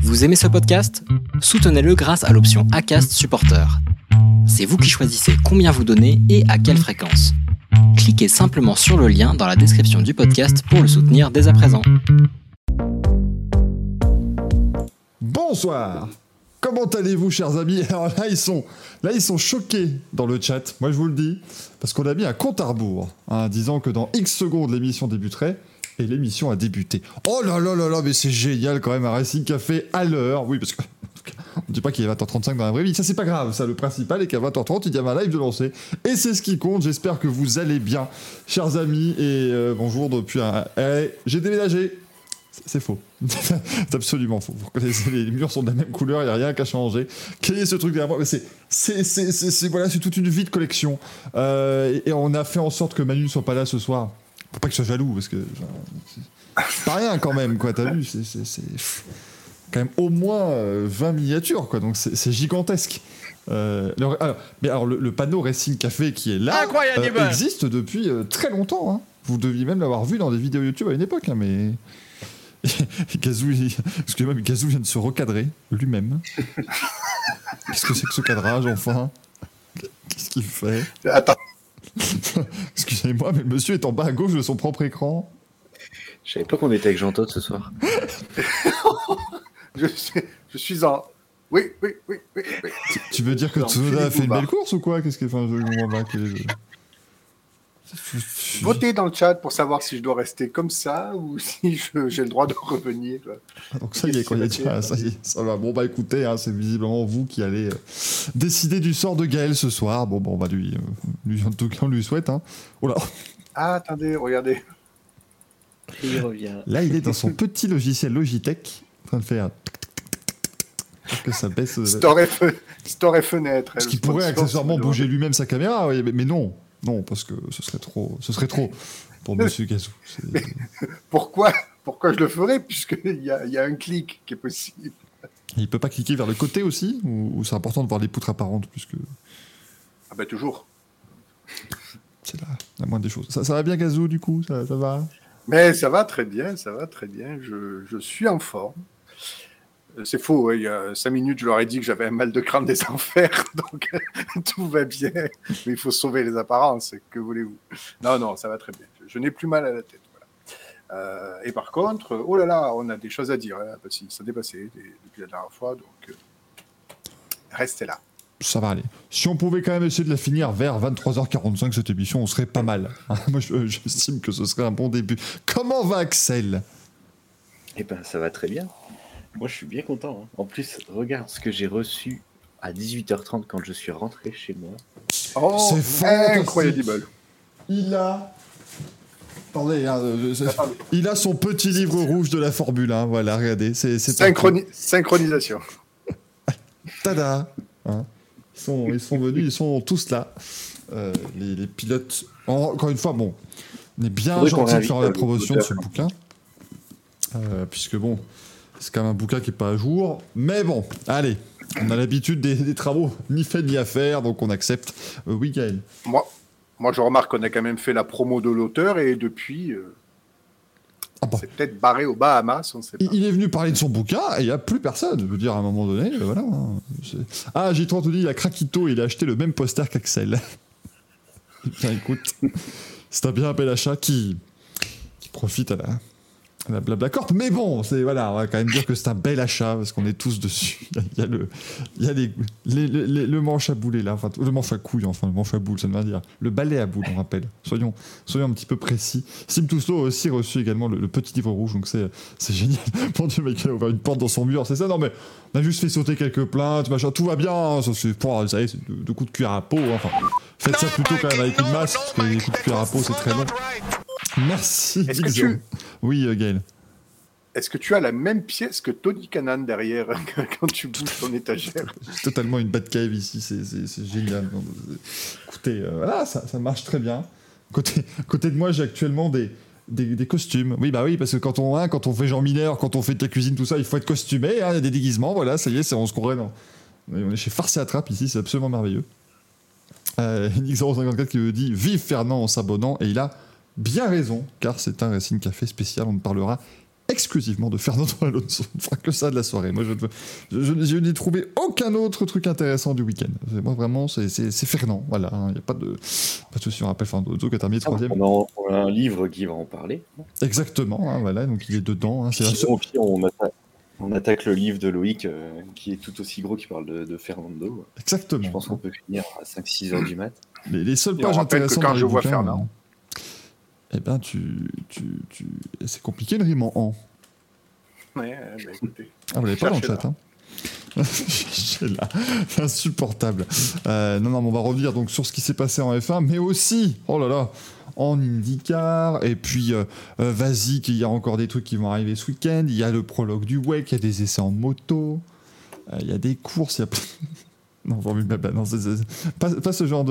Vous aimez ce podcast ? Soutenez-le grâce à l'option Acast Supporter. C'est vous qui choisissez combien vous donnez et à quelle fréquence. Cliquez simplement sur le lien dans la description du podcast pour le soutenir dès à présent. Bonsoir. Comment allez-vous, chers amis ? Alors là, ils sont choqués dans le chat, moi je vous le dis, parce qu'on a mis un compte à rebours, disant que dans X secondes, l'émission débuterait, et l'émission a débuté. Oh là là là là, mais c'est génial quand même, un Racing Café à l'heure. Oui, parce que on ne dit pas qu'il est 20h35 dans la vraie vie, ça c'est pas grave, ça le principal est qu'à 20h30, il y a un live de lancer, et c'est ce qui compte. J'espère que vous allez bien, chers amis, et bonjour depuis un... j'ai déménagé. C'est faux. C'est absolument faux. Vous reconnaissez, les murs sont de la même couleur, il n'y a rien qu'à changer. Quel est ce truc derrière moi ? C'est toute une vie de collection. Et on a fait en sorte que Manu ne soit pas là ce soir. Faut pas que je sois jaloux, parce que c'est pas rien quand même, quoi. T'as vu, c'est quand même au moins 20 miniatures, quoi. Donc c'est gigantesque. Le panneau Racing Café qui est là existe depuis très longtemps. Hein. Vous deviez même l'avoir vu dans des vidéos YouTube à une époque, hein, mais... Gazou, excusez-moi, mais Gazou vient de se recadrer lui-même. Qu'est-ce que c'est que ce cadrage, enfin ? Qu'est-ce qu'il fait ? Attends. Excusez-moi, mais le monsieur est en bas à gauche de son propre écran. Je savais pas qu'on était avec Jean-Todt ce soir. je suis en... Oui. Tu veux dire que Tsunoda a fait une belle course ou quoi ? Qu'est-ce que... Enfin, je comprends pas. Votez dans le chat pour savoir si je dois rester comme ça ou si j'ai le droit de revenir. Donc ça y est, quoi, ça va. Bon bah écoutez, hein, c'est visiblement vous qui allez décider du sort de Gaël ce soir. Bon, on va lui en tout cas on lui souhaite. Hein. Oh là. Ah attendez, regardez. Il revient. Là, il est dans son petit logiciel Logitech, en train de faire. Parce que ça baisse. Store et fenêtre. Parce qu'il pourrait accessoirement bouger lui-même sa caméra, mais non. Non, parce que ce serait trop pour Monsieur Gazou. Mais pourquoi je le ferais, puisqu'il y a un clic qui est possible. Il peut pas cliquer vers le côté aussi, ou c'est important de voir les poutres apparentes puisque... Ah ben toujours. C'est la moindre des choses. Ça va bien, Gazou, du coup, ça va. Mais ça va très bien. Je suis en forme. C'est faux, il y a 5 minutes, je leur ai dit que j'avais un mal de crâne des enfers, donc tout va bien. Mais il faut sauver les apparences, que voulez-vous ? Non, ça va très bien. Je n'ai plus mal à la tête. Voilà. Et par contre, oh là là, on a des choses à dire. Hein, parce que ça a dépassé depuis la dernière fois, donc restez là. Ça va aller. Si on pouvait quand même essayer de la finir vers 23h45, cette émission, on serait pas mal. Moi, j'estime que ce serait un bon début. Comment va Axel ? Eh ben, ça va très bien. Moi, je suis bien content. Hein. En plus, regarde ce que j'ai reçu à 18h30 quand je suis rentré chez moi. Oh, c'est incroyable. Il a... Attendez, il a son petit livre rouge de la Formule 1. Voilà, regardez. C'est synchronisation. Tada, hein. Ils sont venus, ils sont tous là. Les pilotes... Encore une fois, bon, on est bien gentil de faire la promotion de ce bouquin. Puisque bon... C'est quand même un bouquin qui n'est pas à jour. Mais bon, allez, on a l'habitude des travaux ni faits ni à faire, donc on accepte. Oui, Gaël. Moi, je remarque qu'on a quand même fait la promo de l'auteur et depuis, c'est peut-être barré aux Bahamas, on ne sait pas. Il est venu parler de son bouquin et il n'y a plus personne. Je veux dire, à un moment donné, voilà. J30 te dit, il a Krakito et il a acheté le même poster qu'Axel. Bien, écoute, c'est un bien bel achat qui profite à la Blablacorp, mais bon, on va quand même dire que c'est un bel achat parce qu'on est tous dessus. Il y a le manche à boulet là, enfin le manche à couille, enfin le manche à boule, ça veut dire le balai à boule, on rappelle. Soyons un petit peu précis. Sim Touslo a aussi reçu également le petit livre rouge, donc c'est génial. Mon Dieu, mec, il a ouvert une porte dans son mur, c'est ça ? Non mais on a juste fait sauter quelques plaintes, machin, tout va bien. Hein, ça c'est de coups de cuir à peau. Enfin, faites ça plutôt quand même avec une masse, parce que les coups de cuir à peau c'est très long. Merci. Oui, Gaël. Est-ce que tu as la même pièce que Tony Kanan derrière quand tu bouges ton étagère ? C'est totalement une Batcave ici, c'est génial. Écoutez, voilà, ça marche très bien. Côté de moi, j'ai actuellement des costumes. Oui, parce que quand on fait Jean Mineur, quand on fait de la cuisine, tout ça, il faut être costumé. Hein, il y a des déguisements, voilà, ça y est, on se croirait dans... On est chez Farce et Attrape ici, c'est absolument merveilleux. Nick054 qui me dit « Vive Fernand en s'abonnant » et il a bien raison, car c'est un Racing Café spécial, on ne parlera exclusivement de Fernando Alonso. On ne fera que ça de la soirée. Moi, je n'ai trouvé aucun autre truc intéressant du week-end. Moi, vraiment, c'est Fernand. Voilà, il n'y a pas de souci. On rappelle Fernando Alonso qui a terminé 3e. On a un livre qui va en parler. Exactement, hein, voilà, donc il est dedans. Hein, Sinon, on attaque le livre de Loïc, qui est tout aussi gros, qui parle de Fernando. Exactement. Je pense qu'on peut finir à 5-6 heures du mat. Les seules pages intéressantes quand dans les je vois bouquins, Fernand, eh ben, c'est compliqué de rime en an. Ouais, bah, écoutez. Ah, vous l'avez pas dans le chat, hein. C'est là, c'est insupportable. Non, mais on va revenir donc sur ce qui s'est passé en F1, mais aussi, oh là là, en IndyCar, et puis vas-y, qu'il y a encore des trucs qui vont arriver ce week-end. Il y a le prologue du WEC, il y a des essais en moto, il y a des courses, il y a non, non, pas ce genre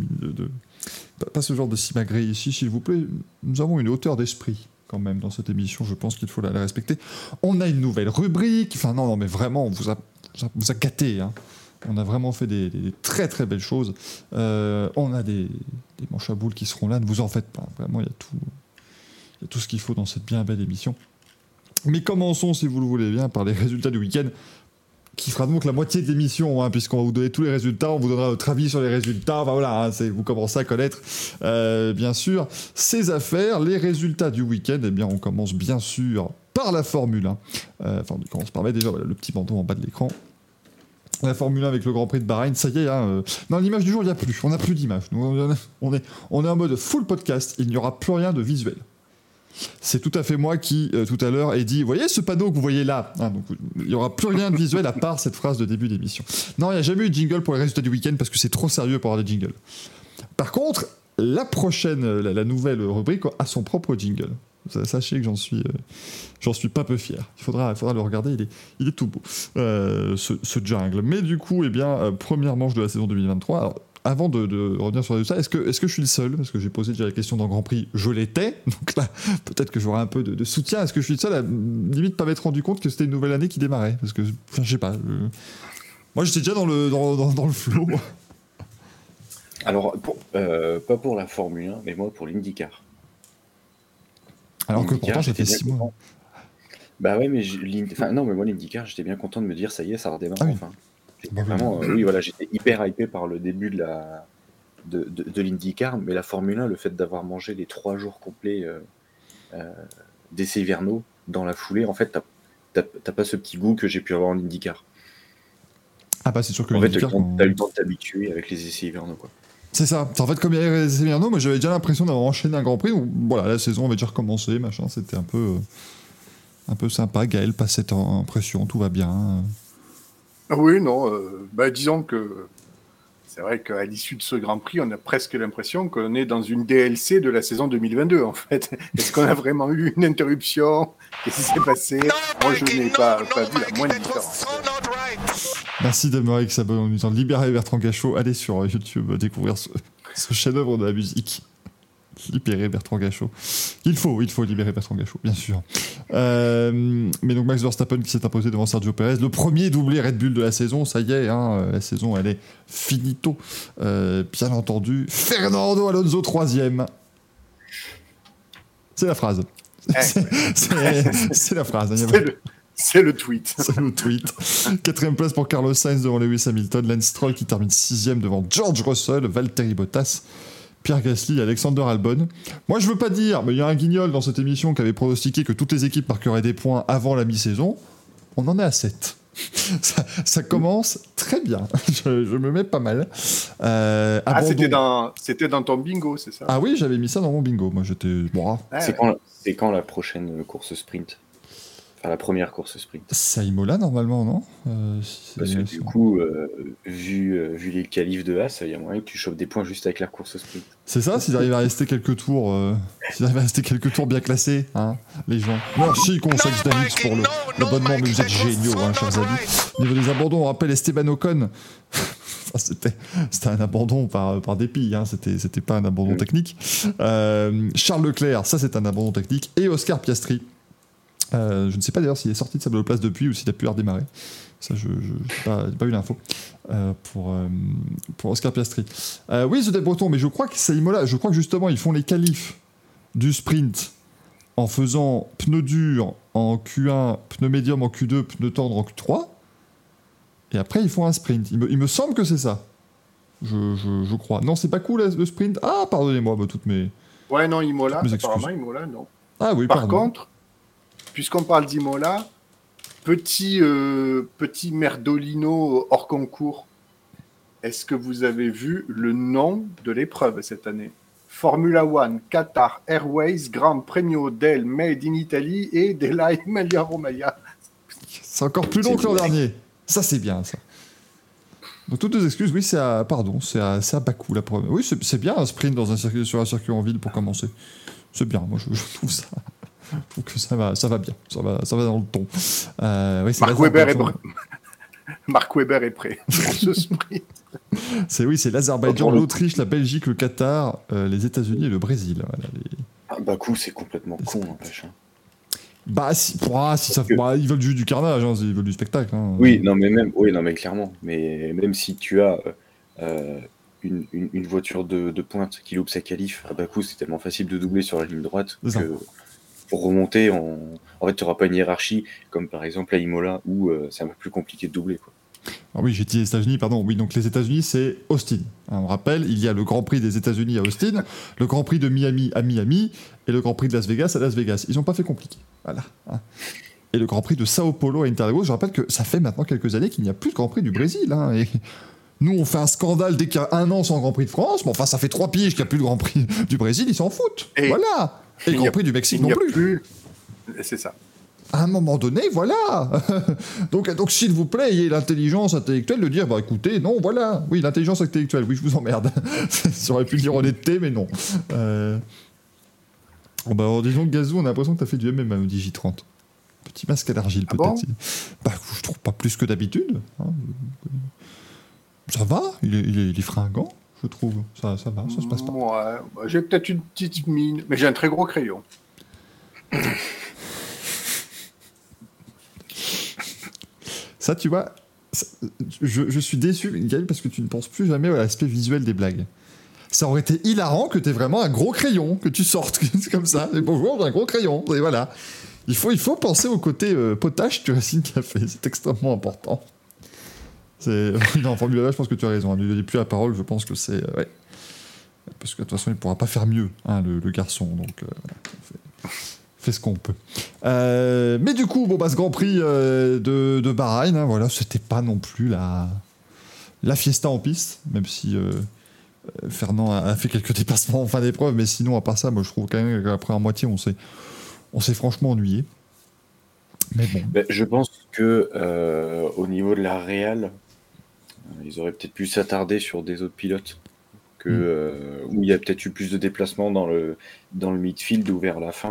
pas ce genre de simagrée ici, s'il vous plaît. Nous avons une hauteur d'esprit quand même dans cette émission, je pense qu'il faut la respecter. On a une nouvelle rubrique, enfin non, mais vraiment, on vous a gâté, hein. On a vraiment fait des très très belles choses. On a des manches à boules qui seront là, ne vous en faites pas, vraiment, il y a tout ce qu'il faut dans cette bien belle émission. Mais commençons, si vous le voulez bien, par les résultats du week-end, qui fera donc la moitié de l'émission, hein, puisqu'on va vous donner tous les résultats, on vous donnera notre avis sur les résultats, enfin voilà, hein, vous commencez à connaître, bien sûr, ces affaires, les résultats du week-end. Eh bien, on commence bien sûr par la Formule 1, on commence par mettre déjà voilà, le petit bandeau en bas de l'écran. La Formule 1 avec le Grand Prix de Bahreïn, ça y est, hein, dans l'image du jour, il n'y a plus, on n'a plus d'image, on est en mode full podcast, il n'y aura plus rien de visuel. C'est tout à fait moi qui, tout à l'heure, ai dit « Voyez ce panneau que vous voyez là ?» Donc, il n'y aura plus rien de visuel à part cette phrase de début d'émission. Non, il n'y a jamais eu de jingle pour les résultats du week-end parce que c'est trop sérieux pour avoir des jingles. Par contre, la prochaine, la nouvelle rubrique a son propre jingle. Sachez que j'en suis pas peu fier. Il faudra le regarder, il est tout beau, ce jungle. Mais du coup, eh bien, première manche de la saison 2023. Alors, avant de revenir sur les résultats, est-ce que je suis le seul ? Parce que j'ai posé déjà la question dans le Grand Prix, je l'étais. Donc là, peut-être que j'aurai un peu de soutien. Est-ce que je suis le seul à limite pas m'être rendu compte que c'était une nouvelle année qui démarrait ? Parce que, je sais pas. Moi, j'étais déjà dans le flow. Alors, pas pour la Formule 1, mais moi pour l'IndyCar. Alors que pourtant, ça fait 6 mois. Bah ouais, mais moi l'IndyCar, j'étais bien content de me dire, ça y est, ça redémarre enfin. Vraiment, oui, voilà, j'étais hyper hypé par le début de l'IndyCar, mais la Formule 1, le fait d'avoir mangé les 3 jours complets d'essais hivernaux dans la foulée, en fait, t'as pas ce petit goût que j'ai pu avoir en IndyCar. Ah bah c'est sûr que en fait, l'IndyCar... t'as eu le temps de t'habituer avec les essais hivernaux, quoi. C'est ça. En fait, comme il y avait les essais hivernaux, moi j'avais déjà l'impression d'avoir enchaîné un Grand Prix où, voilà, la saison avait déjà recommencé, machin, c'était un peu sympa. Gaël passe cette impression, tout va bien. Oui, non, disons que c'est vrai qu'à l'issue de ce Grand Prix, on a presque l'impression qu'on est dans une DLC de la saison 2022, en fait. Est-ce qu'on a vraiment eu une interruption ? Qu'est-ce qui s'est passé ? Moi, je n'ai pas vu la moindre différence. Merci Demeuré qui s'abonne en disant libérer Bertrand Gachot. Allez sur YouTube découvrir ce chef-d'œuvre de la musique. Libérer Bertrand Gachot. Il faut libérer Bertrand Gachot, bien sûr. Mais donc Max Verstappen qui s'est imposé devant Sergio Perez, le premier doublé Red Bull de la saison, ça y est, hein, la saison elle est finito. Bien entendu, Fernando Alonso 3e. C'est la phrase. C'est la phrase. C'est le tweet. C'est le tweet. 4e place pour Carlos Sainz devant Lewis Hamilton, Lance Stroll qui termine 6e devant George Russell, Valtteri Bottas, Pierre Gasly et Alexander Albon. Moi, je veux pas dire, mais il y a un guignol dans cette émission qui avait pronostiqué que toutes les équipes marqueraient des points avant la mi-saison. On en est à 7. Ça commence très bien. Je me mets pas mal. C'était dans ton bingo, c'est ça ? Ah oui, j'avais mis ça dans mon bingo. Moi, j'étais... Bon, C'est quand la prochaine course sprint ? Enfin, la première course sprint. C'est à Imola, normalement, non ? Parce que du coup, vu les qualifs de Haas, il y a moyen que tu chopes des points juste avec la course sprint. C'est ça, s'ils arrivent à rester quelques tours, bien classés, hein, les gens. Merci, Conseil Dynamics, pour l'abonnement, mais vous êtes géniaux, hein, chers amis. Au niveau des abandons, on rappelle Esteban Ocon. C'était un abandon par dépit, hein, c'était pas un abandon technique. Charles Leclerc, ça c'est un abandon technique. Et Oscar Piastri. Je ne sais pas d'ailleurs s'il est sorti de sa bonne place depuis ou s'il a pu redémarrer. Ça, je n'ai pas eu l'info pour Oscar Piastri. Oui, The Breton, mais je crois que c'est Imola. Je crois que justement, ils font les qualifs du sprint en faisant pneu dur en Q1, pneu médium en Q2, pneu tendre en Q3. Et après, ils font un sprint. Il me semble que c'est ça. Je crois. Non, c'est pas cool le sprint. Ah, pardonnez-moi, toutes mes... Ouais, non, Imola, mes apparemment, excuses. Imola, non. Ah oui, Par pardon. contre, puisqu'on parle d'Imola, petit merdolino hors concours, est-ce que vous avez vu le nom de l'épreuve cette année? Formula One, Qatar Airways, Grand Premio del Made in Italy et della Emilia Romagna. C'est encore plus long que l'an dernier. Ça, c'est bien, ça. Donc, toutes les excuses, oui, c'est à Bakou, la première. Oui, c'est bien un sprint sur un circuit en ville pour commencer. C'est bien, moi, je trouve ça. Je trouve que ça va bien. Ça va dans le ton. Oui, Mark Webber est prêt pour ce sprint. C'est l'Azerbaïdjan, l'Autriche, la Belgique, le Qatar, les États-Unis et le Brésil. Voilà, Bakou, c'est complètement con, n'empêche. Ils veulent du carnage, hein, ils veulent du spectacle. Hein. Oui, mais clairement. Mais même si tu as une voiture de pointe qui loupe sa qualif, à Bakou, c'est tellement facile de doubler sur la ligne droite que pour remonter, en fait, tu n'auras pas une hiérarchie, comme par exemple à Imola, où c'est un peu plus compliqué de doubler, quoi. Ah oui, j'ai dit les États-Unis, pardon. Oui, donc les États-Unis, c'est Austin. On rappelle, il y a le Grand Prix des États-Unis à Austin, le Grand Prix de Miami à Miami et le Grand Prix de Las Vegas à Las Vegas. Ils n'ont pas fait compliqué. Voilà. Et le Grand Prix de Sao Paulo à Interlagos, je rappelle que ça fait maintenant quelques années qu'il n'y a plus de Grand Prix du Brésil. Hein, et nous, on fait un scandale dès qu'il y a un an sans Grand Prix de France. Mais enfin, ça fait 3 piges qu'il n'y a plus de Grand Prix du Brésil, ils s'en foutent. Voilà. Et le Grand Prix du Mexique non plus. C'est ça. À un moment donné, voilà. donc, s'il vous plaît, ayez l'intelligence intellectuelle de dire, écoutez, non, voilà. Oui, l'intelligence intellectuelle, oui, je vous emmerde. Ça aurait pu dire honnêteté, mais non. Disons que Gazou, on a l'impression que tu as fait du MMA au Digi30. Petit masque à l'argile, peut-être. Bon Je trouve pas plus que d'habitude. Hein. Ça va, il est fringant, je trouve. Ça va, ça se passe pas. Ouais, j'ai peut-être une petite mine, mais j'ai un très gros crayon. Ça, tu vois, je suis déçu, Gaël, parce que tu ne penses plus jamais à l'aspect visuel des blagues. Ça aurait été hilarant que tu aies vraiment un gros crayon, que tu sortes comme ça. Et bonjour, j'ai un gros crayon. Et voilà. Il faut penser au côté potache du Racing Café. C'est extrêmement important. En Formule 1, je pense que tu as raison. Ne lui donnez plus la parole, je pense que c'est... ouais. Parce que de toute façon, il ne pourra pas faire mieux, hein, le garçon. Donc, fait ce qu'on peut. Mais du coup, ce Grand Prix de Bahreïn, hein, voilà, c'était pas non plus la fiesta en piste, même si Fernand a fait quelques dépassements en fin d'épreuve, mais sinon, à part ça, moi, je trouve quand même qu'après en moitié, on s'est franchement ennuyé. Mais bon. Je pense que au niveau de la réal, ils auraient peut-être pu s'attarder sur des autres pilotes où il y a peut-être eu plus de déplacements dans le midfield ou vers la fin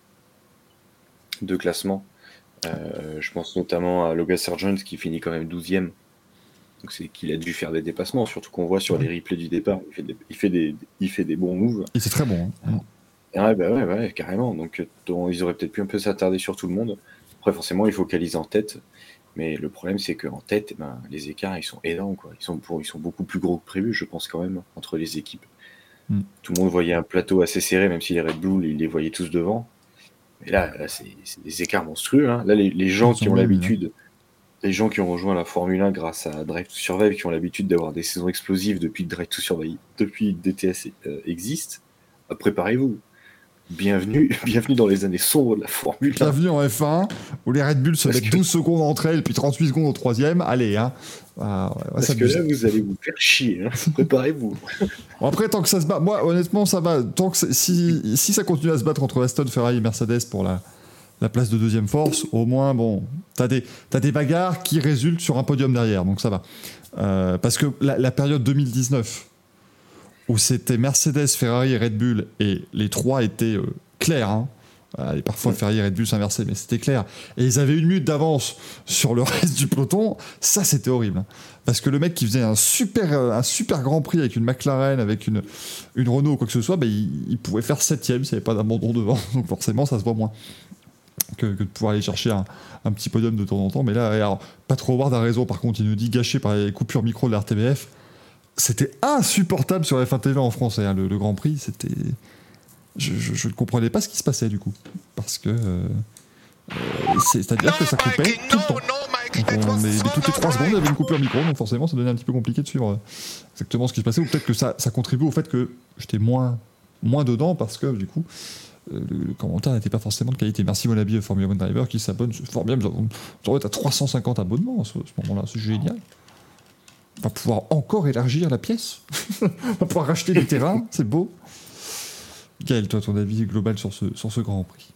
de classement. Je pense notamment à Logan Sargent qui finit quand même 12e. Donc c'est qu'il a dû faire des dépassements, surtout qu'on voit sur les replays du départ, il fait des bons moves. Et c'est très bon. Hein. Ouais, carrément. Donc ils auraient peut-être pu un peu s'attarder sur tout le monde. Après, forcément, il faut focaliser en tête. Mais le problème, c'est qu'en tête, les écarts, ils sont énormes, quoi. Ils sont beaucoup plus gros que prévu, je pense, quand même, entre les équipes. Tout le monde voyait un plateau assez serré, même si les Red Bull, ils les voyaient tous devant. Mais là c'est des écarts monstrueux. Hein. Là, les gens qui ont l'habitude, les gens qui ont rejoint la Formule 1 grâce à Drive to Survive, qui ont l'habitude d'avoir des saisons explosives depuis que Drive to Survive, depuis que DTS existe, préparez-vous. Bienvenue dans les années sombres de la Formule 1. Bienvenue en F1, où les Red Bull se mettent 12 secondes entre elles, puis 38 secondes au troisième. Allez, hein. Parce que là, vous allez vous faire chier. Hein. Préparez-vous. Bon, après, tant que ça se bat, moi, honnêtement, ça va. Tant que si ça continue à se battre entre Aston, Ferrari et Mercedes pour la place de deuxième force, au moins, t'as des bagarres qui résultent sur un podium derrière, donc ça va. Parce que la période 2019... où c'était Mercedes, Ferrari et Red Bull, et les trois étaient clairs. Hein. Et parfois, Ferrari et Red Bull s'inversaient, mais c'était clair. Et ils avaient 1 minute d'avance sur le reste du peloton. Ça, c'était horrible. Hein. Parce que le mec qui faisait un super Grand Prix avec une McLaren, avec une Renault ou quoi que ce soit, il pouvait faire 7ème s'il n'y avait pas d'abandon devant. Donc forcément, ça se voit moins que de pouvoir aller chercher un petit podium de temps en temps. Mais là, alors, pas trop voir d'un raison, par contre, il nous dit gâché par les coupures micro de la RTBF. C'était insupportable sur F1 TV en français, hein, le Grand Prix, c'était je ne comprenais pas ce qui se passait du coup. Parce que c'est-à-dire que ça coupait tout le temps. Donc mais toutes les 3 secondes, il y avait une coupure micro, donc forcément, ça devenait un petit peu compliqué de suivre exactement ce qui se passait. Ou peut-être que ça contribue au fait que j'étais moins dedans, parce que du coup, le commentaire n'était pas forcément de qualité. Merci mon ami Formula One Driver qui s'abonne. C'est formidable. On doit être à 350 abonnements à ce moment-là. C'est génial. On va pouvoir encore élargir la pièce. On va pouvoir racheter des terrains. C'est beau. Gaël, toi, ton avis global sur ce Grand Prix?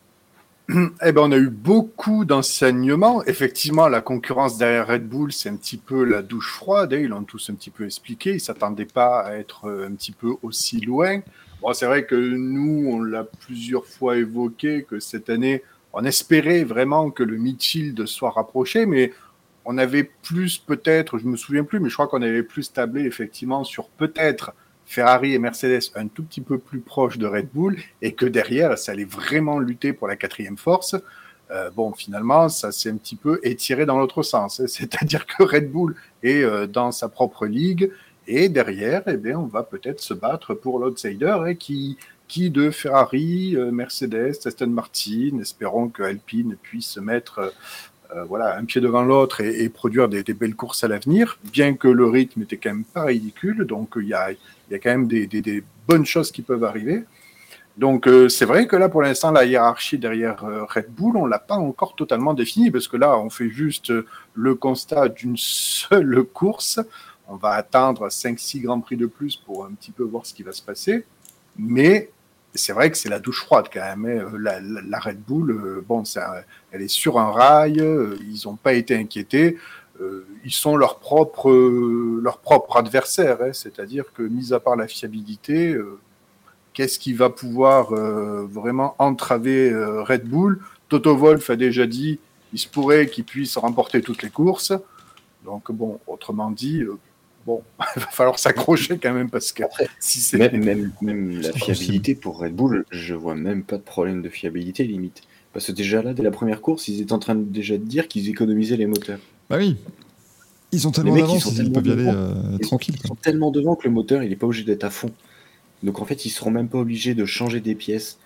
Eh ben, on a eu beaucoup d'enseignements. Effectivement, la concurrence derrière Red Bull, c'est un petit peu la douche froide. Ils l'ont tous un petit peu expliqué. Ils ne s'attendaient pas à être un petit peu aussi loin. Bon, c'est vrai que nous, on l'a plusieurs fois évoqué, que cette année, on espérait vraiment que le midfield soit rapproché, mais on avait plus peut-être, je ne me souviens plus, mais je crois qu'on avait plus tablé effectivement sur peut-être Ferrari et Mercedes un tout petit peu plus proches de Red Bull, et que derrière, ça allait vraiment lutter pour la 4e force. Bon, finalement, ça s'est un petit peu étiré dans l'autre sens. C'est-à-dire que Red Bull est dans sa propre ligue, et derrière, eh bien, on va peut-être se battre pour l'outsider, qui de Ferrari, Mercedes, Aston Martin, espérons que Alpine puisse se mettre un pied devant l'autre et produire des belles courses à l'avenir, bien que le rythme était quand même pas ridicule, donc il y a quand même des bonnes choses qui peuvent arriver. Donc c'est vrai que là, pour l'instant, la hiérarchie derrière Red Bull, on ne l'a pas encore totalement définie, parce que là, on fait juste le constat d'une seule course. On va attendre 5-6 Grands Prix de plus pour un petit peu voir ce qui va se passer. Mais c'est vrai que c'est la douche froide quand même. La Red Bull, elle est sur un rail. Ils n'ont pas été inquiétés. Ils sont leur propre adversaire. C'est-à-dire que, mis à part la fiabilité, qu'est-ce qui va pouvoir vraiment entraver Red Bull? Toto Wolff a déjà dit il se pourrait qu'il puisse remporter toutes les courses. Donc, bon, autrement dit... Bon, il va falloir s'accrocher quand même, parce que après, si c'est... Même la fiabilité pour Red Bull, je vois même pas de problème de fiabilité limite. Parce que déjà là, dès la première course, ils étaient en train déjà de dire qu'ils économisaient les moteurs. Bah oui, ils sont tellement d'avance, ils peuvent y aller tranquille. Ils sont tellement devant que le moteur, il est pas obligé d'être à fond. Donc en fait, ils seront même pas obligés de changer des pièces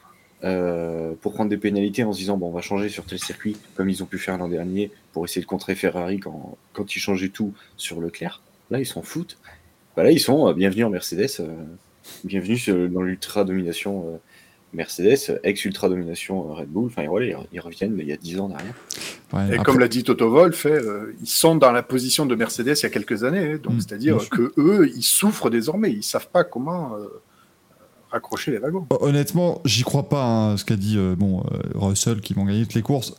pour prendre des pénalités en se disant bon, on va changer sur tel circuit, comme ils ont pu faire l'an dernier pour essayer de contrer Ferrari quand ils changeaient tout sur Leclerc. Là, ils s'en foutent. Bah là, ils sont bienvenue en Mercedes, bienvenue dans l'ultra-domination Mercedes, ex-ultra-domination Red Bull. Enfin, voilà, ils reviennent il y a 10 ans derrière. Ouais, et comme l'a dit Toto Wolff, ils sont dans la position de Mercedes il y a quelques années. Donc, c'est-à-dire qu'eux, ils souffrent désormais. Ils ne savent pas comment raccrocher les wagons. Honnêtement, j'y crois pas, ce qu'a dit Russell, qui vont gagner toutes les courses.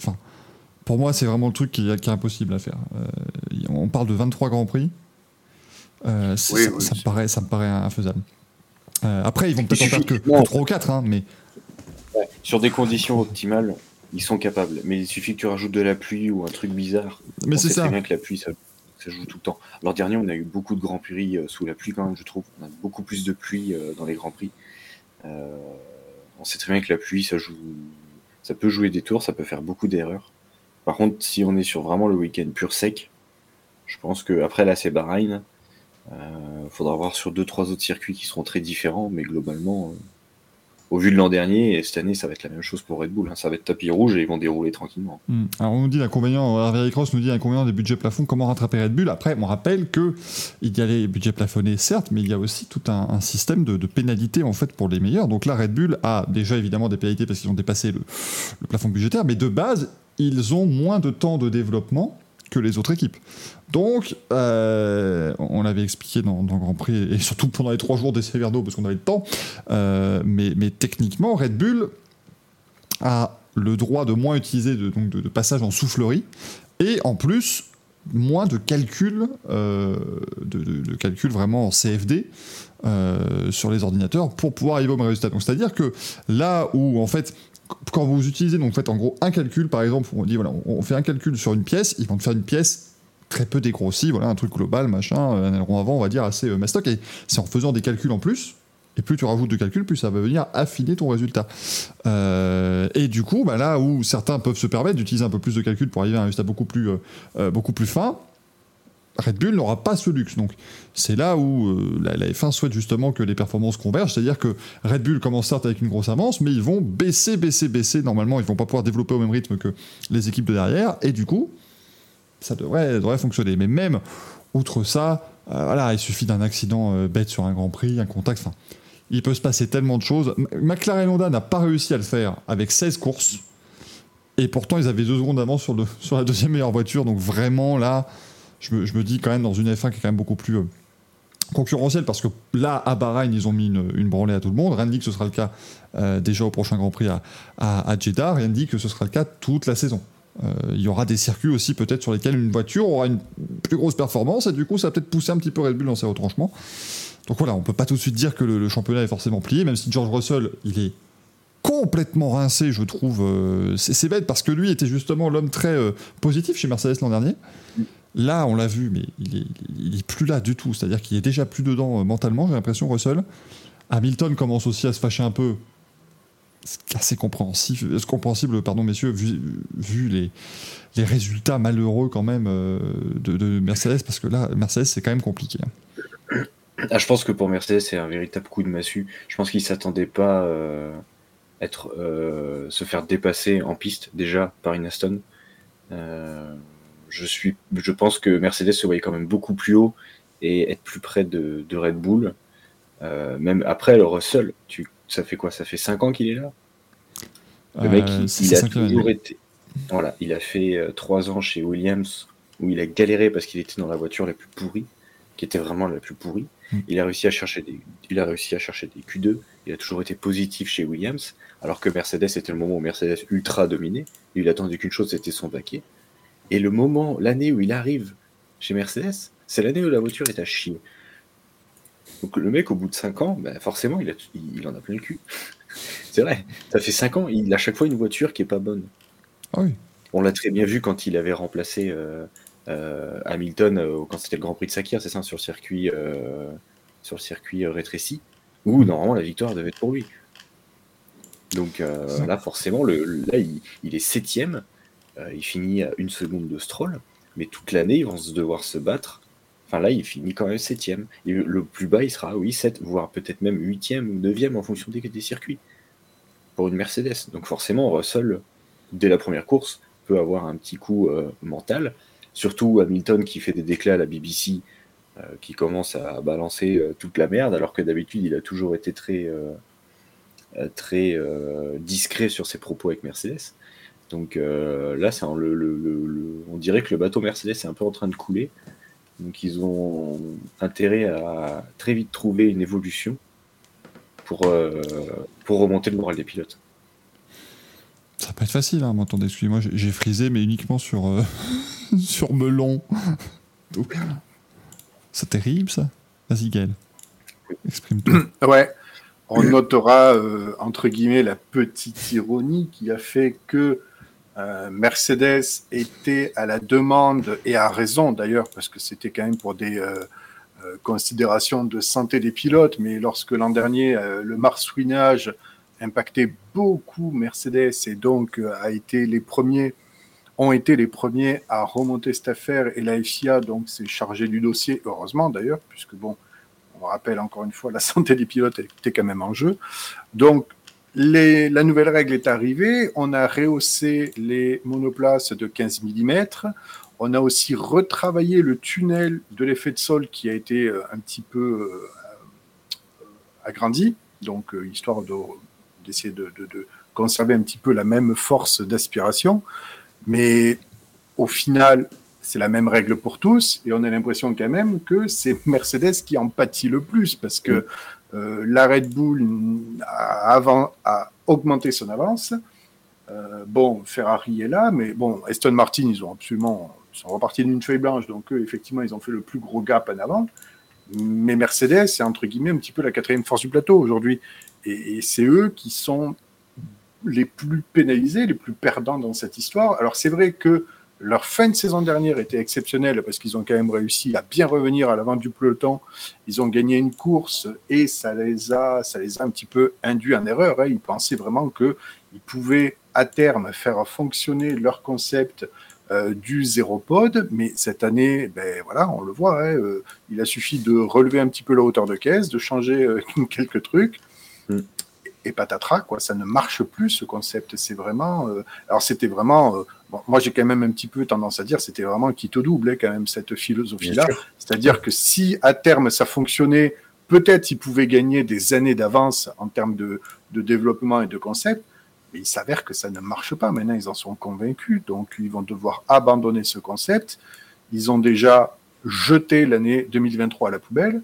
Pour moi, c'est vraiment le truc qui est impossible à faire. On parle de 23 Grands Prix. Ça me paraît infaisable. Après, ils vont peut-être en perdre que 3 ou 4, mais... Ouais, sur des conditions optimales, ils sont capables. Mais il suffit que tu rajoutes de la pluie ou un truc bizarre. Mais c'est ça. Très bien que la pluie, ça joue tout le temps. L'an dernier, on a eu beaucoup de Grands Prix sous la pluie quand même, je trouve. On a beaucoup plus de pluie dans les Grands Prix. On sait très bien que la pluie, ça peut jouer des tours, ça peut faire beaucoup d'erreurs. Par contre, si on est sur vraiment le week-end pur sec, je pense qu'après là c'est Bahreïn, faudra voir sur 2-3 autres circuits qui seront très différents, mais globalement, au vu de l'an dernier, et cette année ça va être la même chose pour Red Bull, ça va être tapis rouge et ils vont dérouler tranquillement. Alors on nous dit l'inconvénient, Hervé Cross nous dit l'inconvénient des budgets plafonds, comment rattraper Red Bull. Après, on rappelle qu'il y a les budgets plafonnés certes, mais il y a aussi tout un système de pénalités en fait pour les meilleurs. Donc là Red Bull a déjà évidemment des pénalités parce qu'ils ont dépassé le plafond budgétaire, mais de base ils ont moins de temps de développement que les autres équipes. Donc, on l'avait expliqué dans le Grand Prix, et surtout pendant les 3 jours d'essai Verdo, parce qu'on avait le temps, mais techniquement, Red Bull a le droit de moins utiliser de passage en soufflerie, et en plus, moins de calculs, de calculs vraiment en CFD, sur les ordinateurs, pour pouvoir arriver au même résultat. Donc, c'est-à-dire que là où, en fait, quand vous utilisez donc faites en gros un calcul, par exemple, on dit voilà, on fait un calcul sur une pièce, ils vont te faire une pièce très peu dégrossie, voilà, un truc global, machin, un aileron avant, on va dire assez mastoc, et c'est en faisant des calculs en plus, et plus tu rajoutes de calculs, plus ça va venir affiner ton résultat. Et du coup, là où certains peuvent se permettre d'utiliser un peu plus de calculs pour arriver à un résultat beaucoup plus fin, Red Bull n'aura pas ce luxe. Donc c'est là où la F1 souhaite justement que les performances convergent, c'est-à-dire que Red Bull commence certes avec une grosse avance, mais ils vont baisser. Normalement, ils vont pas pouvoir développer au même rythme que les équipes de derrière, et du coup, ça devrait fonctionner. Mais même outre ça, il suffit d'un accident bête sur un Grand Prix, un contact. Enfin, il peut se passer tellement de choses. McLaren Honda n'a pas réussi à le faire avec 16 courses, et pourtant ils avaient 2 secondes d'avance sur la deuxième meilleure voiture. Donc vraiment là, je me dis quand même dans une F1 qui est quand même beaucoup plus concurrentielle, parce que là à Bahreïn ils ont mis une branlée à tout le monde. Rien ne dit que ce sera le cas déjà au prochain Grand Prix à Jeddah. Rien ne dit que ce sera le cas toute la saison. Il y aura des circuits aussi peut-être sur lesquels une voiture aura une plus grosse performance, et du coup ça va peut-être pousser un petit peu Red Bull dans ses retranchements. Donc voilà, on peut pas tout de suite dire que le championnat est forcément plié, même si George Russell il est complètement rincé, je trouve. C'est bête, parce que lui était justement l'homme très positif chez Mercedes l'an dernier. Là, on l'a vu, mais il est plus là du tout. C'est-à-dire qu'il est déjà plus dedans mentalement, j'ai l'impression, Hamilton commence aussi à se fâcher un peu. C'est assez compréhensible, messieurs, vu les résultats malheureux quand même de Mercedes, parce que là, Mercedes, c'est quand même compliqué. Je pense que pour Mercedes, c'est un véritable coup de massue. Je pense qu'ils ne s'attendaient pas se faire dépasser en piste déjà par une Aston. Je pense que Mercedes se voyait quand même beaucoup plus haut et être plus près de Red Bull. Même après, le Russell, ça fait quoi? Ça fait 5 ans qu'il est là? Le mec, il a toujours été... Voilà, il a fait 3 ans chez Williams, où il a galéré parce qu'il était dans la voiture la plus pourrie, qui était vraiment la plus pourrie. Il a réussi à chercher des Q2. Il a toujours été positif chez Williams, alors que Mercedes, c'était le moment où Mercedes ultra dominait. Il attendait qu'une chose, c'était son baquet. Et l'année où il arrive chez Mercedes, c'est l'année où la voiture est à chier. Donc le mec, au bout de 5 ans, forcément, il en a plein le cul. C'est vrai, ça fait 5 ans, il a à chaque fois une voiture qui est pas bonne. Ah oui. On l'a très bien vu quand il avait remplacé Hamilton quand c'était le Grand Prix de Sakir, c'est ça, sur le circuit rétréci, où normalement la victoire devait être pour lui. Donc là, forcément, il est 7ème, il finit à 1 seconde de Stroll, mais toute l'année, ils vont devoir se battre. Enfin là, il finit quand même 7ème. Et le plus bas, il sera, 7, voire peut-être même 8ème ou 9ème en fonction des circuits, pour une Mercedes. Donc forcément, Russell, dès la première course, peut avoir un petit coup mental. Surtout Hamilton qui fait des déclats à la BBC, qui commence à balancer toute la merde, alors que d'habitude, il a toujours été très discret sur ses propos avec Mercedes. Donc là, on dirait que le bateau Mercedes est un peu en train de couler. Donc ils ont intérêt à très vite trouver une évolution pour remonter le moral des pilotes. Ça va pas être facile, hein, m'entendez, excusez-moi, j'ai frisé, mais uniquement sur Melon. Donc, c'est terrible, ça. Vas-y, Gaël. Exprime-toi. Ouais, on notera, entre guillemets, la petite ironie qui a fait que Mercedes était à la demande, et à raison d'ailleurs, parce que c'était quand même pour des considérations de santé des pilotes, mais lorsque l'an dernier, le marsouinage impactait beaucoup Mercedes, et donc ont été les premiers à remonter cette affaire, et la FIA donc s'est chargée du dossier, heureusement d'ailleurs, puisque bon, on rappelle encore une fois, la santé des pilotes était quand même en jeu. Donc la nouvelle règle est arrivée, on a rehaussé les monoplaces de 15 mm, on a aussi retravaillé le tunnel de l'effet de sol qui a été un petit peu agrandi, donc histoire d'essayer de conserver un petit peu la même force d'aspiration, mais au final, c'est la même règle pour tous, et on a l'impression quand même que c'est Mercedes qui en pâtit le plus, parce que la Red Bull a augmenté son avance. Bon, Ferrari est là, mais bon, Aston Martin, ils sont repartis d'une feuille blanche, donc eux, effectivement, ils ont fait le plus gros gap en avant. Mais Mercedes, c'est entre guillemets un petit peu la 4e force du plateau aujourd'hui. Et c'est eux qui sont les plus pénalisés, les plus perdants dans cette histoire. Alors c'est vrai que leur fin de saison dernière était exceptionnelle parce qu'ils ont quand même réussi à bien revenir à l'avant du peloton. Ils ont gagné une course et ça les a un petit peu induits en erreur. Ils pensaient vraiment qu'ils pouvaient à terme faire fonctionner leur concept du zéro pod, mais cette année, voilà, on le voit, il a suffi de relever un petit peu la hauteur de caisse, de changer quelques trucs, et patatras, quoi, ça ne marche plus ce concept. C'est vraiment, alors c'était vraiment, bon, moi j'ai quand même un petit peu tendance à dire, c'était vraiment quitte au double, quand même cette philosophie-là. C'est-à-dire que si à terme ça fonctionnait, peut-être ils pouvaient gagner des années d'avance en termes de développement et de concept. Mais il s'avère que ça ne marche pas. Maintenant, ils en sont convaincus. Donc, ils vont devoir abandonner ce concept. Ils ont déjà jeté l'année 2023 à la poubelle.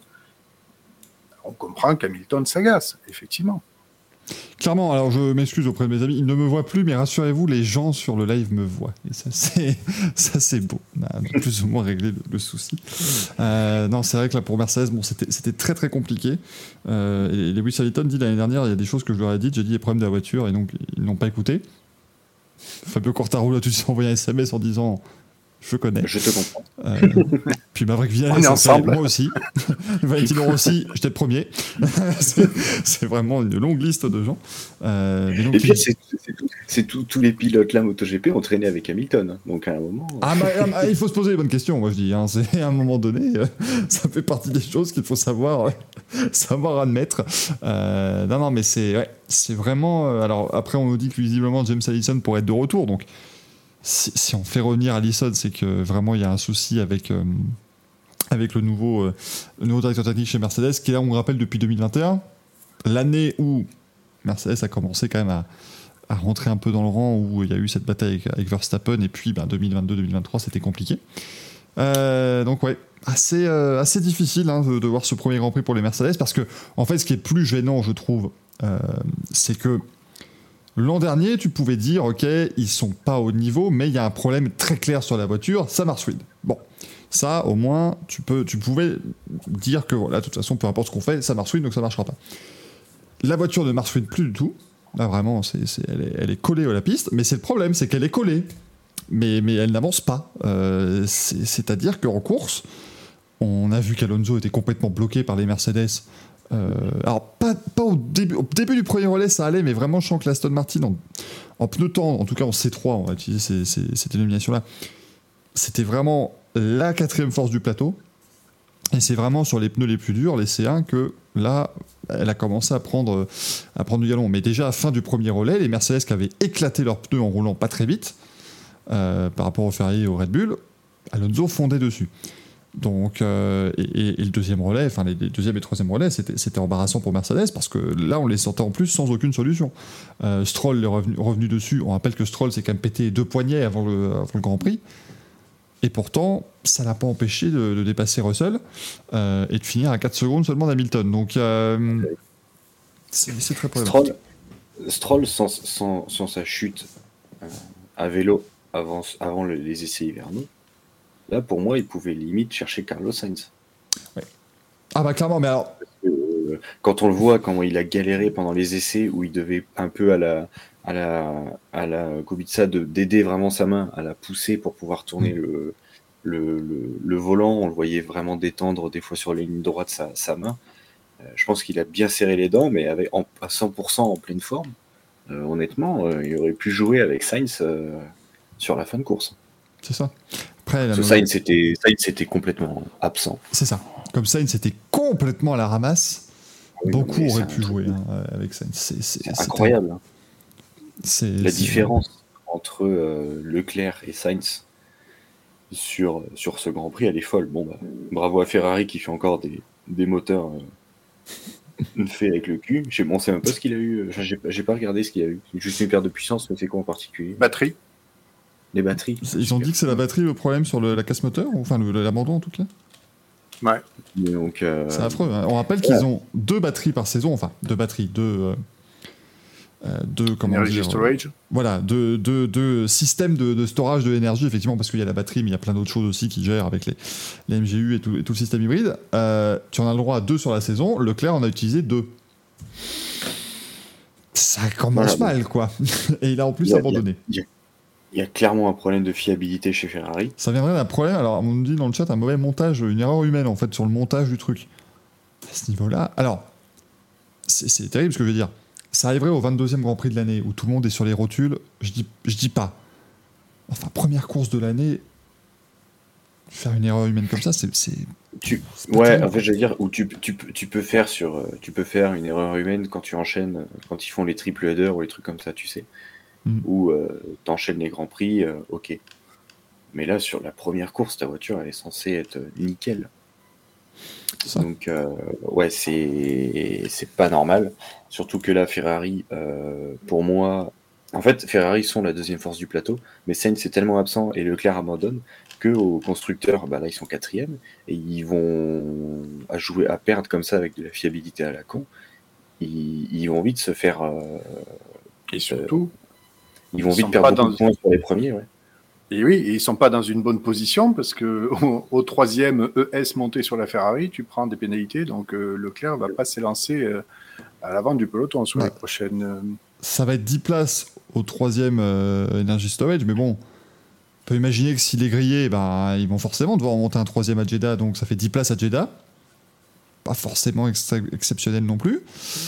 On comprend qu'Hamilton s'agace, effectivement. Clairement, alors je m'excuse auprès de mes amis, ils ne me voient plus, mais rassurez-vous, les gens sur le live me voient. Et ça, c'est beau. On a plus ou moins réglé le souci. Non, c'est vrai que là, pour Mercedes, bon, c'était très très compliqué. Et Lewis Hamilton dit l'année dernière, il y a des choses que je leur ai dites, j'ai dit les problèmes de la voiture, et donc ils n'ont pas écouté. Fabio Quartararo a tout de suite envoyé un SMS en disant... Je connais. Je te comprends. Puis Maverick Viñales, on est ensemble. Moi aussi. Valentino Rossi, j'étais le premier. c'est vraiment une longue liste de gens. Et puis, c'est tous les pilotes là, MotoGP, ont traîné avec Hamilton. Donc à un moment. Il faut se poser les bonnes questions, moi je dis. Hein. C'est à un moment donné, ça fait partie des choses qu'il faut savoir admettre. Non, mais c'est vraiment. Alors après, on nous dit que visiblement James Allison pourrait être de retour. Donc. Si on fait revenir Allison, c'est que vraiment il y a un souci avec le nouveau directeur technique chez Mercedes, qui est là, on me rappelle, depuis 2021, l'année où Mercedes a commencé quand même à rentrer un peu dans le rang, où il y a eu cette bataille avec Verstappen, et puis 2022-2023 c'était compliqué. Donc ouais, assez difficile de voir ce premier Grand Prix pour les Mercedes, parce que en fait ce qui est plus gênant, je trouve, c'est que l'an dernier, tu pouvais dire, ok, ils sont pas au niveau, mais il y a un problème très clair sur la voiture, ça marche fluide. Bon, ça, au moins, tu pouvais dire que, voilà, de toute façon, peu importe ce qu'on fait, ça marche fluide, donc ça marchera pas. La voiture ne marche fluide plus du tout. Là, vraiment, elle est collée à la piste, mais c'est le problème, c'est qu'elle est collée, mais elle n'avance pas. C'est-à-dire qu'en course, on a vu qu'Alonso était complètement bloqué par les Mercedes. Alors pas au début du premier relais ça allait, mais vraiment je sens que l'Aston Martin en pneu temps, en tout cas en C3, on va utiliser cette dénomination là, c'était vraiment la quatrième force du plateau, et c'est vraiment sur les pneus les plus durs, les C1, que là elle a commencé à prendre du galon. Mais déjà à la fin du premier relais, les Mercedes qui avaient éclaté leurs pneus en roulant pas très vite par rapport au Ferrari et au Red Bull, Alonso fondait dessus. Donc, et le deuxième relais, enfin les deuxième et troisième relais, c'était embarrassant pour Mercedes, parce que là on les sentait en plus sans aucune solution. Stroll est revenu dessus. On rappelle que Stroll s'est quand même pété 2 poignets avant le Grand Prix, et pourtant ça n'a pas empêché de dépasser Russell et de finir à 4 secondes seulement d'Hamilton. Donc c'est très problématique. Stroll sans sa chute à vélo avant les essais hivernaux, là, pour moi, il pouvait limite chercher Carlos Sainz. Ouais. Ah bah clairement, mais alors... quand on le voit, comment il a galéré pendant les essais, où il devait un peu à la Kubica d'aider vraiment sa main à la pousser pour pouvoir tourner le volant, on le voyait vraiment détendre des fois sur la ligne droite sa main. Je pense qu'il a bien serré les dents, mais à 100% en pleine forme. Honnêtement, il aurait pu jouer avec Sainz sur la fin de course. C'est ça. Après, Sainz était complètement absent. C'est ça. Comme Sainz était complètement à la ramasse, beaucoup auraient pu jouer avec Sainz. C'est incroyable. La différence entre Leclerc et Sainz sur ce Grand Prix, elle est folle. Bon, bravo à Ferrari qui fait encore des moteurs faits avec le cul. On sait même pas ce qu'il a eu. J'ai pas regardé ce qu'il a eu. Juste une perte de puissance, mais c'est quoi en particulier? Batterie. Les batteries. Ils ont dit que c'est la batterie le problème sur la casse moteur, enfin l'abandon en tout cas. Ouais. Donc, c'est affreux. Hein. On rappelle qu'ils ont 2 batteries par saison, enfin 2 batteries, deux comment Energy dire, storage. Voilà, deux systèmes de storage de l'énergie, effectivement, parce qu'il y a la batterie, mais il y a plein d'autres choses aussi qui gèrent avec les MGU et tout le système hybride. Tu en as le droit à 2 sur la saison. Leclerc en a utilisé 2. Ça commence mal, quoi. Et il a en plus abandonné. Il y a clairement un problème de fiabilité chez Ferrari. Ça viendrait d'un problème, alors on nous dit dans le chat, un mauvais montage, une erreur humaine en fait sur le montage du truc. À ce niveau-là, alors, c'est terrible ce que je veux dire. Ça arriverait au 22e Grand Prix de l'année où tout le monde est sur les rotules, je dis pas. Enfin, première course de l'année, faire une erreur humaine comme ça, c'est Ouais, en fait, je veux dire, où tu peux faire une erreur humaine quand tu enchaînes, quand ils font les triple headers ou les trucs comme ça, tu sais, où t'enchaînes les grands prix, ok. Mais là, sur la première course, ta voiture, elle est censée être nickel. Donc, ouais, c'est pas normal. Surtout que là, Ferrari, pour moi, en fait, Ferrari sont la deuxième force du plateau, mais Sainz est tellement absent et Leclerc abandonne que aux constructeurs, bah là, ils sont quatrième et ils vont à perdre comme ça avec de la fiabilité à la con. Ils vont vite se faire. Et surtout, ils vont vite perdre beaucoup de points sur les premiers, ouais. Et oui, et ils sont pas dans une bonne position parce que au troisième ES monté sur la Ferrari, tu prends des pénalités, donc Leclerc va pas s'élancer à l'avant du peloton sur les prochaines. Ça va être 10 places au troisième Energy Storage, mais bon, on peut imaginer que s'il est grillé, bah, ils vont forcément devoir monter un troisième à Jeddah, donc ça fait 10 places à Jeddah. Pas forcément exceptionnel non plus.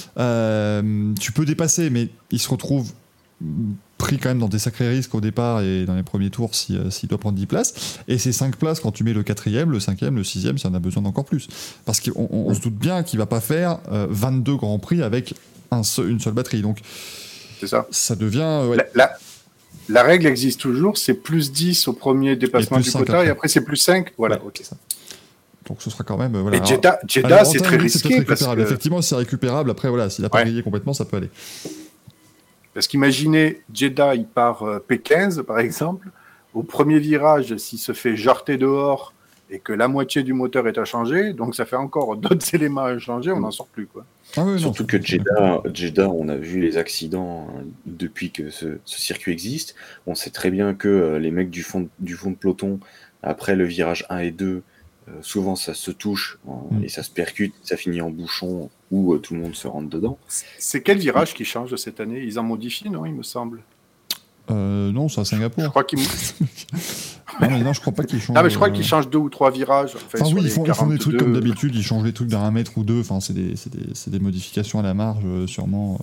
Tu peux dépasser, mais il se retrouve pris quand même dans des sacrés risques au départ et dans les premiers tours s'il doit prendre 10 places. Et c'est 5 places quand tu mets le 4e, le 5e, le 6e, si on a besoin d'encore plus. Parce qu'on se doute bien qu'il ne va pas faire 22 grands prix avec une seule batterie. Donc, c'est ça. Ça devient... Ouais. La règle existe toujours, c'est plus 10 au premier dépassement du quota et après c'est plus 5. Voilà, ouais, ok. Donc ce sera quand même... voilà. Et Jeddah c'est très risqué. Parce que... Effectivement, c'est récupérable. Après, voilà, s'il n'a pas grillé complètement, ça peut aller. Parce qu'imaginez, Jeddah, il part P15, par exemple. Au premier virage, s'il se fait jarter dehors et que la moitié du moteur est à changer, donc ça fait encore d'autres éléments à changer, on n'en sort plus, quoi. Ah oui, surtout que Jeddah, on a vu les accidents depuis que ce circuit existe. On sait très bien que les mecs du fond de peloton, après le virage 1 et 2, souvent ça se touche et ça se percute, ça finit en bouchon où tout le monde se rentre dedans. C'est quel virage qui change cette année? Ils en modifient, non, il me semble. Non, c'est à Singapour. Je crois qu'ils... non, je crois pas qu'ils changent. Ah, mais je crois qu'ils changent 2 ou 3 virages. Enfin oui, ils font des trucs comme d'habitude, ils changent les trucs d'un mètre ou deux. Enfin, c'est des modifications à la marge, sûrement.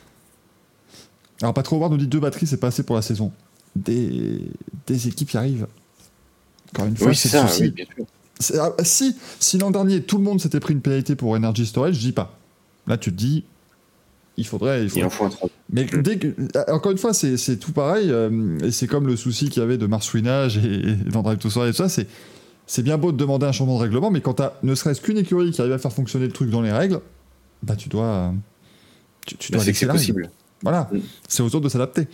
Alors, Patrick Howard nous dit 2 batteries, c'est pas assez pour la saison. Des équipes y arrivent. Encore une fois, oui, c'est ça, oui, bien sûr. Si l'an dernier, tout le monde s'était pris une pénalité pour Energy Storage, je dis pas. Là, tu te dis, il faudrait. Il en faut un 3. Mais encore une fois, c'est tout pareil. Et c'est comme le souci qu'il y avait de Mars Winage et dans Drive to Survive et tout ça. C'est bien beau de demander un changement de règlement, mais quand t'as ne serait-ce qu'une écurie qui arrive à faire fonctionner le truc dans les règles, bah tu dois. Tu dois c'est que c'est possible. Voilà, c'est aux autres de s'adapter.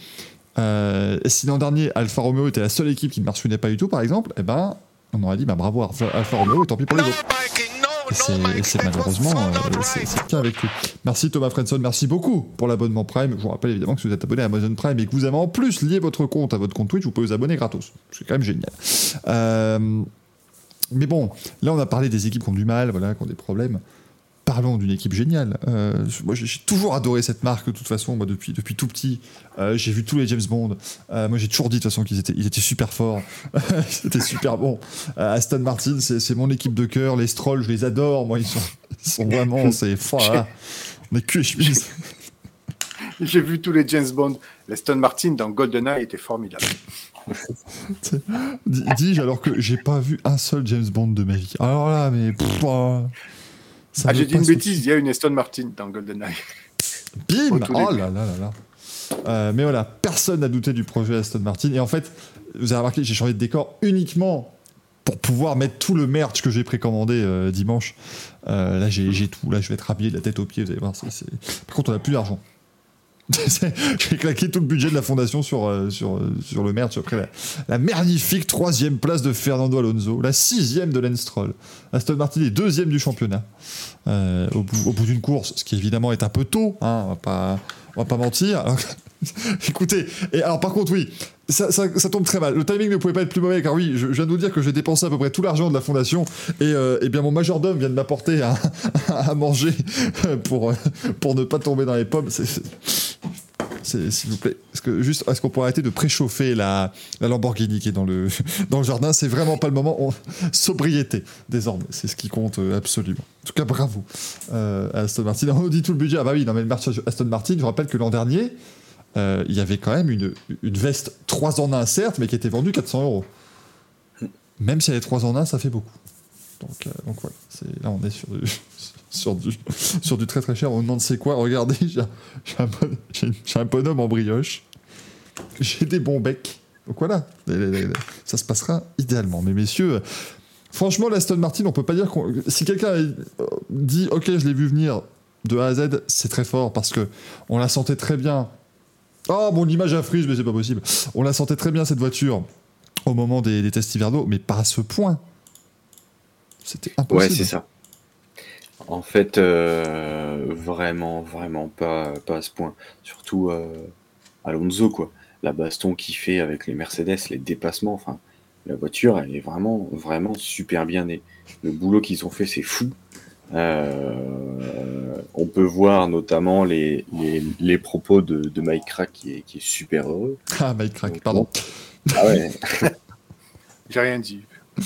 Si l'an dernier, Alfa Romeo était la seule équipe qui ne marchait pas du tout, par exemple, eh ben, on aurait dit bravo Alfa Romeo et tant pis pour les autres. Et c'est malheureusement, c'est le cas avec tout. Merci Thomas Frenson, merci beaucoup pour l'abonnement Prime. Je vous rappelle évidemment que si vous êtes abonné à Amazon Prime et que vous avez en plus lié votre compte à votre compte Twitch, vous pouvez vous abonner gratos. C'est quand même génial. Mais bon, là on a parlé des équipes qui ont du mal, voilà, qui ont des problèmes. Parlons d'une équipe géniale. Moi, j'ai toujours adoré cette marque de toute façon. Moi, depuis tout petit, j'ai vu tous les James Bond. Moi, j'ai toujours dit de toute façon qu'ils étaient super forts. C'était super bon. Aston Martin, c'est mon équipe de cœur. Les Stroll, je les adore. Moi, ils sont vraiment, c'est fort. Là. On est cul et chemise. J'ai vu tous les James Bond. L'Aston Martin dans GoldenEye était formidable. Dis-je alors que j'ai pas vu un seul James Bond de ma vie. Alors là, mais j'ai dit une bêtise, il y a une Aston Martin dans GoldenEye. Bim! Oh là là là là. Mais voilà, personne n'a douté du projet Aston Martin. Et en fait, vous avez remarqué, j'ai changé de décor uniquement pour pouvoir mettre tout le merch que j'ai précommandé dimanche. Là, j'ai tout. Là, je vais être habillé de la tête aux pieds, vous allez voir. Par contre, on n'a plus d'argent. Je vais claquer tout le budget de la fondation sur le merch. Après la magnifique 3e place de Fernando Alonso, la 6e de Lance Stroll. Aston Martin est 2e du championnat au bout d'une course, ce qui évidemment est un peu tôt, hein, on va pas mentir. Alors, écoutez, et alors par contre oui, ça tombe très mal. Le timing ne pouvait pas être plus mauvais, car oui, je viens de vous dire que j'ai dépensé à peu près tout l'argent de la fondation et bien mon majordome vient de m'apporter à manger pour ne pas tomber dans les pommes. S'il vous plaît, est-ce qu'on pourrait arrêter de préchauffer la Lamborghini qui est dans le jardin? C'est vraiment pas le moment. Sobriété, désormais, c'est ce qui compte absolument. En tout cas, bravo à Aston Martin. On nous dit tout le budget. Ah bah oui, non mais le marché Aston Martin, je rappelle que l'an dernier, il y avait quand même une veste 3 en 1, certes, mais qui était vendue 400 €. Même si elle est 3 en 1, ça fait beaucoup. Donc voilà, là on est sur du très très cher. On me demande c'est quoi. Regardez, j'ai un bonhomme en brioche. J'ai des bons becs. Donc voilà, ça se passera idéalement. Mais messieurs, franchement, l'Aston Martin, on peut pas dire si quelqu'un dit ok, je l'ai vu venir de A à Z, c'est très fort parce que on la sentait très bien. Oh bon, l'image a frise, mais c'est pas possible. On la sentait très bien cette voiture au moment des tests hivernaux, mais pas à ce point. C'était impossible. Ouais, c'est ça. En fait, vraiment pas à ce point. Surtout Alonso, quoi. La baston qu'il fait avec les Mercedes, les dépassements, enfin, la voiture, elle est vraiment super bien née. Le boulot qu'ils ont fait, c'est fou. On peut voir notamment les propos de Mike Crack qui est super heureux. Ah, Mike Crack, pardon. Ah ouais. J'ai rien dit.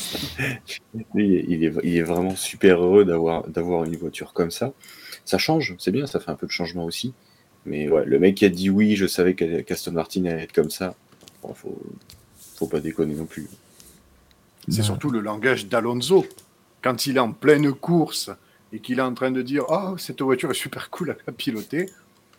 Il est vraiment super heureux d'avoir une voiture comme ça. Ça change, c'est bien, ça fait un peu de changement aussi. Mais ouais, le mec qui a dit oui, je savais qu'Aston Martin allait être comme ça. Bon, faut pas déconner non plus. C'est surtout le langage d'Alonso. Quand il est en pleine course et qu'il est en train de dire « Oh, cette voiture est super cool à piloter »,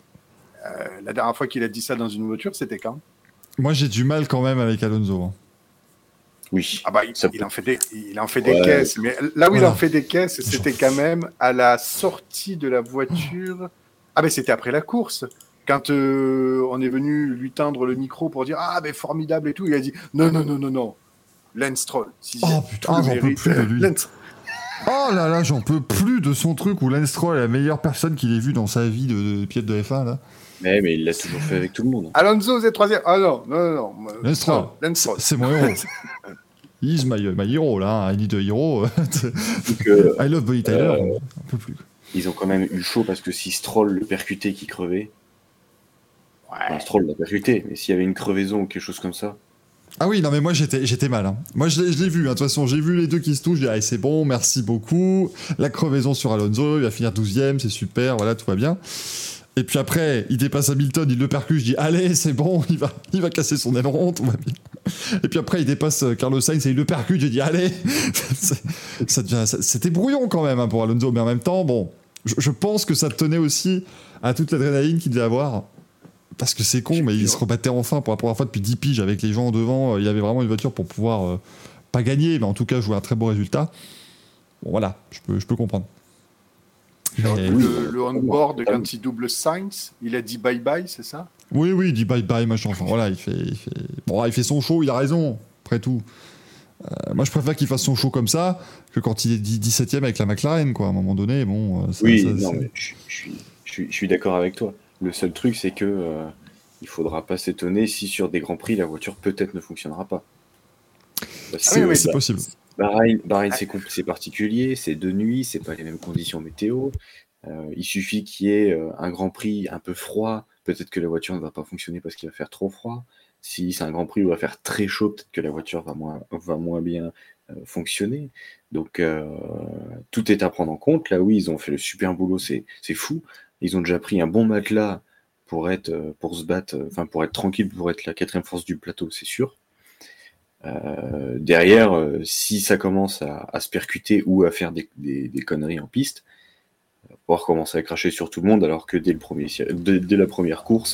la dernière fois qu'il a dit ça dans une voiture, c'était quand ? Moi, j'ai du mal quand même avec Alonso. Oui. Ah bah, il en fait des caisses. Mais là où il en fait des caisses, c'était quand même à la sortie de la voiture. Ah ben c'était après la course. Quand on est venu lui tendre le micro pour dire « Ah ben formidable et tout », il a dit « Non. Lance Stroll. » Oh putain, j'en peux plus de lui. Oh là là, j'en peux plus de son truc où Lance Stroll est la meilleure personne qu'il ait vue dans sa vie de pilote de F1 là. Mais il l'a toujours fait avec tout le monde. Alonso, vous êtes troisième. Ah non. Lance Stroll. C'est mon héros. He's my hero là. I need a hero. I love Bonnie Tyler. Un peu plus. Ils ont quand même eu le chaud parce que si Stroll le percutait qui crevait. Ouais. Enfin, Stroll l'a percuté, mais s'il y avait une crevaison ou quelque chose comme ça. Ah oui, non mais moi j'étais mal. Hein. Moi je l'ai vu, de toute façon j'ai vu les deux qui se touchent, j'ai dit ah, c'est bon, merci beaucoup. La crevaison sur Alonso, il va finir 12ème, c'est super, voilà, tout va bien. Et puis après, il dépasse Hamilton, il le percute, je dis allez, c'est bon, il va casser son aileron, tout va bien. Et puis après, il dépasse Carlos Sainz et il le percute, j'ai dit allez. C'était brouillon quand même hein, pour Alonso, mais en même temps, bon, je pense que ça tenait aussi à toute l'adrénaline qu'il devait avoir. Parce que c'est con, mais il se rebattait enfin pour la première fois depuis 10 piges avec les gens devant. Il avait vraiment une voiture pour pouvoir, pas gagner, mais en tout cas jouer un très beau résultat. Bon, voilà, je peux comprendre. Mais... Le on-board, quand il double Sainz, il a dit bye-bye, c'est ça ? Oui, il dit bye-bye, machin. Enfin, voilà, il fait son show, il a raison, après tout. Moi, je préfère qu'il fasse son show comme ça que quand il est 17ème avec la McLaren, quoi. À un moment donné, bon... mais je suis d'accord avec toi. Le seul truc, c'est que il faudra pas s'étonner si sur des grands prix, la voiture peut-être ne fonctionnera pas. C'est possible. Bahreïn, c'est particulier, c'est de nuit, c'est pas les mêmes conditions météo. Il suffit qu'il y ait un grand prix un peu froid, peut-être que la voiture ne va pas fonctionner parce qu'il va faire trop froid. Si c'est un grand prix où il va faire très chaud, peut-être que la voiture va moins bien fonctionner. Donc tout est à prendre en compte. Là, oui, ils ont fait le super boulot, c'est fou. Ils ont déjà pris un bon matelas pour se battre, pour être tranquille, pour être la 4e force du plateau, c'est sûr. Derrière, si ça commence à se percuter ou à faire des conneries en piste, on va pouvoir commencer à cracher sur tout le monde, alors que dès la première course,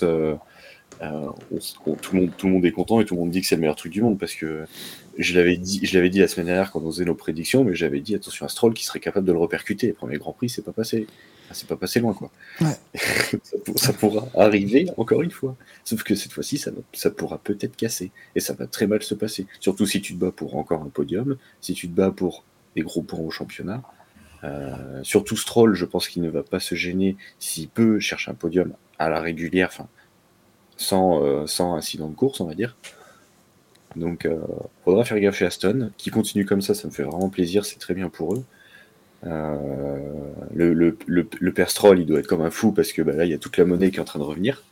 tout le monde est content et tout le monde dit que c'est le meilleur truc du monde, parce que je l'avais dit la semaine dernière quand on faisait nos prédictions, mais j'avais dit attention à Stroll qui serait capable de le repercuter. Le premier Grand Prix, c'est pas passé loin, quoi. Ouais. ça pourra arriver encore une fois, sauf que cette fois-ci ça pourra peut-être casser et ça va très mal se passer, surtout si tu te bats pour encore un podium, si tu te bats pour des gros points au championnat. Surtout Stroll, je pense qu'il ne va pas se gêner s'il peut chercher un podium à la régulière, sans incident de course, on va dire. Donc faudra faire gaffe chez Aston, qui continue comme ça me fait vraiment plaisir, c'est très bien pour eux. Le père Stroll, il doit être comme un fou parce que là il y a toute la monnaie qui est en train de revenir.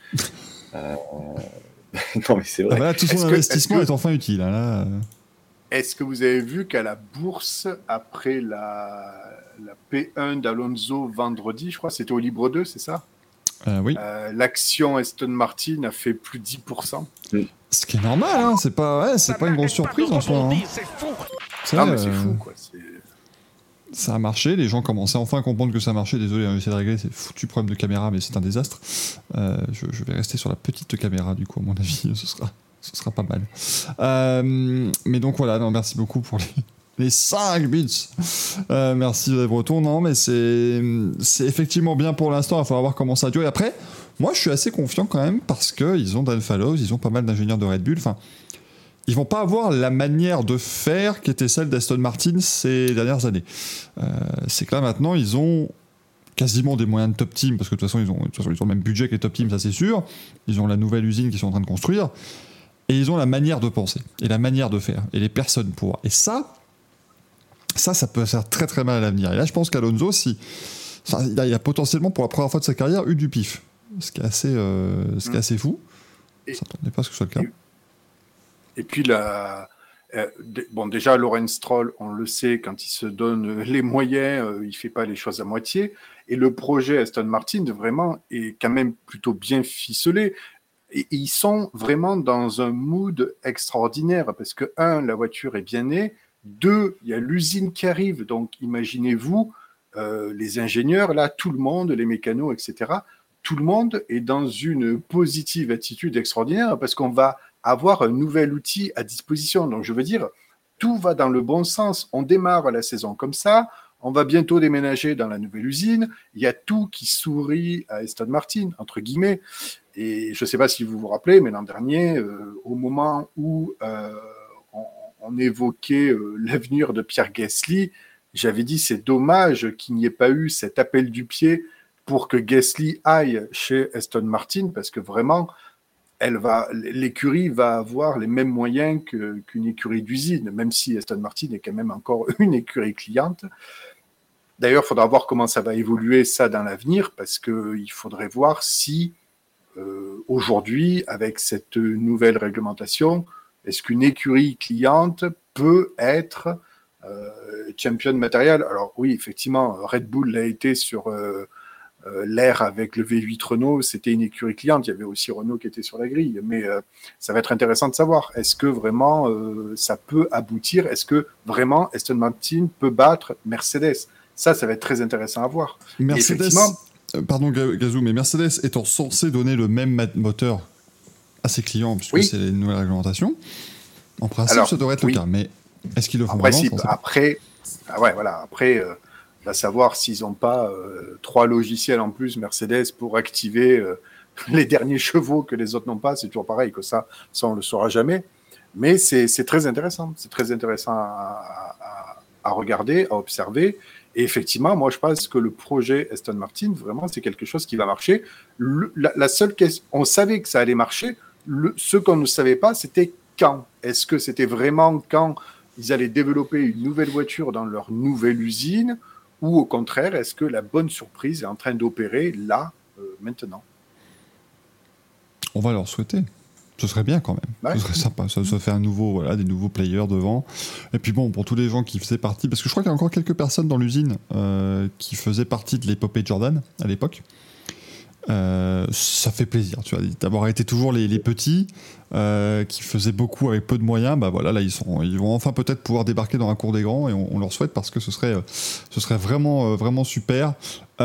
Non mais c'est vrai. Là, tout son investissement est enfin utile. Là. Est-ce que vous avez vu qu'à la bourse, après la P1 d'Alonso vendredi, je crois, c'était au Libre 2, c'est ça ? Oui. L'action Aston Martin a fait plus de 10%. Ce qui est normal, hein, c'est pas une grosse surprise en soi. Hein. Non, mais c'est fou, quoi. Ça a marché, les gens commençaient enfin à comprendre que ça marchait. Désolé, j'essaie de régler ces foutus problèmes de caméra, mais c'est un désastre. Je vais rester sur la petite caméra, du coup, à mon avis, ce sera pas mal. Mais donc voilà, non, merci beaucoup pour les 5 bits. Merci Breton. Non, mais c'est effectivement bien pour l'instant. Il va falloir voir comment ça dure. Et après, moi, je suis assez confiant quand même parce qu'ils ont Dan Fallows, ils ont pas mal d'ingénieurs de Red Bull. Enfin, ils vont pas avoir la manière de faire qui était celle d'Aston Martin ces dernières années. C'est que là, maintenant, ils ont quasiment des moyens de top team parce que de toute façon, ils ont le même budget que les top teams, ça c'est sûr. Ils ont la nouvelle usine qu'ils sont en train de construire. Et ils ont la manière de penser, et la manière de faire, et les personnes pour voir. Et ça peut faire très très mal à l'avenir. Et là, je pense qu'Alonso, il a potentiellement, pour la première fois de sa carrière, eu du pif. Ce qui est assez fou. Je ne s'attendait pas à ce que ce soit le cas. Et puis, déjà, Lawrence Stroll, on le sait, quand il se donne les moyens, il ne fait pas les choses à moitié. Et le projet Aston Martin, vraiment, est quand même plutôt bien ficelé. Et ils sont vraiment dans un mood extraordinaire parce que, 1, la voiture est bien née. 2, il y a l'usine qui arrive. Donc, imaginez-vous, les ingénieurs, là, tout le monde, les mécanos, etc., tout le monde est dans une positive attitude extraordinaire parce qu'on va avoir un nouvel outil à disposition. Donc, je veux dire, tout va dans le bon sens. On démarre la saison comme ça. On va bientôt déménager dans la nouvelle usine. Il y a tout qui sourit à Aston Martin, entre guillemets. Et je ne sais pas si vous vous rappelez, mais l'an dernier, au moment où on évoquait l'avenir de Pierre Gasly, j'avais dit c'est dommage qu'il n'y ait pas eu cet appel du pied pour que Gasly aille chez Aston Martin, parce que vraiment, l'écurie va avoir les mêmes moyens qu'une écurie d'usine, même si Aston Martin est quand même encore une écurie cliente. D'ailleurs, il faudra voir comment ça va évoluer ça dans l'avenir, parce qu'il faudrait voir si aujourd'hui, avec cette nouvelle réglementation, est-ce qu'une écurie cliente peut être champion matériel? Alors oui, effectivement, Red Bull l'a été sur l'ère avec le V8 Renault, c'était une écurie cliente, il y avait aussi Renault qui était sur la grille, mais ça va être intéressant de savoir, est-ce que vraiment ça peut aboutir, est-ce que vraiment Aston Martin peut battre Mercedes? Ça va être très intéressant à voir. Mercedes, pardon Gazou, mais Mercedes étant censé donner le même moteur à ses clients, puisque c'est une nouvelle réglementation, en principe ça devrait être le cas, mais est-ce qu'ils le font vraiment? Après, va savoir s'ils n'ont pas 3 logiciels en plus Mercedes pour activer les derniers chevaux que les autres n'ont pas. C'est toujours pareil, que ça on ne le saura jamais. Mais c'est très intéressant. C'est très intéressant à regarder, à observer. Et effectivement, moi, je pense que le projet Aston Martin, vraiment, c'est quelque chose qui va marcher. La seule question, on savait que ça allait marcher. Ce qu'on ne savait pas, c'était quand. Est-ce que c'était vraiment quand ils allaient développer une nouvelle voiture dans leur nouvelle usine, ou au contraire, est-ce que la bonne surprise est en train d'opérer là, maintenant? On va leur souhaiter. Ce serait bien quand même. Ouais. Ce serait sympa. Ça fait des nouveaux players devant. Et puis bon, pour tous les gens qui faisaient partie, parce que je crois qu'il y a encore quelques personnes dans l'usine qui faisaient partie de l'épopée Jordan à l'époque. Ça fait plaisir, tu vois, d'avoir été toujours les petits qui faisaient beaucoup avec peu de moyens. Bah voilà, là ils vont enfin peut-être pouvoir débarquer dans la cour des grands, et on leur souhaite, parce que ce serait vraiment vraiment super.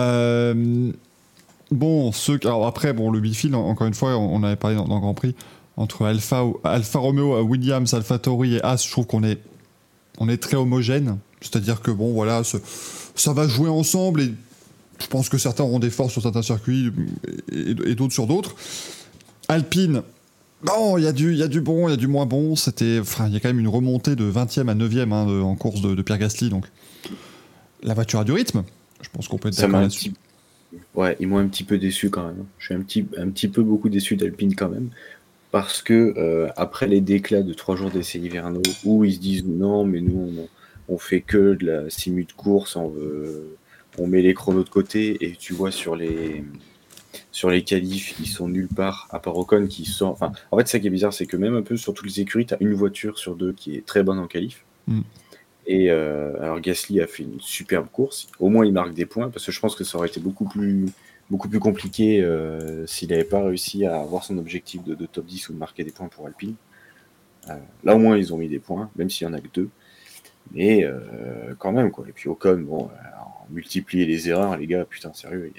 Alors après, le midfield, encore une fois, on avait parlé dans le Grand Prix, entre Alfa Romeo, Williams, AlphaTauri et As, je trouve qu'on est très homogène. C'est-à-dire que ça va jouer ensemble, et je pense que certains auront des forces sur certains circuits et d'autres sur d'autres. Alpine, il y a du bon, il y a du moins bon. Il y a quand même une remontée de 20e à 9e en course de Pierre Gasly. Donc la voiture a du rythme. Je pense qu'on peut être d'accord là-dessus. Ouais, ils m'ont un petit peu déçu quand même. Je suis un petit peu beaucoup déçu d'Alpine quand même. Parce que après les déclats de 3 jours d'essais hivernaux, où ils se disent non, mais nous on fait que de la simu de course, on met les chronos de côté, et tu vois sur les qualifs, ils sont nulle part, à part Ocon qui sort. Enfin, en fait, ça qui est bizarre, c'est que même un peu sur toutes les écuries, tu as une voiture sur 2 qui est très bonne en qualif. Et alors Gasly a fait une superbe course. Au moins, il marque des points, parce que je pense que ça aurait été beaucoup plus beaucoup plus compliqué s'il n'avait pas réussi à avoir son objectif de top 10 ou de marquer des points pour Alpine. Là, au moins, ils ont mis des points, même s'il n'y en a que 2. Mais quand même, quoi. Et puis Ocon, bon, multiplier les erreurs, les gars, putain, sérieux,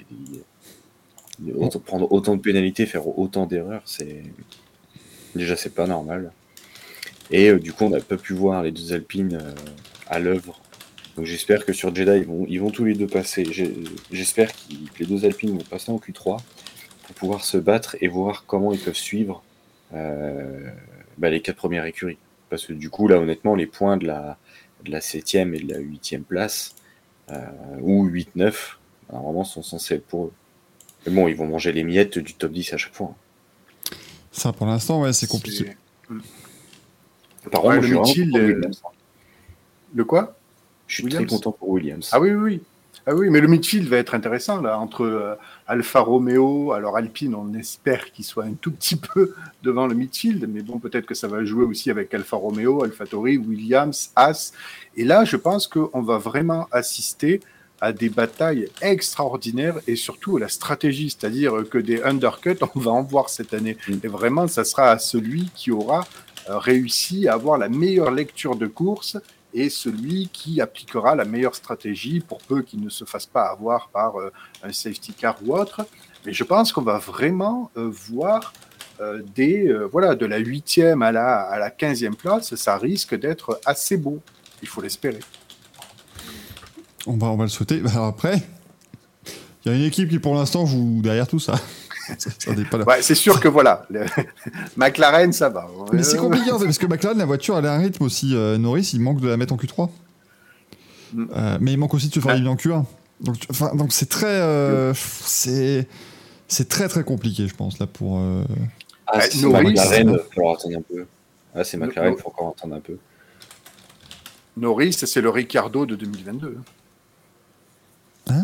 prendre autant de pénalités, faire autant d'erreurs, c'est pas normal. Et du coup, on n'a pas pu voir les 2 Alpines à l'œuvre. Donc j'espère que sur Jeddah, ils vont tous les 2 passer. J'espère que les 2 Alpines vont passer en Q3 pour pouvoir se battre et voir comment ils peuvent suivre les 4 premières écuries. Parce que du coup, là, honnêtement, les points de la 7e et de la 8e place, ou 8-9, normalement, sont censés être pour eux. Mais bon, ils vont manger les miettes du top 10 à chaque fois. Ça, pour l'instant, ouais, c'est compliqué. Par contre, le midfield... Le quoi? Je suis très content pour Williams. Ah oui, mais le midfield va être intéressant, là, entre Alfa Romeo, alors Alpine, on espère qu'il soit un tout petit peu devant le midfield, mais bon, peut-être que ça va jouer aussi avec Alfa Romeo, AlphaTauri, Williams, Haas. Et là, je pense qu'on va vraiment assister à des batailles extraordinaires et surtout à la stratégie, c'est-à-dire que des undercuts, on va en voir cette année. Et vraiment, ça sera à celui qui aura réussi à avoir la meilleure lecture de course et celui qui appliquera la meilleure stratégie pour peu qu'il ne se fasse pas avoir par un safety car ou autre. Mais je pense qu'on va vraiment voir de la 8e à la 15e place, ça risque d'être assez beau. Il faut l'espérer. On va le souhaiter. Alors après, il y a une équipe qui pour l'instant joue derrière tout ça. Ça n'est pas là. Ouais, c'est sûr que voilà, McLaren, ça va. Mais c'est compliqué en fait, parce que McLaren, la voiture, elle a un rythme aussi. Norris, il manque de la mettre en Q3. Mais il manque aussi de se faire éliminer en Q1. Donc c'est très, c'est très très compliqué, je pense là pour. C'est McLaren, il va falloir attendre un peu. C'est McLaren, il faut encore attendre un peu. Norris, c'est le Ricciardo de 2022. Hein?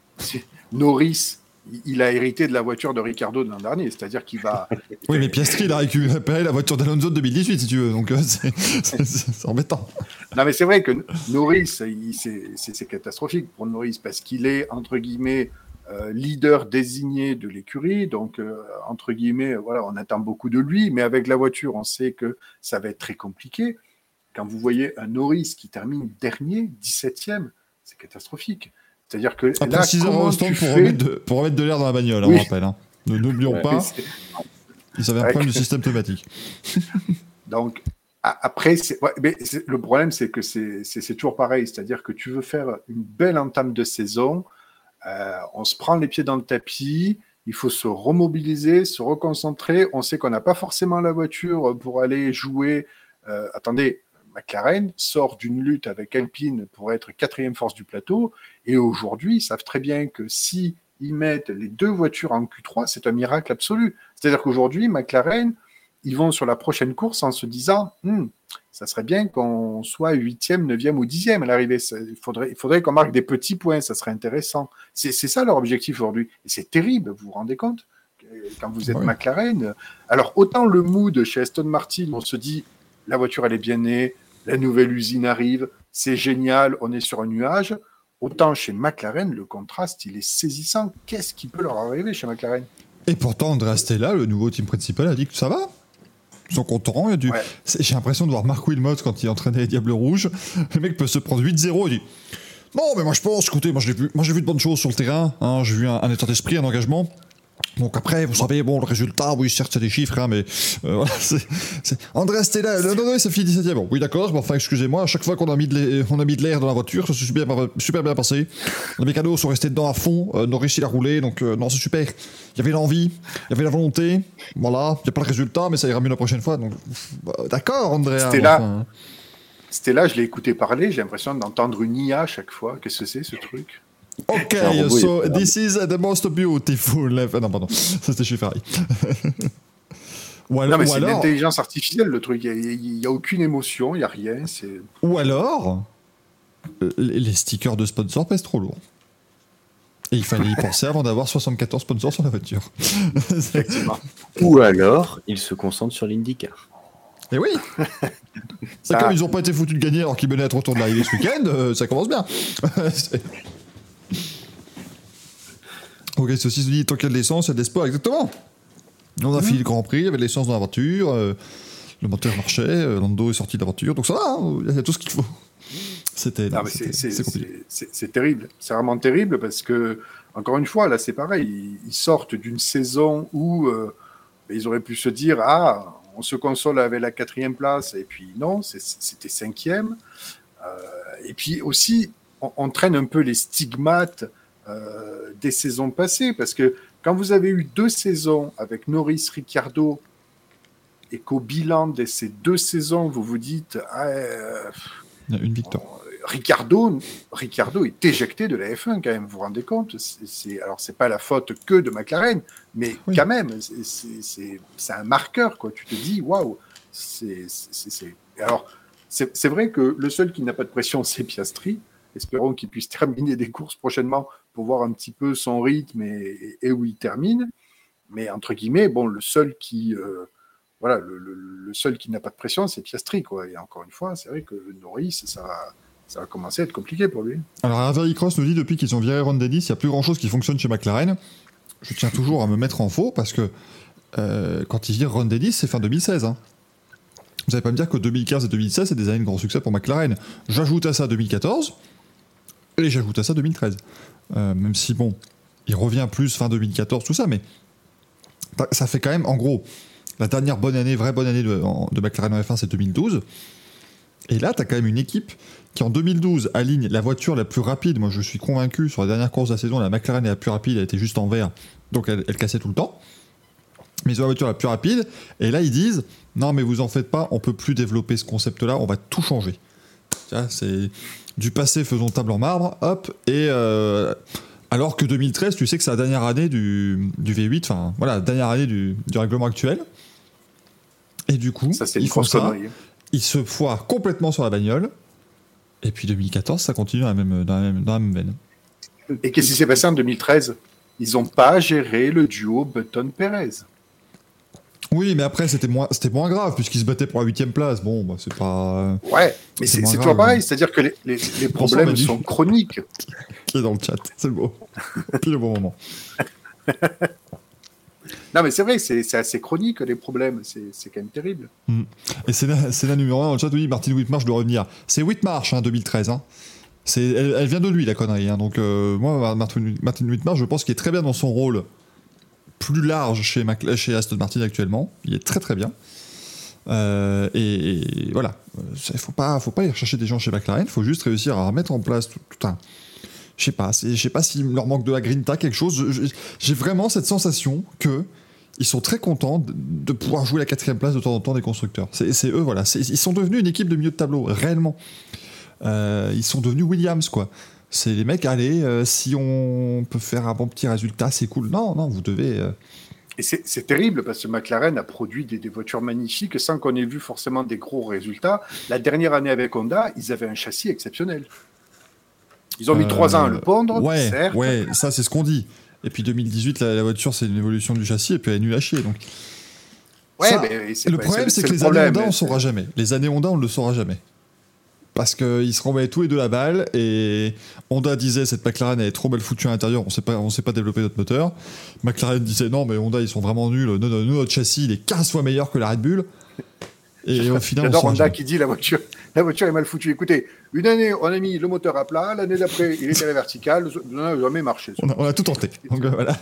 Norris, il a hérité de la voiture de Ricciardo de l'an dernier, c'est-à-dire qu'il va... Oui, mais Piastri, il a récupéré la voiture d'Alonso de 2018, si tu veux, donc c'est embêtant. Non, mais c'est vrai que Norris, c'est catastrophique pour Norris, parce qu'il est, entre guillemets, leader désigné de l'écurie, donc, entre guillemets, voilà, on attend beaucoup de lui, mais avec la voiture, on sait que ça va être très compliqué. Quand vous voyez un Norris qui termine dernier, 17e, c'est catastrophique. C'est-à-dire que après là, 6 heures au stand pour remettre de l'air dans la bagnole, oui. On rappelle. Hein. N'oublions pas, ils avaient un problème du système pneumatique. Donc, après, le problème, c'est que c'est toujours pareil. C'est-à-dire que tu veux faire une belle entame de saison, on se prend les pieds dans le tapis, il faut se remobiliser, se reconcentrer. On sait qu'on n'a pas forcément la voiture pour aller jouer. Attendez, McLaren sort d'une lutte avec Alpine pour être 4e force du plateau, et aujourd'hui, ils savent très bien que si ils mettent les 2 voitures en Q3, c'est un miracle absolu. C'est-à-dire qu'aujourd'hui, McLaren, ils vont sur la prochaine course en se disant ça serait bien qu'on soit 8e, 9e ou 10e à l'arrivée. Il faudrait qu'on marque des petits points, ça serait intéressant. C'est ça leur objectif aujourd'hui. Et c'est terrible, vous vous rendez compte? Quand vous êtes McLaren. Alors, autant le mood chez Aston Martin, on se dit la voiture, elle est bien née, la nouvelle usine arrive, c'est génial, on est sur un nuage. Autant chez McLaren, le contraste, il est saisissant. Qu'est-ce qui peut leur arriver chez McLaren? Et pourtant, Andrea Stella, le nouveau team principal, a dit que ça va. Ils sont contents. J'ai l'impression de voir Mark Wilmot quand il entraînait les Diables Rouges. Le mec peut se prendre 8-0 et dit non, mais moi je pense, écoutez, moi j'ai vu de bonnes choses sur le terrain. Hein, j'ai vu un état d'esprit, un engagement. Donc après, vous savez, bon, le résultat, oui, certes, c'est des chiffres, hein, mais voilà, Andrea Stella, non, ça finit 17e. Bon, oui, d'accord, mais enfin, excusez-moi, à chaque fois qu'on a mis de l'air dans la voiture, ça s'est super bien passé. Les mécanos sont restés dedans à fond, Norris, il a roulé, donc non, c'est super. Il y avait l'envie, il y avait la volonté, voilà, il n'y a pas le résultat, mais ça ira mieux la prochaine fois. Donc, d'accord, Andrea. Stella, je l'ai écouté parler, j'ai l'impression d'entendre une IA à chaque fois. Qu'est-ce que c'est, ce truc? Ok, so this is the most beautiful. Non, pardon, ça c'était chez Ferrari. Non, mais c'est l'intelligence artificielle, le truc. Il n'y a aucune émotion, il n'y a rien. Ou alors, les stickers de sponsors pèsent trop lourd. Et il fallait y penser avant d'avoir 74 sponsors sur la voiture. Effectivement. Ou alors, ils se concentrent sur l'IndyCar. Et oui. C'est comme ils n'ont pas été foutus de gagner alors qu'ils menaient à 3 tours de l'arrivée ce week-end, ça commence bien. Ok, ceci se dit, tant qu'il y a de l'essence, il y a de l'espoir, exactement. On a fini le Grand Prix, il y avait de l'essence dans la voiture, le moteur marchait, Lando est sorti de la voiture, donc ça va, il y a tout ce qu'il faut. C'est compliqué. C'est terrible, c'est vraiment terrible parce que, encore une fois, là c'est pareil, ils sortent d'une saison où ils auraient pu se dire « Ah, on se console avec la 4e place » et puis non, c'était 5e. Et puis aussi, on traîne un peu les stigmates des saisons passées, parce que quand vous avez eu 2 saisons avec Norris, Ricciardo, et qu'au bilan de ces 2 saisons, vous vous dites il y a une victoire. Ricciardo est éjecté de la F1 quand même, vous vous rendez compte? Alors c'est pas la faute que de McLaren, mais quand même, c'est un marqueur, quoi. Tu te dis, waouh, Alors, c'est vrai que le seul qui n'a pas de pression, c'est Piastri. Espérons qu'il puisse terminer des courses prochainement pour voir un petit peu son rythme et où il termine. Mais entre guillemets, bon, le seul qui le seul qui n'a pas de pression, c'est Piastri, quoi. Et encore une fois, c'est vrai que Norris, ça va commencer à être compliqué pour lui. Alors, Avery Cross nous dit, depuis qu'ils ont viré Ron Dennis, il n'y a plus grand-chose qui fonctionne chez McLaren. Je tiens toujours à me mettre en faux, parce que quand ils virent Ron Dennis, c'est fin 2016. Hein. Vous n'allez pas me dire que 2015 et 2016, c'est des années de grand succès pour McLaren. J'ajoute à ça 2014, et j'ajoute à ça 2013. Même si, bon, il revient plus fin 2014, tout ça, mais ça fait quand même, en gros, la dernière vraie bonne année de McLaren en F1, c'est 2012. Et là, tu as quand même une équipe qui, en 2012, aligne la voiture la plus rapide. Moi, je suis convaincu, sur la dernière course de la saison, la McLaren est la plus rapide, elle était juste en vert, donc elle cassait tout le temps. Mais ils ont la voiture la plus rapide, et là, ils disent « Non, mais vous en faites pas, on peut plus développer ce concept-là, on va tout changer. » C'est du passé, faisons table en marbre, hop, et... alors que 2013, tu sais que c'est la dernière année du V8, enfin, voilà, la dernière année du règlement actuel. Et du coup, ça, ils font ça, ils se foirent complètement sur la bagnole, et puis 2014, ça continue dans la même veine. Et qu'est-ce qui s'est passé en 2013 ? Ils n'ont pas géré le duo Button-Perez. Oui, mais après, c'était moins grave, puisqu'ils se battaient pour la 8e place. Bon, bah, c'est pas... Ouais, mais c'est toujours pareil, c'est-à-dire que les problèmes sont chroniques. Qui est dans le chat, c'est le beau. Pile au bon moment. Non, mais c'est vrai, c'est assez chronique, les problèmes. C'est quand même terrible. Et c'est la numéro 1 dans le chat, oui, Martin Whitmarsh doit revenir. C'est Whitmarsh, 2013. Hein. Elle vient de lui, la connerie. Hein. Donc, moi, Martin Whitmarsh, je pense qu'il est très bien dans son rôle plus large chez Aston Martin actuellement. Il est très très bien. Et voilà. Il faut pas aller rechercher des gens chez McLaren. Il faut juste réussir à mettre en place tout un... Je sais pas s'il leur manque de la grinta, quelque chose. J'ai vraiment cette sensation que ils sont très contents de pouvoir jouer la 4e place de temps en temps des constructeurs. C'est eux, voilà. Ils sont devenus une équipe de milieu de tableau, réellement. Ils sont devenus Williams, quoi. C'est les mecs, allez, si on peut faire un bon petit résultat, c'est cool. Non, vous devez... Et c'est terrible, parce que McLaren a produit des voitures magnifiques sans qu'on ait vu forcément des gros résultats. La dernière année avec Honda, ils avaient un châssis exceptionnel. Ils ont mis 3 ans à le pondre, certes. Ouais, ça c'est ce qu'on dit. Et puis 2018, la voiture, c'est une évolution du châssis, et puis elle est nulle à chier. Donc... Ouais, ça, mais le problème, c'est que les années Honda, on ne saura jamais. Les années Honda, on ne le saura jamais. Parce qu'ils se renvoyaient tous les deux la balle, et Honda disait cette McLaren elle est trop mal foutue à l'intérieur, on sait pas développer notre moteur. McLaren disait non, mais Honda ils sont vraiment nuls, notre châssis il est 15 fois meilleur que la Red Bull. Et au final, j'adore Honda qui dit la voiture est mal foutue. Écoutez, une année on a mis le moteur à plat, l'année d'après il était à la verticale, ça n'a jamais marché. On a tout tenté. Donc voilà.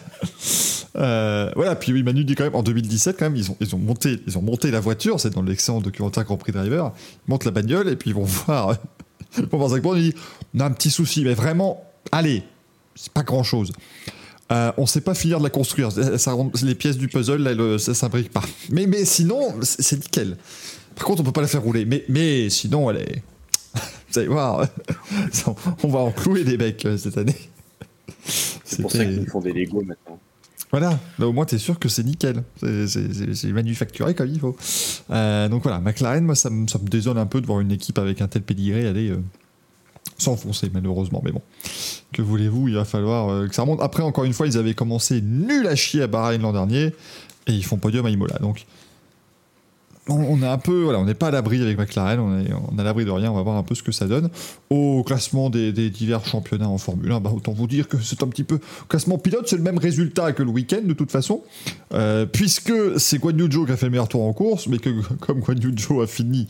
Voilà, puis oui, Manu dit quand même en 2017 quand même ils ont monté la voiture, c'est dans l'excellent documentaire Grand Prix Driver, ils montent la bagnole et puis ils vont voir Zach Brown, il dit on a un petit souci, mais vraiment, allez, c'est pas grand chose. On sait pas finir de la construire, les pièces du puzzle là, ça s'imbrique pas. Mais sinon, c'est nickel. Par contre, on peut pas la faire rouler. Mais sinon, elle est. Vous allez voir, on va en clouer des becs cette année. C'est pour ça qu'ils font des Lego maintenant. Voilà, là au moins t'es sûr que c'est nickel, c'est manufacturé comme il faut. Donc voilà, McLaren, moi ça me désole un peu de voir une équipe avec un tel pédigré aller s'enfoncer malheureusement, mais bon, que voulez-vous, il va falloir que ça remonte. Après, encore une fois, ils avaient commencé nul à chier à Bahreïn l'an dernier et ils font podium à Imola, donc on est un peu, voilà, on n'est pas à l'abri avec McLaren, on est à l'abri de rien, on va voir un peu ce que ça donne. Au classement des divers championnats en Formule 1, autant vous dire que c'est un petit peu... Au classement pilote, c'est le même résultat que le week-end, de toute façon, puisque c'est Guan Yu Zhou qui a fait le meilleur tour en course, mais que comme Guan Yu Zhou a fini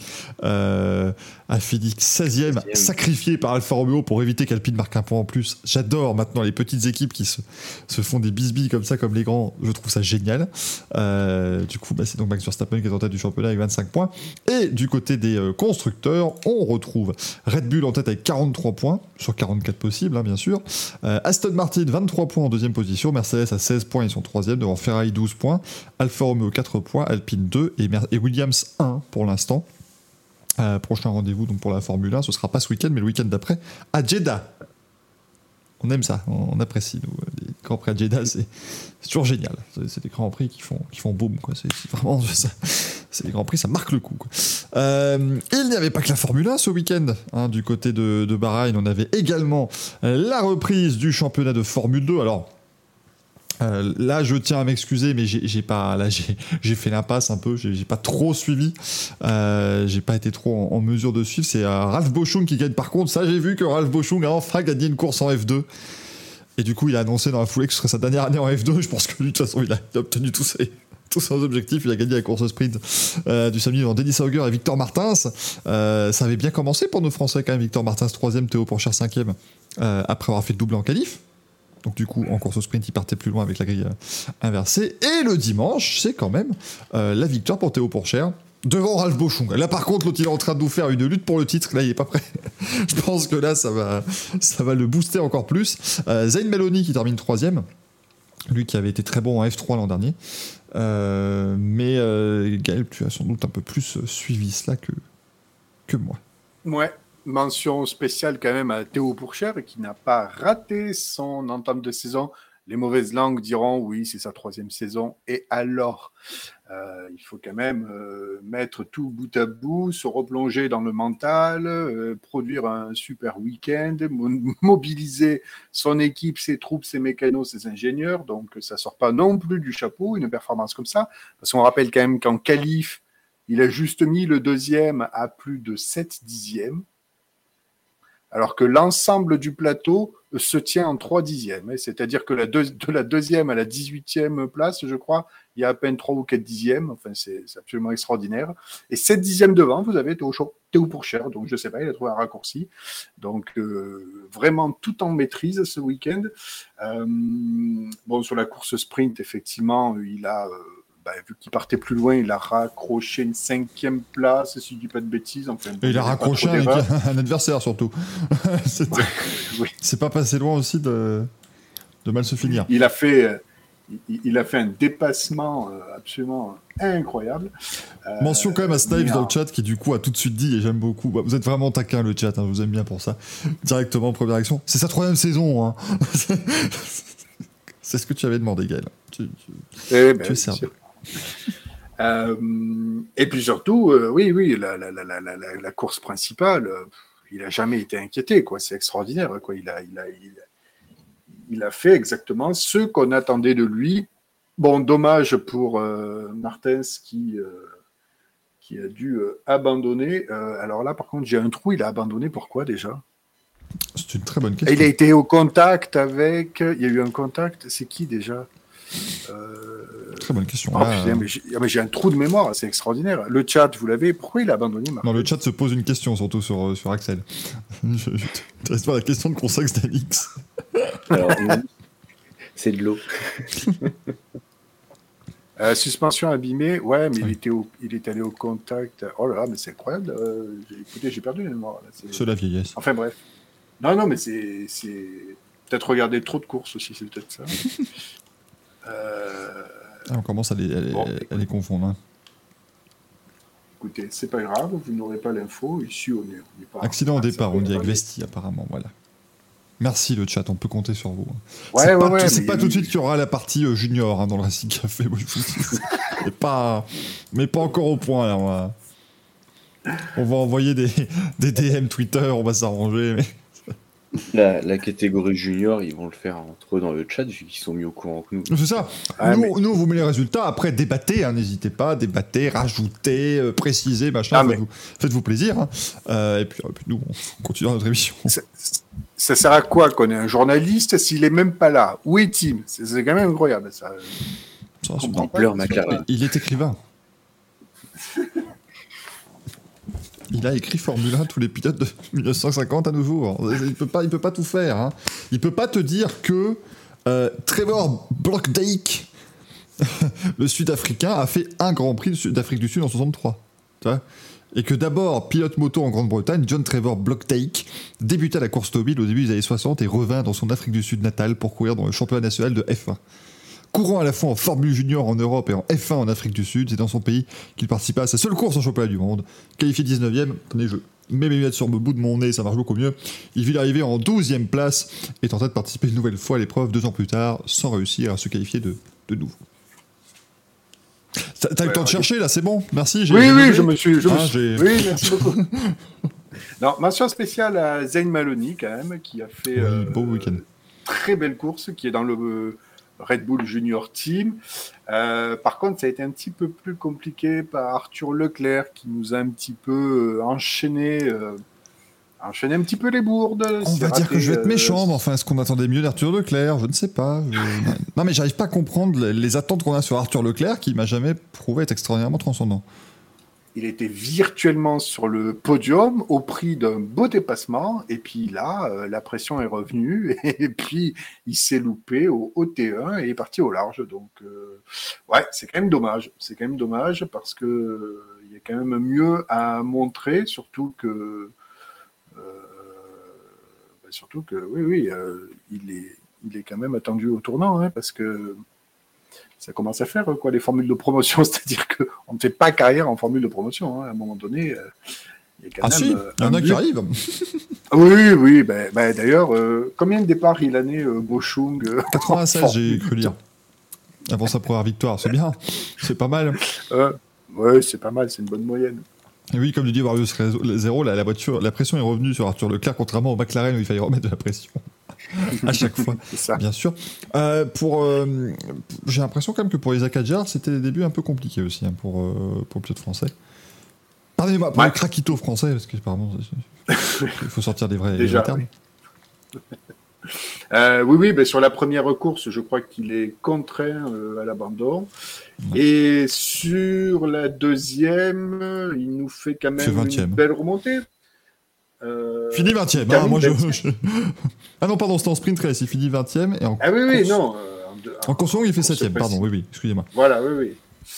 16e, sacrifié par Alfa Romeo pour éviter qu'Alpine marque un point en plus. J'adore maintenant les petites équipes qui se font des bisbilles comme ça, comme les grands, je trouve ça génial. Du coup, c'est donc Max Verstappen qui est en tête du championnat avec 25 points. Et du côté des constructeurs, on retrouve Red Bull en tête avec 43 points, sur 44 possibles, bien sûr. Aston Martin, 23 points en deuxième position. Mercedes à 16 points, ils sont troisième. Devant Ferrari, 12 points. Alfa Romeo, 4 points. Alpine, 2. Et Williams, 1 pour l'instant. Prochain rendez-vous donc pour la Formule 1, ce sera pas ce week-end, mais le week-end d'après, à Jeddah. On aime ça, on apprécie, nous. Les Grands Prix à Jeddah, c'est toujours génial. C'est des Grands Prix qui font boum, quoi. C'est vraiment ça. C'est des Grands Prix, ça marque le coup, quoi. Il n'y avait pas que la Formule 1 ce week-end. Du côté de Bahreïn, on avait également la reprise du championnat de Formule 2. Alors, là, je tiens à m'excuser, mais j'ai fait l'impasse un peu. J'ai pas trop suivi. J'ai pas été trop en mesure de suivre. C'est Ralf Boschung qui gagne. Par contre, ça, j'ai vu que Ralf Boschung a enfin gagné une course en F2. Et du coup, il a annoncé dans la foulée que ce serait sa dernière année en F2. Je pense que lui, de toute façon, il a obtenu tous ses objectifs. Il a gagné la course sprint du samedi devant Dennis Hauger et Victor Martins. Ça avait bien commencé pour nos Français quand même. Victor Martins 3e, Théo Pourchaire 5e, après avoir fait le double en qualif. Donc du coup, en course au sprint, il partait plus loin avec la grille inversée. Et le dimanche, c'est quand même la victoire pour Théo Pourchaire devant Ralf Boschung. Là, par contre, l'autre, il est en train de nous faire une lutte pour le titre. Là, il est pas prêt. Je pense que là, ça va le booster encore plus. Zayn Meloni qui termine 3e. Lui qui avait été très bon en F3 l'an dernier. Mais Gaël, tu as sans doute un peu plus suivi cela que moi. Ouais. Mention spéciale quand même à Théo Pourchaire qui n'a pas raté son entame de saison. Les mauvaises langues diront oui, c'est sa 3e saison. Et alors, il faut quand même mettre tout bout à bout, se replonger dans le mental, produire un super week-end, mobiliser son équipe, ses troupes, ses mécanos, ses ingénieurs. Donc, ça sort pas non plus du chapeau, une performance comme ça. Parce qu'on rappelle quand même qu'en qualif, il a juste mis le 2e à plus de 7 dixièmes. Alors que l'ensemble du plateau se tient en 3 dixièmes. C'est-à-dire que de la 2e à la 18e place, je crois, il y a à peine 3 ou 4 dixièmes. Enfin, c'est absolument extraordinaire. Et 7 dixièmes devant, vous avez Théo Pourchaire. Donc, je ne sais pas, il a trouvé un raccourci. Donc, vraiment tout en maîtrise ce week-end. Sur la course sprint, effectivement, il a... vu qu'il partait plus loin, il a raccroché une 5e place, si je ne dis pas de bêtises. Enfin, et il a raccroché un adversaire, surtout. C'est pas passé loin aussi de mal se finir. Il a fait un dépassement absolument incroyable. Mention quand même à Snipes dans le chat qui du coup a tout de suite dit, et j'aime beaucoup, vous êtes vraiment taquin le chat, je vous aime bien pour ça, directement première action, c'est sa 3e saison. C'est ce que tu avais demandé, Gaël. Tu es servi. Et puis surtout, oui, la course principale, il n'a jamais été inquiété, quoi. C'est extraordinaire, quoi. Il a fait exactement ce qu'on attendait de lui. Bon, dommage pour Martins qui a dû abandonner. Alors là, par contre, j'ai un trou. Il a abandonné pourquoi déjà ? C'est une très bonne question. Il a été au contact avec... Il y a eu un contact, c'est qui déjà ? Très bonne question. Putain, mais j'ai un trou de mémoire, c'est extraordinaire. Le chat, vous l'avez ? Pourquoi il a abandonné Martins ? Non, le chat se pose une question, surtout sur Axel. Je te reste pas la question de Consex d'Alix. Alors, c'est de l'eau. Suspension abîmée, ouais, mais oui. il est allé au contact. Oh là là, mais c'est incroyable. Écoutez, j'ai perdu la mémoire. C'est la vieillesse. Enfin bref. Non, mais c'est peut-être regarder trop de courses aussi, c'est peut-être ça. On commence à les confondre. Écoutez, c'est pas grave, vous n'aurez pas l'info. Ici, on est pas. Accident au départ, on dit avec Vesti, apparemment, voilà. Merci le chat, on peut compter sur vous. C'est pas tout de suite qu'il y aura la partie junior dans le Racing Café. Mais pas encore au point là. On va envoyer des DM Twitter, on va s'arranger. Mais La catégorie junior, ils vont le faire entre eux dans le chat, vu qu'ils sont mis au courant que nous. C'est ça. Nous, on vous met les résultats. Après, débattez, hein, n'hésitez pas, débattez, rajoutez, précisez, machin. Faites-vous plaisir. Hein. Et puis nous, on continue notre émission. Ça sert à quoi qu'on ait un journaliste s'il est même pas là? Où est-il? C'est quand même incroyable, ça. On pleure McLaren. Il est écrivain. Il a écrit Formule 1 tous les pilotes de 1950 à nos jours. Il peut pas tout faire. Hein. Il peut pas te dire que Trevor Blockdijk, le Sud-Africain, a fait un Grand Prix d'Afrique du Sud en 63. Tu vois, et que d'abord, pilote moto en Grande-Bretagne, John Trevor Blockdijk débuta la course automobile au début des années 60 et revint dans son Afrique du Sud natale pour courir dans le championnat national de F1. Courant à la fois en Formule Junior en Europe et en F1 en Afrique du Sud, c'est dans son pays qu'il participa à sa seule course en championnat du monde. Qualifié 19e, attendez, je mets mes lunettes sur le bout de mon nez, ça marche beaucoup mieux. Il vit l'arrivée en 12e place et tenta de participer une nouvelle fois à l'épreuve 2 ans plus tard, sans réussir à se qualifier de nouveau. T'as eu le temps de chercher là, c'est bon, merci. Oui, je me suis. Oui, merci beaucoup. Non, mention spéciale à Zayn Maloney quand même, qui a fait beau week-end. Très belle course, qui est dans le Red Bull Junior Team. Par contre, ça a été un petit peu plus compliqué par Arthur Leclerc, qui nous a un petit peu enchaîné un petit peu les bourdes. On va dire que je vais être méchant, mais enfin, est-ce qu'on attendait mieux d'Arthur Leclerc? Je ne sais pas. Non, mais j'arrive pas à comprendre les attentes qu'on a sur Arthur Leclerc, qui m'a jamais prouvé être extraordinairement transcendant. Il était virtuellement sur le podium au prix d'un beau dépassement, et puis là, la pression est revenue, et puis il s'est loupé au T1 et est parti au large. Donc, ouais, c'est quand même dommage. C'est quand même dommage parce que il y a quand même mieux à montrer, surtout que, oui, il est quand même attendu au tournant, hein, parce que ça commence à faire quoi, les formules de promotion, c'est-à-dire qu'on ne fait pas carrière en formule de promotion. Hein. À un moment donné, il y a quand même... si, il y en a qui arrivent. Oui, d'ailleurs, combien de départs il a né Bochung 96, j'ai cru lire. Avant sa première victoire, c'est bien, c'est pas mal. Oui, c'est pas mal, c'est une bonne moyenne. Et oui, comme dit Warriors Zero, la pression est revenue sur Arthur Leclerc, contrairement au McLaren où il fallait remettre de la pression. À chaque fois, ça. Bien sûr. J'ai l'impression quand même que pour Isaac Hadjar, c'était des débuts un peu compliqués aussi hein, pour le pilote français. Pardonnez-moi, pour le craquito français, parce que pardon, il faut sortir des vrais termes. Oui, sur la première course, je crois qu'il est contraint à l'abandon. Ouais. Et sur la deuxième, il nous fait quand même une belle remontée. Fini 20ème. Hein, moi, Ah non, pardon, c'était en sprint race. Il finit 20ème. Et en non. En course longue, il fait 7ème. Pardon, oui, excusez-moi. Voilà, oui.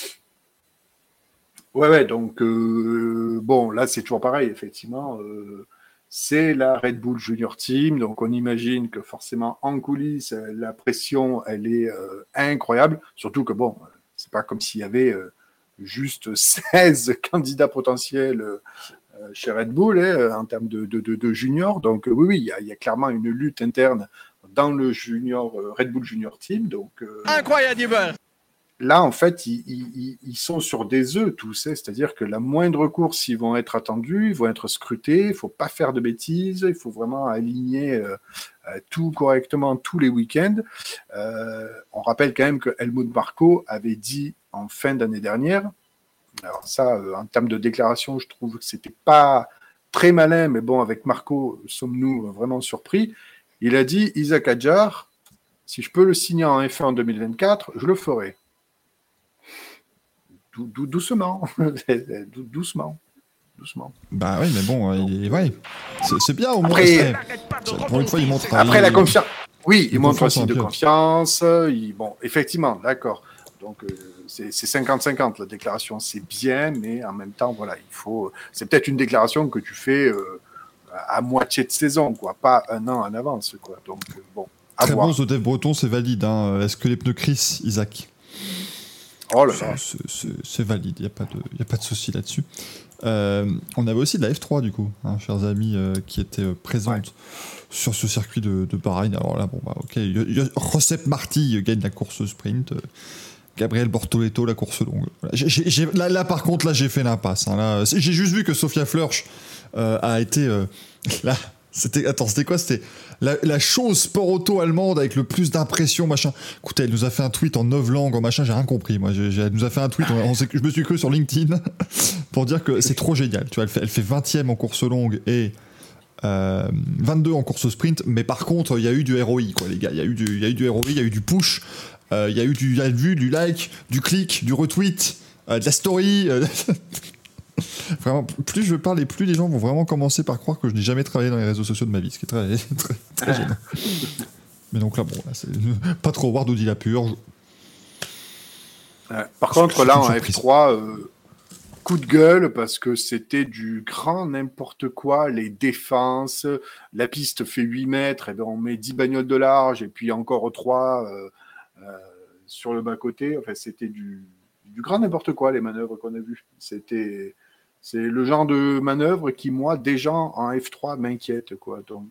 Ouais, donc, bon, là, c'est toujours pareil, effectivement. C'est la Red Bull Junior Team. Donc, on imagine que forcément, en coulisses, la pression, elle est incroyable. Surtout que, bon, c'est pas comme s'il y avait juste 16 candidats potentiels chez Red Bull en termes de junior. Donc oui, il y a clairement une lutte interne dans le junior Red Bull Junior Team. Donc incroyable. Là, en fait, ils sont sur des œufs tous, c'est-à-dire que la moindre course, ils vont être attendus, ils vont être scrutés, il ne faut pas faire de bêtises, il faut vraiment aligner tout correctement tous les week-ends. On rappelle quand même que Helmut Marko avait dit en fin d'année dernière, alors ça, en termes de déclaration, je trouve que c'était pas très malin, mais bon, avec Marco, sommes-nous vraiment surpris. Il a dit, Isaac Hadjar, si je peux le signer en F1 en 2024, je le ferai. Doucement. Doucement. Bah oui, mais bon, c'est bien au moins. Après, pour une fois, il montre... Après, la confiance... Oui, il montre un signe de confiance. Bon, effectivement, d'accord. Donc... c'est 50-50, la déclaration, c'est bien, mais en même temps, voilà, c'est peut-être une déclaration que tu fais à moitié de saison, quoi, pas un an en avance, quoi. Donc, bon, à très voir. bon, Zodef Breton, c'est valide. Hein. Est-ce que les pneus crissent, Isaac? Oh là là. C'est valide, il n'y a pas de souci là-dessus. On avait aussi de la F3, du coup, hein, chers amis, qui était présente sur ce circuit de Bahreïn. Alors là, bon, bah, ok, Recep Marti gagne la course sprint. Gabriel Bortoletto, la course longue. Voilà. Là, par contre, là, j'ai fait l'impasse. Hein. Là, j'ai juste vu que Sophia Flörsch a été C'était quoi? C'était la chose sport auto allemande avec le plus d'impression, machin. Écoutez, elle nous a fait un tweet en 9 langues, en machin, j'ai rien compris. Moi, elle nous a fait un tweet, je me suis cru sur LinkedIn pour dire que c'est trop génial. Tu vois, elle fait 20e en course longue et 22 en course sprint, mais par contre, il y a eu du ROI, quoi, les gars. Il y a eu du ROI, il y a eu du push, il y a eu du vu, du like, du clic, du retweet, de la story. Vraiment, plus je parle et plus les gens vont vraiment commencer par croire que je n'ai jamais travaillé dans les réseaux sociaux de ma vie, ce qui est très gênant. Mais donc là, bon, là, c'est pas trop voir d'où dit la purge. Par contre, là, en F3, coup de gueule, parce que c'était du grand n'importe quoi, les défenses, la piste fait 8 mètres, et bien on met 10 bagnoles de large, et puis encore 3 sur le bas-côté. Enfin, c'était du grand n'importe quoi, les manœuvres qu'on a vues. C'est le genre de manœuvre qui, moi, déjà en F3, m'inquiète, quoi. Donc,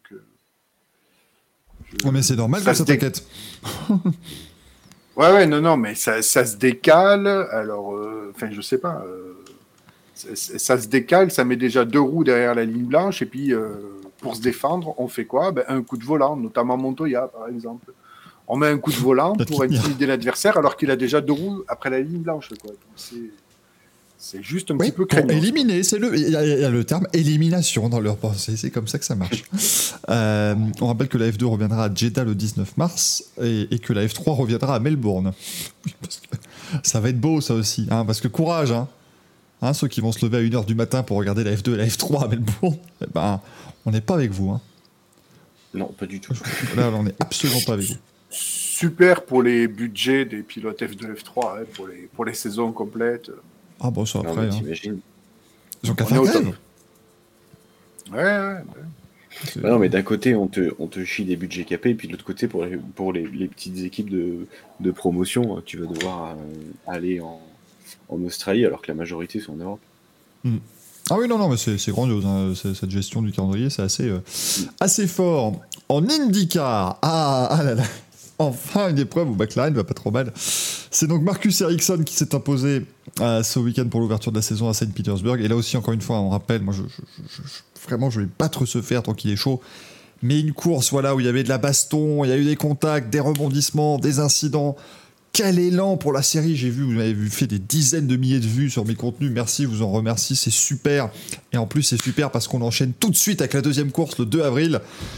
mais c'est normal que ça t'inquiète. Ouais, non, mais ça se décale. Alors, je sais pas. Ça se décale, ça met déjà 2 roues derrière la ligne blanche, et puis, pour se défendre, on fait quoi? Un coup de volant, notamment Montoya, par exemple. On met un coup de volant pour intimider l'adversaire, alors qu'il a déjà 2 roues après la ligne blanche, quoi. Donc, c'est juste un petit peu craignant. Pour éliminer, il y a le terme élimination dans leur pensée, c'est comme ça que ça marche. On rappelle que la F2 reviendra à Jeddah le 19 mars et que la F3 reviendra à Melbourne. Oui, parce que ça va être beau, ça aussi, hein, parce que courage, hein, ceux qui vont se lever à 1h du matin pour regarder la F2 et la F3 à Melbourne, on n'est pas avec vous. Hein. Non, pas du tout. Là, on n'est absolument pas avec vous. Super pour les budgets des pilotes F2, F3, hein, pour les saisons complètes. Ah bon, ça après. T'imagines. Ils ont qu'à faire grève. Ouais. Non, mais d'un côté, on te chie des budgets capés, et puis de l'autre côté, pour les petites équipes de promotion, tu vas devoir aller en Australie, alors que la majorité sont en Europe. Ah oui, non, mais c'est grandiose, hein, cette gestion du calendrier, c'est assez fort. En IndyCar, là là. Enfin, une épreuve où McLaren va pas trop mal. C'est donc Marcus Ericsson qui s'est imposé ce week-end pour l'ouverture de la saison à Saint-Pétersbourg. Et là aussi, encore une fois, on rappelle, moi, vraiment, je vais battre ce fer tant qu'il est chaud. Mais une course, voilà, où il y avait de la baston, il y a eu des contacts, des rebondissements, des incidents. Quel élan pour la série. J'ai vu, vous m'avez fait des dizaines de milliers de vues sur mes contenus. Merci, je vous en remercie, c'est super. Et en plus, c'est super parce qu'on enchaîne tout de suite avec la deuxième course le 2 avril.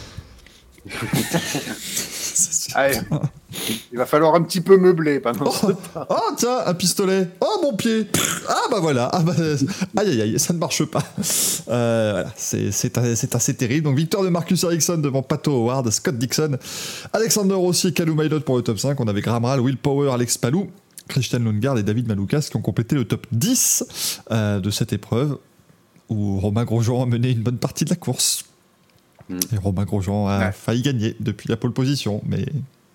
Allez, il va falloir un petit peu meubler pendant ce temps. Oh tiens, un pistolet. Oh mon pied. Ah bah voilà. Aïe, ça ne marche pas. Voilà, c'est assez terrible. Donc victoire de Marcus Ericsson devant Pato Howard, Scott Dixon, Alexander Rossi et Callum Ilott pour le top 5. On avait Graham Rahal, Will Power, Alex Palou, Christian Lundgaard et David Malukas qui ont complété le top 10 de cette épreuve où Romain Grosjean a mené une bonne partie de la course. Et Romain Grosjean a failli gagner depuis la pole position, mais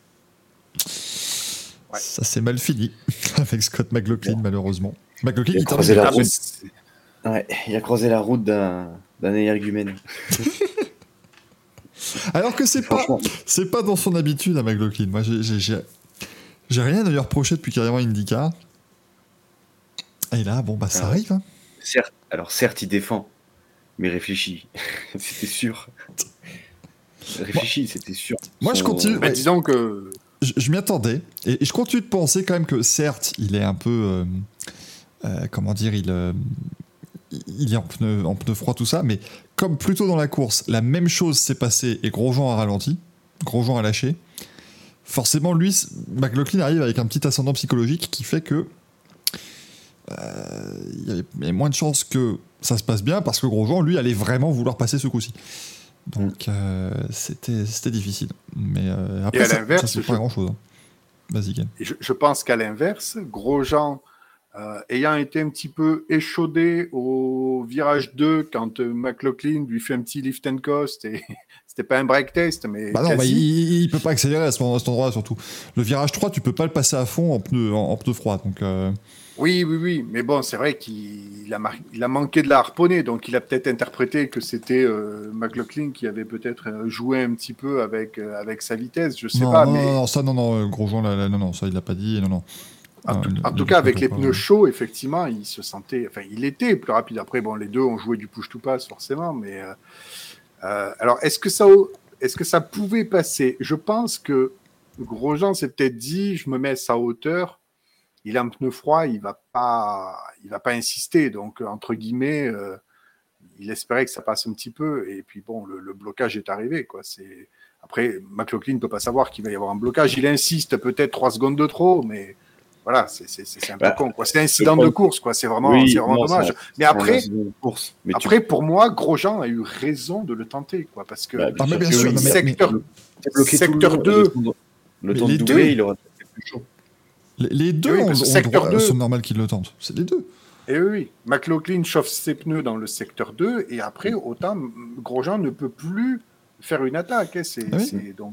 ça s'est mal fini avec Scott McLaughlin, malheureusement. McLaughlin, il a croisé la route. Ouais, il a croisé la route d'un énergumène. Alors que c'est pas dans son habitude à McLaughlin. Moi, j'ai rien à lui reprocher depuis qu'il est arrivé à IndyCar. Et là, ça arrive. Hein. Certes, il défend. Mais réfléchis, c'était sûr. C'était sûr. Moi, je continue. Disons que. Je m'y attendais. Et je continue de penser quand même que, certes, il est un peu. Comment dire, il est en pneu froid, tout ça. Mais comme plutôt dans la course, la même chose s'est passée et Grosjean a ralenti. Grosjean a lâché. Forcément, lui, McLaughlin arrive avec un petit ascendant psychologique qui fait que. Il y a moins de chances que ça se passe bien parce que Grosjean, lui, allait vraiment vouloir passer ce coup-ci. Donc, c'était difficile. Mais après, ça c'est pas grand-chose. Hein. Vas-y, Ken. Je pense qu'à l'inverse, Grosjean, ayant été un petit peu échaudé au virage 2 quand McLaughlin lui fait un petit lift and coast et c'était pas un break test, mais il peut pas accélérer à cet endroit-là, surtout. Le virage 3, tu peux pas le passer à fond en pneu froid. Donc, Oui, mais bon, c'est vrai qu'il a manqué de la harponner, donc il a peut-être interprété que c'était McLaughlin qui avait peut-être joué un petit peu avec sa vitesse, je sais pas. Non, Grosjean, non, ça il l'a pas dit, non. En tout cas, avec les pneus chauds, effectivement, il était plus rapide. Après, bon, les deux ont joué du push to pass, forcément, mais Alors, est-ce que ça pouvait passer? Je pense que Grosjean s'est peut-être dit, je me mets à sa hauteur, il a un pneu froid, il va pas insister. Donc, entre guillemets, il espérait que ça passe un petit peu. Et puis, bon, le blocage est arrivé, quoi. Après, McLaughlin ne peut pas savoir qu'il va y avoir un blocage. Il insiste peut-être 3 secondes de trop, mais voilà, c'est un peu con, quoi. C'est un incident de course, quoi. C'est vraiment dommage. Mais après, pour moi, Grosjean a eu raison de le tenter, quoi, parce que secteur 2, le temps de doubler, il aura été plus chaud. Les deux sont normal qu'ils le tentent. C'est les deux. Et oui, McLaughlin chauffe ses pneus dans le secteur 2, et après, autant Grosjean ne peut plus faire une attaque. Donc,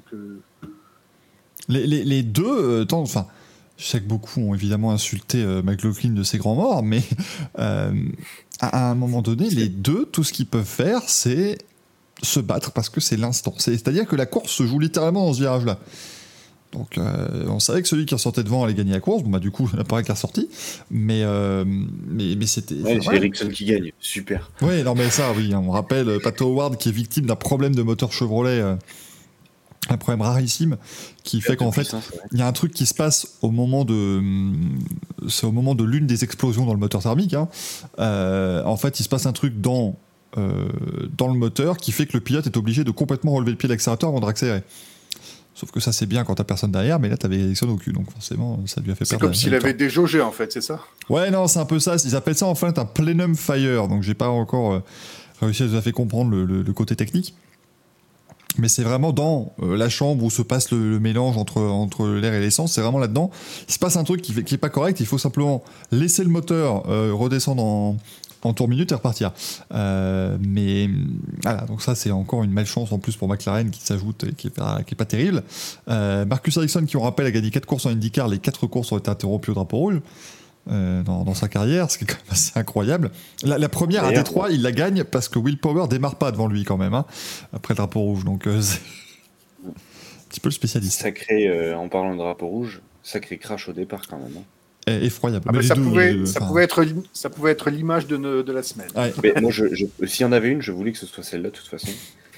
les deux tentent. Enfin, je sais que beaucoup ont évidemment insulté McLaughlin de ses grands morts, mais à un moment donné, les deux, tout ce qu'ils peuvent faire, c'est se battre parce que c'est l'instant. C'est-à-dire que la course se joue littéralement dans ce virage-là. Donc, on savait que celui qui ressortait devant allait gagner la course. Bon, bah, du coup, il n'y en a pas un qui est ressorti. Mais c'était. Ouais, c'est Ericsson qui gagne. Super. Oui, non, mais ça, oui. On rappelle Pato Howard qui est victime d'un problème de moteur Chevrolet. Un problème rarissime qui fait qu'en fait, il y a un truc qui se passe au moment de l'une des explosions dans le moteur thermique. En fait, il se passe un truc dans le moteur qui fait que le pilote est obligé de complètement relever le pied de l'accélérateur avant de réaccélérer. Sauf que ça, c'est bien quand t'as personne derrière, mais là, t'avais Ericsson au cul, donc forcément, ça lui a fait perdre. C'est comme s'il avait déjaugé, en fait, c'est ça? Ouais, non, c'est un peu ça. Ils appellent ça, en fait, un plenum fire. Donc, j'ai pas encore réussi à tout à fait comprendre le côté technique. Mais c'est vraiment dans la chambre où se passe le mélange entre l'air et l'essence. C'est vraiment là-dedans. Il se passe un truc qui est pas correct. Il faut simplement laisser le moteur redescendre en tour minute et repartir. Mais voilà, donc ça c'est encore une malchance en plus pour McLaren qui s'ajoute et qui est pas terrible. Marcus Ericsson, qui on rappelle a gagné 4 courses en IndyCar, les 4 courses ont été interrompues au drapeau rouge dans sa carrière, ce qui est quand même assez incroyable. La première à Détroit, il la gagne parce que Will Power démarre pas devant lui quand même, après le drapeau rouge, donc c'est un petit peu le spécialiste. Sacré, en parlant de drapeau rouge, sacré crash au départ quand même. Effroyable. Mais ça pouvait être l'image de la semaine. Ouais. Mais moi, s'il y en avait une, je voulais que ce soit celle-là de toute façon.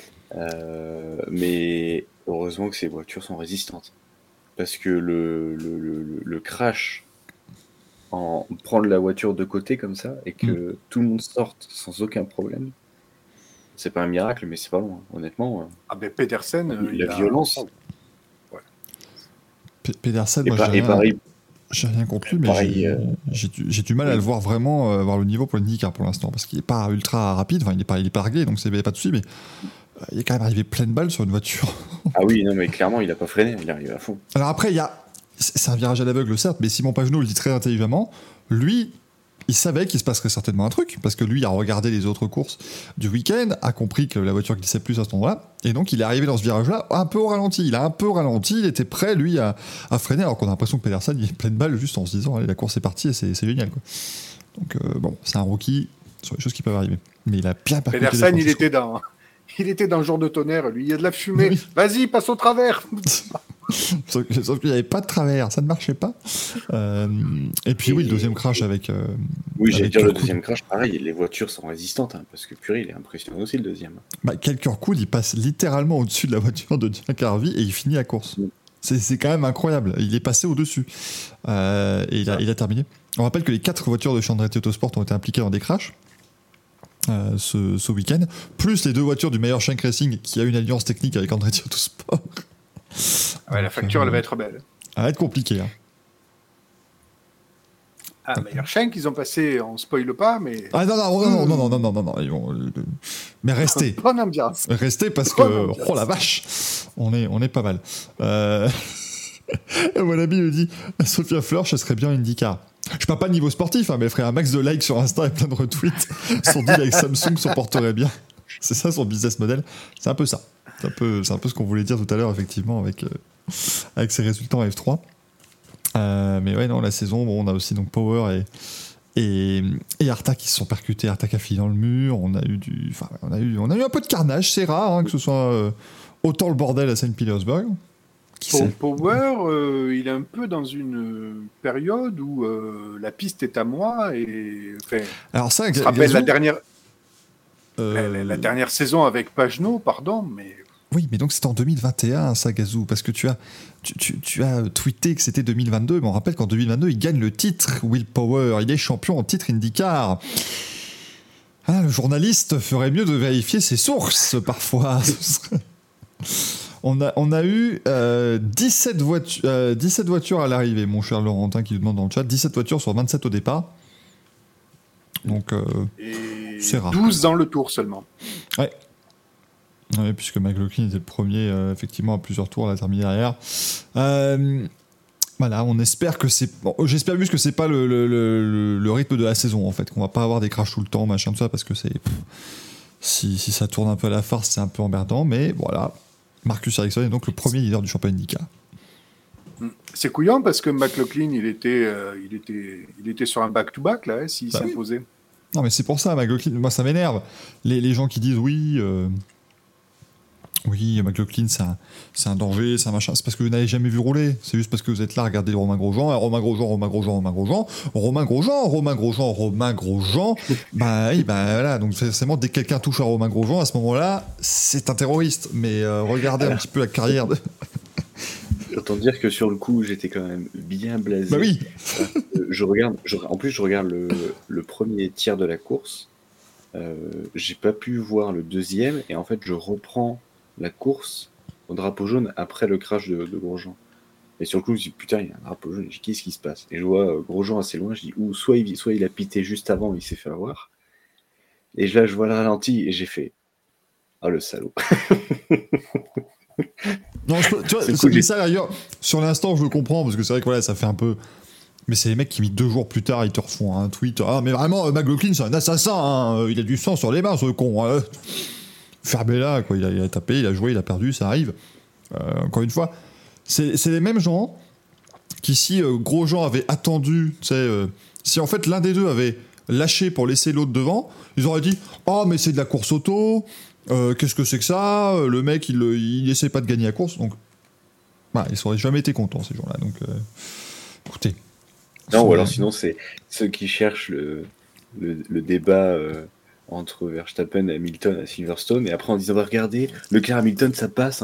Mais heureusement que ces voitures sont résistantes. Parce que le crash en prendre la voiture de côté comme ça et que tout le monde sorte sans aucun problème, c'est pas un miracle, mais c'est pas loin, honnêtement. Pedersen, la violence. Ouais. Pedersen, et pareil. J'ai rien contre lui, mais j'ai du mal à le voir vraiment avoir le niveau pour l'IndyCar pour l'instant, parce qu'il est pas ultra rapide, enfin il est pas réglé, donc c'est pas de souci, mais il est quand même arrivé pleine balle sur une voiture. Ah oui, non mais clairement il a pas freiné, il est arrivé à fond. Alors après c'est un virage à l'aveugle certes, mais Simon Pagenaud le dit très intelligemment, lui il savait qu'il se passerait certainement un truc, parce que lui a regardé les autres courses du week-end, a compris que la voiture glissait plus à ce moment-là, et donc il est arrivé dans ce virage-là un peu au ralenti. Il a un peu ralenti, il était prêt, lui, à freiner, alors qu'on a l'impression que Pedersen, il est plein de balles juste en se disant, allez, la course est partie, et c'est génial, quoi. Donc bon, c'est un rookie sur les choses qui peuvent arriver. Mais il a bien percuté. Pedersen, il était dans le jour de tonnerre, lui, il y a de la fumée. Oui. Vas-y, passe au travers. Sauf qu'il n'y avait pas de travers, ça ne marchait pas. Et puis oui, le deuxième crash avec... oui, j'allais dire le deuxième crash, pareil, les voitures sont résistantes, parce que purée, il est impressionnant aussi le deuxième. Kel Kirkwood, il passe littéralement au-dessus de la voiture de Jack Harvey et il finit la course. C'est quand même incroyable, il est passé au-dessus. Et il a terminé. On rappelle que les 4 voitures de chez Andretti Autosport ont été impliquées dans des crashs ce week-end, plus les 2 voitures du Meyer Shank Racing qui a une alliance technique avec Andretti Autosport. La facture, elle va être belle. Elle va être compliquée. Meyer Shank, ils ont passé, on spoile pas, mais... Ah non. Ils vont... Mais restez. Bonne ambiance. Restez parce que, oh la vache, on est pas mal. Mon ami me dit, Sophia Flörsch, elle serait bien IndyCar. Je parle pas de niveau sportif, mais elle ferait un max de likes sur Insta et plein de retweets. Son deal avec Samsung se porterait bien. C'est ça son business model. C'est un peu ça. C'est un peu ce qu'on voulait dire tout à l'heure, effectivement, avec ses résultats en F3. Mais ouais, non, la saison, bon, on a aussi donc Power et Arta qui se sont percutés. Arta qui a fini dans le mur. On a eu un peu de carnage. C'est rare que ce soit autant le bordel à Saint Petersburg. Power, il est un peu dans une période où la piste est à moi et. Alors ça, je rappelle la dernière. La dernière saison avec Pagenaud, pardon, mais... Oui, mais donc c'était en 2021, ça, Gazou, parce que tu as tweeté que c'était 2022, mais on rappelle qu'en 2022, il gagne le titre Will Power, il est champion en titre IndyCar. Ah, le journaliste ferait mieux de vérifier ses sources, parfois. On a eu 17 voitures à l'arrivée, mon cher Laurentin qui nous demande dans le chat, 17 voitures sur 27 au départ. Donc, c'est rare. 12 dans le tour seulement. Ouais. Oui, puisque McLaughlin était le premier, effectivement, à plusieurs tours, à la terminer derrière. Voilà, on espère que c'est... Bon, j'espère juste que c'est pas le rythme de la saison, en fait, qu'on va pas avoir des crashs tout le temps, machin, tout ça, parce que c'est... Si ça tourne un peu à la farce, c'est un peu emmerdant, mais voilà. Marcus Ericsson est donc le premier leader du championnat IndyCar. C'est couillant, parce que McLaughlin, il était sur un back-to-back, là, s'il s'imposait. Oui. Non, mais c'est pour ça, McLaughlin, moi, ça m'énerve. Les gens qui disent, oui, McLaughlin, c'est un danger, c'est un machin. C'est parce que vous n'avez jamais vu rouler. C'est juste parce que vous êtes là à regarder Romain Grosjean. Romain Grosjean. Bah voilà. Donc, forcément, dès que quelqu'un touche à Romain Grosjean, à ce moment-là, c'est un terroriste. Mais regardez un petit peu la carrière de... Autant dire que sur le coup, j'étais quand même bien blasé. Bah oui. je regarde le premier tiers de la course. J'ai pas pu voir le deuxième. Et en fait, je reprends la course au drapeau jaune après le crash de Grosjean. Et sur le coup, je me dis putain, il y a un drapeau jaune, qu'est-ce qui se passe? Et je vois Grosjean assez loin, je dis soit il a pité juste avant, il s'est fait avoir. Et là, je vois le ralenti et j'ai fait le salaud. Non, tu vois, c'est ça d'ailleurs. Sur l'instant, je le comprends parce que c'est vrai que voilà, ça fait un peu. Mais c'est les mecs qui, 2 jours plus tard, ils te refont un tweet. Ah, mais vraiment, McLaughlin, c'est un assassin, hein. Il a du sang sur les mains, ce con. Farbella, quoi. Il a tapé, il a joué, il a perdu, ça arrive. Encore une fois, c'est les mêmes gens qui, si Grosjean avait attendu, tu sais, si en fait l'un des deux avait lâché pour laisser l'autre devant, ils auraient dit mais c'est de la course auto, qu'est-ce que c'est que ça, le mec il essaie pas de gagner la course, donc ils n'auraient jamais été contents ces gens-là. Donc écoutez. Non, ou alors sinon c'est ceux qui cherchent le débat entre Verstappen et Hamilton à Silverstone, et après en disant regardez, Leclerc Hamilton ça passe.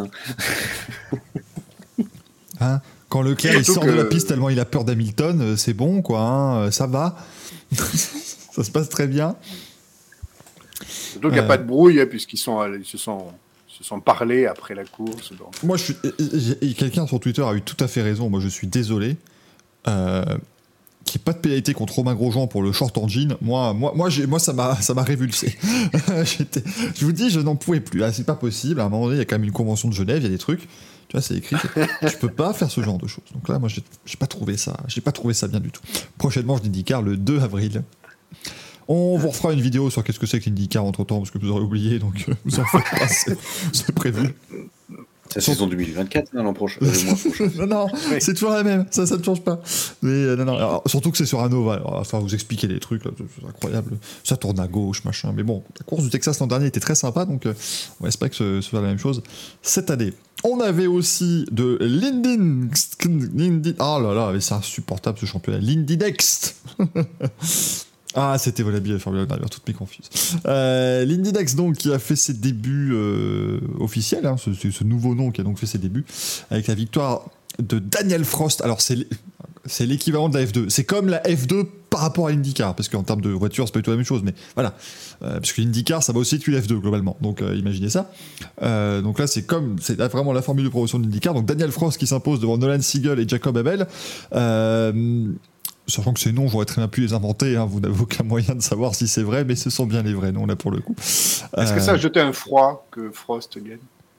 Hein, quand Leclerc il sort de la piste tellement il a peur d'Hamilton, c'est bon quoi, hein, ça va. Ça se passe très bien. Donc il n'y a pas de brouille, puisqu'ils se sont parlé après la course. Donc. Moi, quelqu'un sur Twitter a eu tout à fait raison. Moi, je suis désolé. Qu'il n'y ait pas de pénalité contre Romain Grosjean pour le short engine. Moi, ça m'a révulsé. Je vous dis, je n'en pouvais plus. C'est pas possible. À un moment donné, il y a quand même une convention de Genève, il y a des trucs. Tu vois, c'est écrit. Tu peux pas faire ce genre de choses. Donc là, moi, j'ai pas trouvé ça bien du tout. Prochainement, je l'IndyCar le 2 avril. On vous refera une vidéo sur qu'est-ce que c'est que l'IndyCar entre-temps, parce que vous aurez oublié, donc vous en faites pas, c'est prévu. C'est la saison 2024, l'an prochain. Non, c'est toujours la même, ça ne change pas. Mais non. Alors, surtout que c'est sur un ovale. Enfin, vous expliquer des trucs, là, c'est incroyable. Ça tourne à gauche, machin. Mais bon, la course du Texas l'an dernier était très sympa, donc on espère que ce soit la même chose cette année. On avait aussi de l'Indy. Oh là là, mais c'est insupportable ce championnat. l'Indy Next. C'était Volabi, formidable, toutes mes confuses. L'Indy Next, donc, qui a fait ses débuts officiels, hein, ce nouveau nom qui a donc fait ses débuts, avec la victoire de Daniel Frost. Alors, c'est l'équivalent de la F2. C'est comme la F2 par rapport à l'IndyCar, parce qu'en termes de voiture, c'est pas du tout la même chose, mais voilà. Parce que l'IndyCar, ça va aussi être une F2, globalement. Donc, imaginez ça. Donc là, c'est vraiment la formule de promotion de l'IndyCar. Donc, Daniel Frost qui s'impose devant Nolan Siegel et Jacob Abel. Sachant que ces noms, j'aurais très bien pu les inventer, hein, vous n'avez aucun moyen de savoir si c'est vrai, mais ce sont bien les vrais noms, là, pour le coup. Est-ce que ça a jeté un froid que Frost gagne?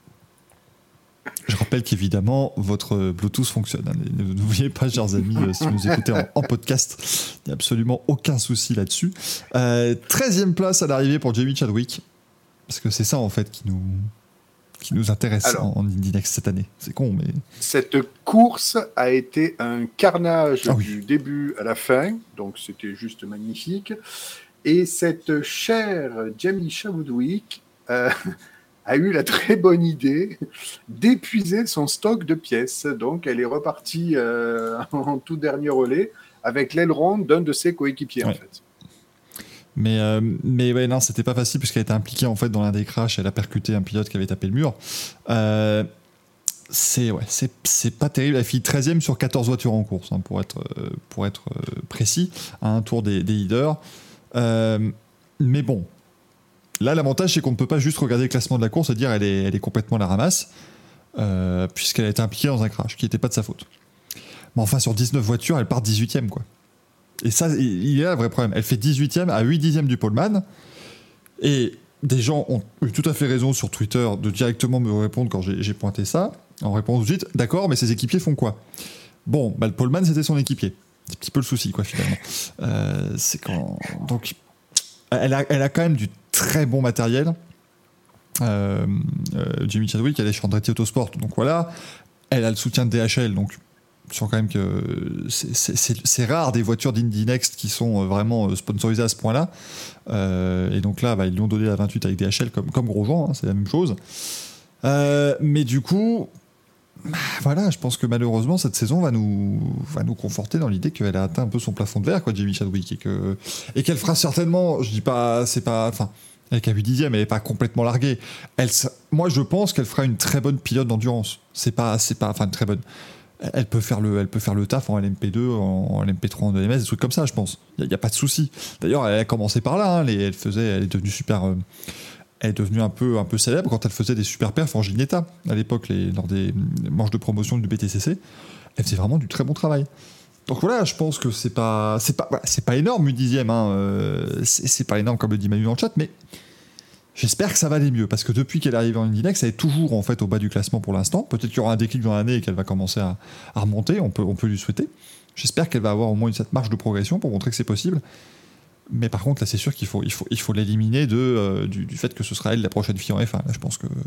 Je rappelle qu'évidemment, votre Bluetooth fonctionne. Hein. N'oubliez pas, chers amis, si vous nous écoutez en podcast, il n'y a absolument aucun souci là-dessus. 13e place à l'arrivée pour Jamie Chadwick, parce que c'est ça, en fait, qui nous intéresse en Indy Next cette année. C'est con, mais... Cette course a été un carnage du début à la fin, donc c'était juste magnifique. Et cette chère Jamie Chadwick a eu la très bonne idée d'épuiser son stock de pièces. Donc elle est repartie en tout dernier relais avec l'aileron d'un de ses coéquipiers, en fait. Mais ouais, non, c'était pas facile puisqu'elle était impliquée en fait dans l'un des crashs. Elle a percuté un pilote qui avait tapé le mur. C'est pas terrible. Elle finit 13e sur 14 voitures en course, hein, pour être précis, à un tour des leaders. Mais bon, là, l'avantage, c'est qu'on ne peut pas juste regarder le classement de la course et dire elle est complètement à la ramasse, puisqu'elle a été impliquée dans un crash qui n'était pas de sa faute. Mais enfin, sur 19 voitures, elle part 18e, quoi. Et ça, il y a un vrai problème. Elle fait 18e à 8 dixièmes du poleman. Et des gens ont eu tout à fait raison sur Twitter de directement me répondre quand j'ai pointé ça. En réponse tout de suite, d'accord, mais ses équipiers font quoi ? Bon, bah, le poleman, c'était son équipier. C'est un petit peu le souci, quoi, finalement. C'est quand... Donc, elle a quand même du très bon matériel. Jamie Chadwick, elle est chez Andretti Autosport. Donc voilà, elle a le soutien de DHL, donc je sens quand même que c'est rare des voitures d'Indy Next qui sont vraiment sponsorisées à ce point-là. Et donc là, ils lui ont donné la 28 avec DHL comme Grosjean, hein, c'est la même chose. Mais du coup, voilà, je pense que malheureusement cette saison va nous conforter dans l'idée qu'elle a atteint un peu son plafond de verre, quoi, Jamie Chadwick, et qu'elle fera certainement, je dis pas, c'est pas, enfin, elle a 8 dixièmes, elle est pas complètement larguée. Moi, je pense qu'elle fera une très bonne pilote d'endurance. C'est pas, enfin, une très bonne. Elle peut faire le taf en LMP2, en LMP3, en EMS, des trucs comme ça, je pense. Il y a pas de souci. D'ailleurs, elle a commencé par là. Hein, elle est devenue super. Elle est devenue un peu célèbre quand elle faisait des super perfs en Ginetta à l'époque, lors des manches de promotion du BTCC. Elle faisait vraiment du très bon travail. Donc voilà, je pense que c'est pas énorme, 8 dixièmes. Hein, c'est pas énorme comme le dit Manu dans le chat, mais j'espère que ça va aller mieux, parce que depuis qu'elle est arrivée en Indy Next, elle est toujours en fait au bas du classement pour l'instant. Peut-être qu'il y aura un déclic dans l'année et qu'elle va commencer à remonter. On peut lui souhaiter. J'espère qu'elle va avoir au moins cette marge de progression pour montrer que c'est possible. Mais par contre, là, c'est sûr qu'il faut l'éliminer du fait que ce sera elle la prochaine fille en F1. Là, je pense que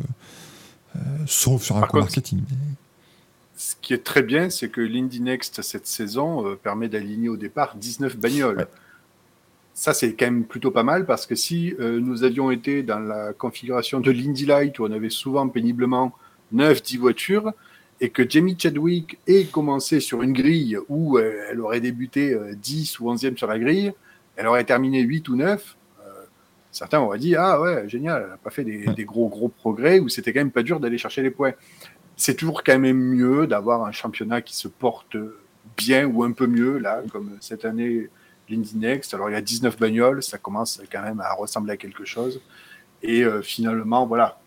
sauf sur un coup marketing. Ce qui est très bien, c'est que l'Indy Next cette saison permet d'aligner au départ 19 bagnoles. Ouais. Ça, c'est quand même plutôt pas mal, parce que si nous avions été dans la configuration de l'Indy Light, où on avait souvent péniblement 9-10 voitures, et que Jamie Chadwick ait commencé sur une grille où elle aurait débuté 10 ou 11e sur la grille, elle aurait terminé 8 ou 9, certains auraient dit « Ah ouais, génial, elle n'a pas fait des gros progrès, ou c'était quand même pas dur d'aller chercher les points. » C'est toujours quand même mieux d'avoir un championnat qui se porte bien ou un peu mieux, là, comme cette année, l'Indy Next. Alors, il y a 19 bagnoles, ça commence quand même à ressembler à quelque chose. Et finalement, voilà,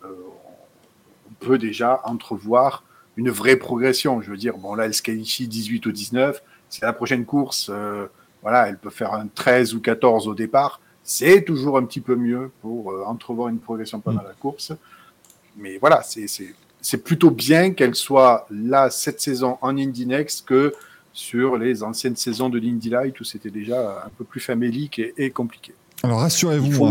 on peut déjà entrevoir une vraie progression. Je veux dire, bon, là, elle se qualifie 18 ou 19. C'est la prochaine course, voilà, elle peut faire un 13 ou 14 au départ. C'est toujours un petit peu mieux pour entrevoir une progression pendant la course. Mais voilà, c'est plutôt bien qu'elle soit là cette saison en Indy Next que sur les anciennes saisons de l'Indy Light où c'était déjà un peu plus famélique et compliqué. Alors rassurez-vous,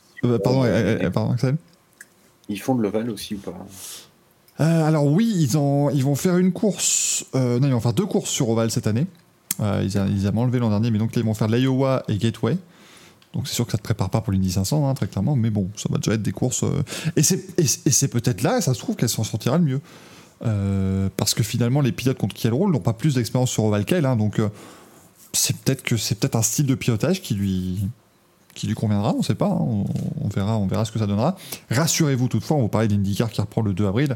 pardon, Axel. Ils font de l'ovale aussi ou pas ? Alors oui, ils vont faire une course. Non, ils vont faire 2 courses sur ovale cette année. Ils avaient enlevé l'an dernier, mais donc là, ils vont faire l'Iowa et Gateway. Donc c'est sûr que ça ne te prépare pas pour l'Indy 500, hein, très clairement, mais bon, ça va déjà être des courses... Et c'est peut-être là, ça se trouve, qu'elle s'en sortira le mieux. Parce que finalement, les pilotes contre qui elle roule n'ont pas plus d'expérience sur ovale qu'elle, hein, donc c'est peut-être un style de pilotage qui lui conviendra, on ne sait pas, hein, on verra ce que ça donnera. Rassurez-vous toutefois, on va parler de l'IndyCar qui reprend le 2 avril.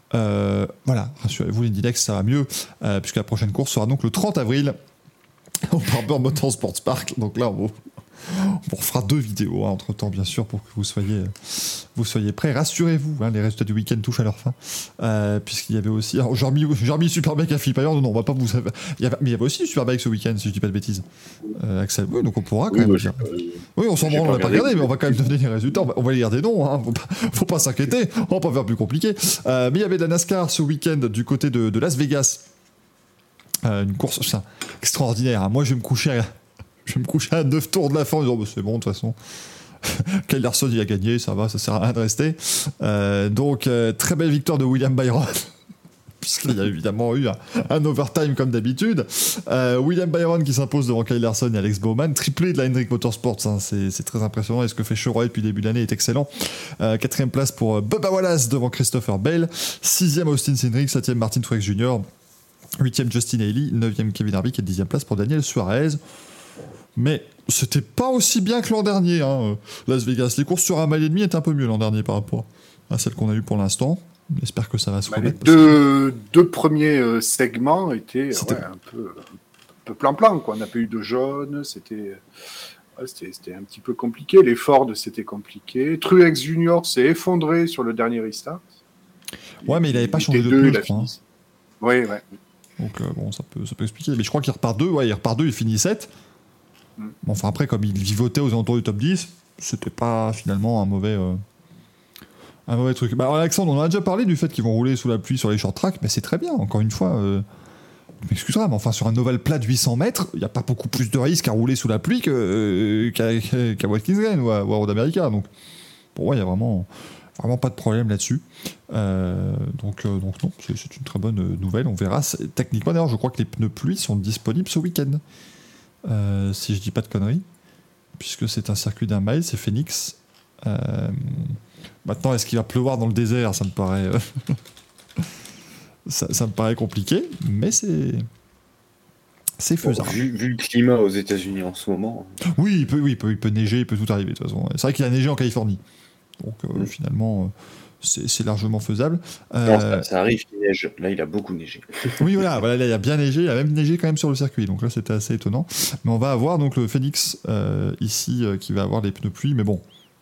Voilà, rassurez-vous, l'Indy Next, ça va mieux, puisque la prochaine course sera donc le 30 avril au Barber Motorsports Park. Donc là, on refera 2 vidéos, hein, entre-temps, bien sûr, pour que vous soyez prêts. Rassurez-vous, hein, les résultats du week-end touchent à leur fin. Puisqu'il y avait aussi... Alors, j'ai remis Superbike à Philippe Ayer. Non, on va pas vous... Mais il y avait aussi Superbike ce week-end, si je dis pas de bêtises. Axel, oui, donc on pourra quand même dire. Oui, on s'en branle, on n'a pas regardé, mais on va quand même donner les résultats. On va lire des noms, hein, faut pas s'inquiéter. On va pas faire plus compliqué. Mais il y avait de la NASCAR ce week-end du côté de Las Vegas. Une course extraordinaire. Hein. Moi, je vais me coucher à 9 tours de la fin en disant c'est bon, de toute façon. Kyle Larson, il a gagné, ça va, ça sert à rien de rester. Donc, très belle victoire de William Byron, puisqu'il y a évidemment eu un overtime comme d'habitude. William Byron qui s'impose devant Kyle Larson et Alex Bowman. Triplé de la Hendrick Motorsports, hein, c'est très impressionnant. Et ce que fait Chevrolet depuis le début de l'année est excellent. 4e place pour Bubba Wallace devant Christopher Bale. 6e Austin Cindric, 7e Martin Truex Jr., 8e Justin Haley, 9e Kevin Harvick et 10e place pour Daniel Suarez. Mais c'était pas aussi bien que l'an dernier, hein, Las Vegas. Les courses sur 1,5 mile étaient un peu mieux l'an dernier par rapport à celles qu'on a eues pour l'instant. J'espère que ça va se remettre. Les deux premiers segments étaient un peu plan-plan, quoi. On n'a pas eu de jaune, c'était un petit peu compliqué. Les Ford, c'était compliqué. Truex Junior s'est effondré sur le dernier restart. Ouais, mais il n'avait pas changé de pneu, je crois. Hein. Oui, ouais. Donc, ça peut expliquer. Mais je crois qu'il repart 2. Ouais, il repart 2, il finit 7. Bon, enfin, après, comme il vivotait aux alentours du top 10, c'était pas finalement un mauvais truc. Bah, alors, Alexandre, on en a déjà parlé du fait qu'ils vont rouler sous la pluie sur les short tracks, mais c'est très bien, encore une fois. Tu m'excuseras, mais enfin, sur un oval plat de 800 mètres, il n'y a pas beaucoup plus de risque à rouler sous la pluie qu'à Watkins Glen ou à Road America. Donc, pour moi, il n'y a vraiment pas de problème là-dessus. Donc non, c'est une très bonne nouvelle. On verra. Techniquement, d'ailleurs, je crois que les pneus pluie sont disponibles ce week-end. Si je dis pas de conneries. Puisque c'est un circuit d'un mile, c'est Phoenix. Maintenant, est-ce qu'il va pleuvoir dans le désert ? Ça me paraît... ça me paraît compliqué, mais c'est faisable. Vu le climat aux États-Unis en ce moment. Oui, il peut neiger, il peut tout arriver de toute façon. C'est vrai qu'il a neigé en Californie. Donc finalement, c'est largement faisable. Non, ça arrive qu'il neige. Là, il a beaucoup neigé. Oui, voilà, là, il a bien neigé. Il a même neigé quand même sur le circuit. Donc là, c'était assez étonnant. Mais on va avoir donc le Phoenix ici qui va avoir les pneus pluie. Mais bon,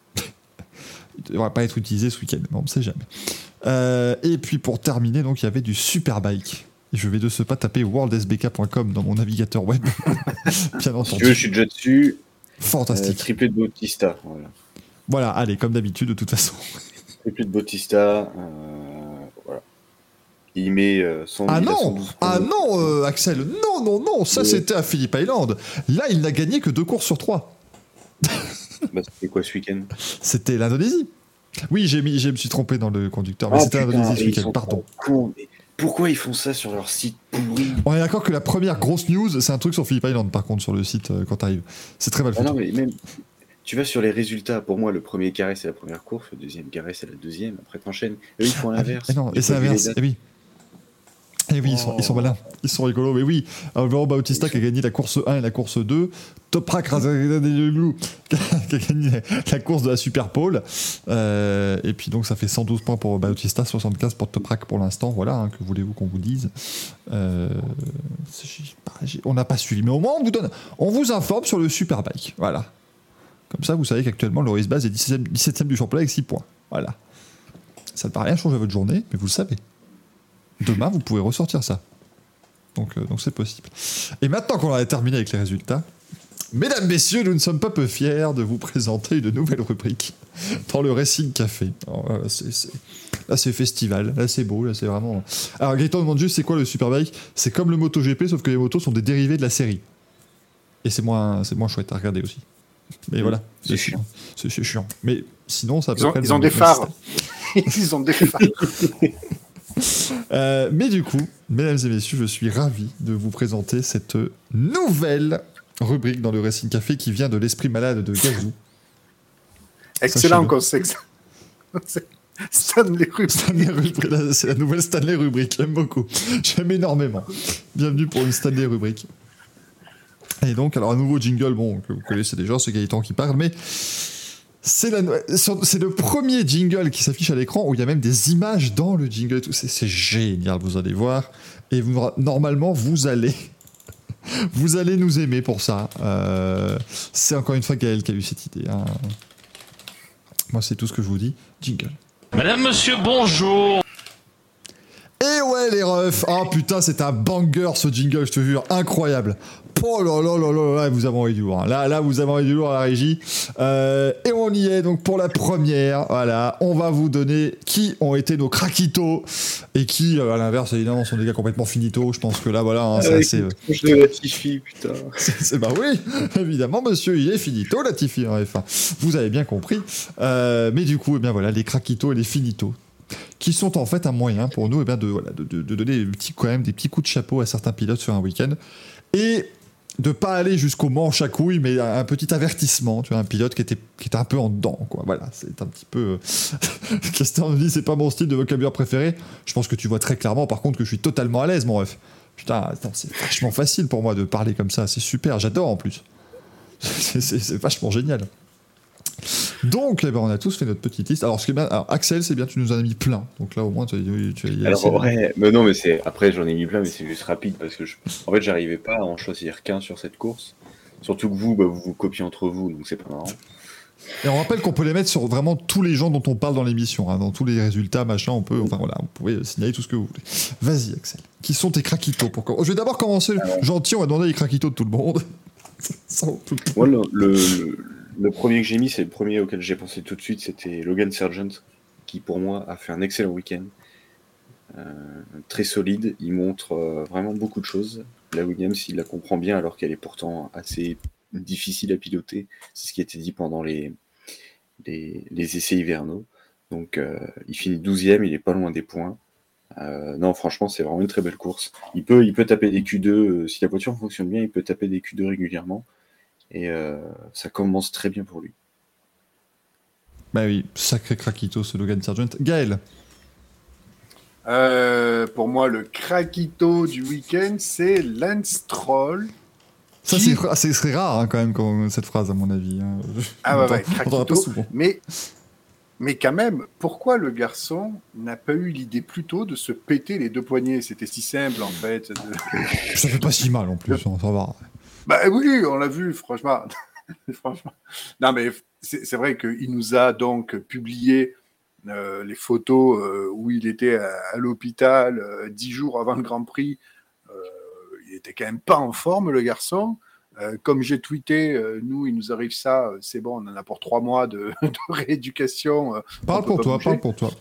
il ne devrait pas être utilisé ce week-end. Mais on ne sait jamais. Et puis pour terminer, donc il y avait du Superbike. Je vais de ce pas taper worldsbk.com dans mon navigateur web. Bien entendu. Si tu veux, je suis déjà dessus. Fantastique. Triplé de Bautista. Voilà, allez, comme d'habitude, de toute façon. Triplé de Bautista. Voilà. Il met son. Ah non, Axel, non, ça c'était à Phillip Island. Là, il n'a gagné que 2 courses sur 3. Bah, c'était quoi ce week-end ? C'était l'Indonésie. Oui, je me suis trompé dans le conducteur, mais c'était l'Indonésie ce week-end, pardon. Mais pourquoi ils font ça sur leur site pourri ? On est d'accord que la première grosse news, c'est un truc sur Phillip Island, par contre, sur le site, quand t'arrives. C'est très mal fait. Non, mais même, tu vas sur les résultats. Pour moi, le premier carré, c'est la première course, le deuxième carré, c'est la deuxième. Après, t'enchaînes. Eux, ils font l'inverse. Et c'est l'inverse, et oui. Et oui, ils sont malins, ils sont rigolos, mais oui. Alvaro Bautista qui a gagné la course 1 et la course 2, Toprak Razaglu qui a gagné la course de la Super Pole, et puis donc ça fait 112 points pour Bautista, 75 pour Toprak pour l'instant, voilà, hein, que voulez-vous qu'on vous dise. On n'a pas suivi, mais au moins on vous informe sur le Superbike, voilà. Comme ça, vous savez qu'actuellement, le race base est 17ème du championnat avec 6 points, voilà. Ça ne va rien changer à votre journée, mais vous le savez. Demain, vous pouvez ressortir ça. Donc c'est possible. Et maintenant qu'on a terminé avec les résultats, mesdames, messieurs, nous ne sommes pas peu fiers de vous présenter une nouvelle rubrique dans le Racing Café. Alors, là, c'est festival. Là, c'est beau. Là, c'est vraiment... Alors, Gaëtan demande juste, c'est quoi le Superbike ? C'est comme le MotoGP, sauf que les motos sont des dérivés de la série. Et c'est moins chouette à regarder aussi. Mais voilà. C'est chiant. C'est chiant. Mais sinon, ça peut ils ont des phares. Ils ont des phares. Mais du coup, mesdames et messieurs, je suis ravi de vous présenter cette nouvelle rubrique dans le Racing Café qui vient de l'esprit malade de Gazou. Excellent concept. Stanley Rubrique. C'est la nouvelle Stanley Rubrique, j'aime beaucoup. J'aime énormément. Bienvenue pour une Stanley Rubrique. Et donc, alors un nouveau jingle, bon, que vous connaissez déjà, c'est Gaëtan qui parle, mais c'est le premier jingle qui s'affiche à l'écran où il y a même des images dans le jingle et tout. C'est génial, vous allez voir. Et normalement, vous allez nous aimer pour ça. C'est encore une fois Gaël qui a eu cette idée. Hein. Moi, c'est tout ce que je vous dis. Jingle. Madame, monsieur, bonjour. Et ouais, les refs. Ah putain, c'est un banger ce jingle, je te jure. Incroyable. Oh là là là là là, vous avez envoyé du lourd. Hein. Là, vous avez envoyé du lourd à la régie. Et on y est, donc pour la première, voilà, on va vous donner qui ont été nos craquitos et qui, à l'inverse, évidemment, sont des gars complètement finito. Je pense que là, voilà, hein, c'est assez... Je de Latifi, putain. Bah oui, évidemment, monsieur, il est finito, Latifi en F1. Vous avez bien compris. Mais du coup, eh bien voilà, les craquitos et les finitos, qui sont en fait un moyen pour nous, eh bien, de donner quand même des petits coups de chapeau à certains pilotes sur un week-end. Et de pas aller jusqu'au manche à couilles, mais un petit avertissement, tu vois, un pilote qui était un peu en dedans, quoi. Voilà, c'est un petit peu... Christian nous dit, c'est pas mon style de vocabulaire préféré. Je pense que tu vois très clairement, par contre, que je suis totalement à l'aise, mon ref. Putain, attends, c'est vachement facile pour moi de parler comme ça, c'est super, j'adore en plus. C'est vachement génial. Donc, on a tous fait notre petite liste. Alors, ce qui est bien, Axel, c'est bien, tu nous en as mis plein. Donc là, au moins, tu as Alors, ouais, mais non, mais après, j'en ai mis plein, mais c'est juste rapide parce que en fait, j'arrivais pas à en choisir qu'un sur cette course. Surtout que vous copiez entre vous, donc c'est pas marrant. Et on rappelle qu'on peut les mettre sur vraiment tous les gens dont on parle dans l'émission, hein, dans tous les résultats, machin, on peut, enfin voilà, vous pouvez signaler tout ce que vous voulez. Vas-y, Axel. Qui sont tes craquitos Je vais d'abord commencer gentil, on va demander les craquitos de tout le monde. Moi, le premier que j'ai mis, c'est le premier auquel j'ai pensé tout de suite, c'était Logan Sargent, qui pour moi a fait un excellent week-end. Très solide, il montre vraiment beaucoup de choses. La Williams, il la comprend bien alors qu'elle est pourtant assez difficile à piloter. C'est ce qui a été dit pendant les essais hivernaux. Donc il finit 12e, il est pas loin des points. Non, franchement, c'est vraiment une très belle course. Il peut taper des Q2, si la voiture fonctionne bien, il peut taper des Q2 régulièrement. Et ça commence très bien pour lui. Bah oui, sacré craquito ce Logan Sargent. Gaël. Pour moi, le craquito du week-end, c'est Lance Stroll. Ça, c'est très rare hein, quand même, cette phrase, à mon avis. Hein. Ouais, craquito. Mais quand même, pourquoi le garçon n'a pas eu l'idée plus tôt de se péter les deux poignets ? C'était si simple, en fait. Ça fait pas si mal, en plus, ça va. Bah oui, on l'a vu, franchement. Franchement. Non, mais c'est vrai qu'il nous a donc publié les photos où il était à l'hôpital 10 jours avant le Grand Prix. Il était quand même pas en forme, le garçon. Comme j'ai tweeté, nous, il nous arrive ça, c'est bon, on en a pour 3 mois de rééducation. Parle pour toi.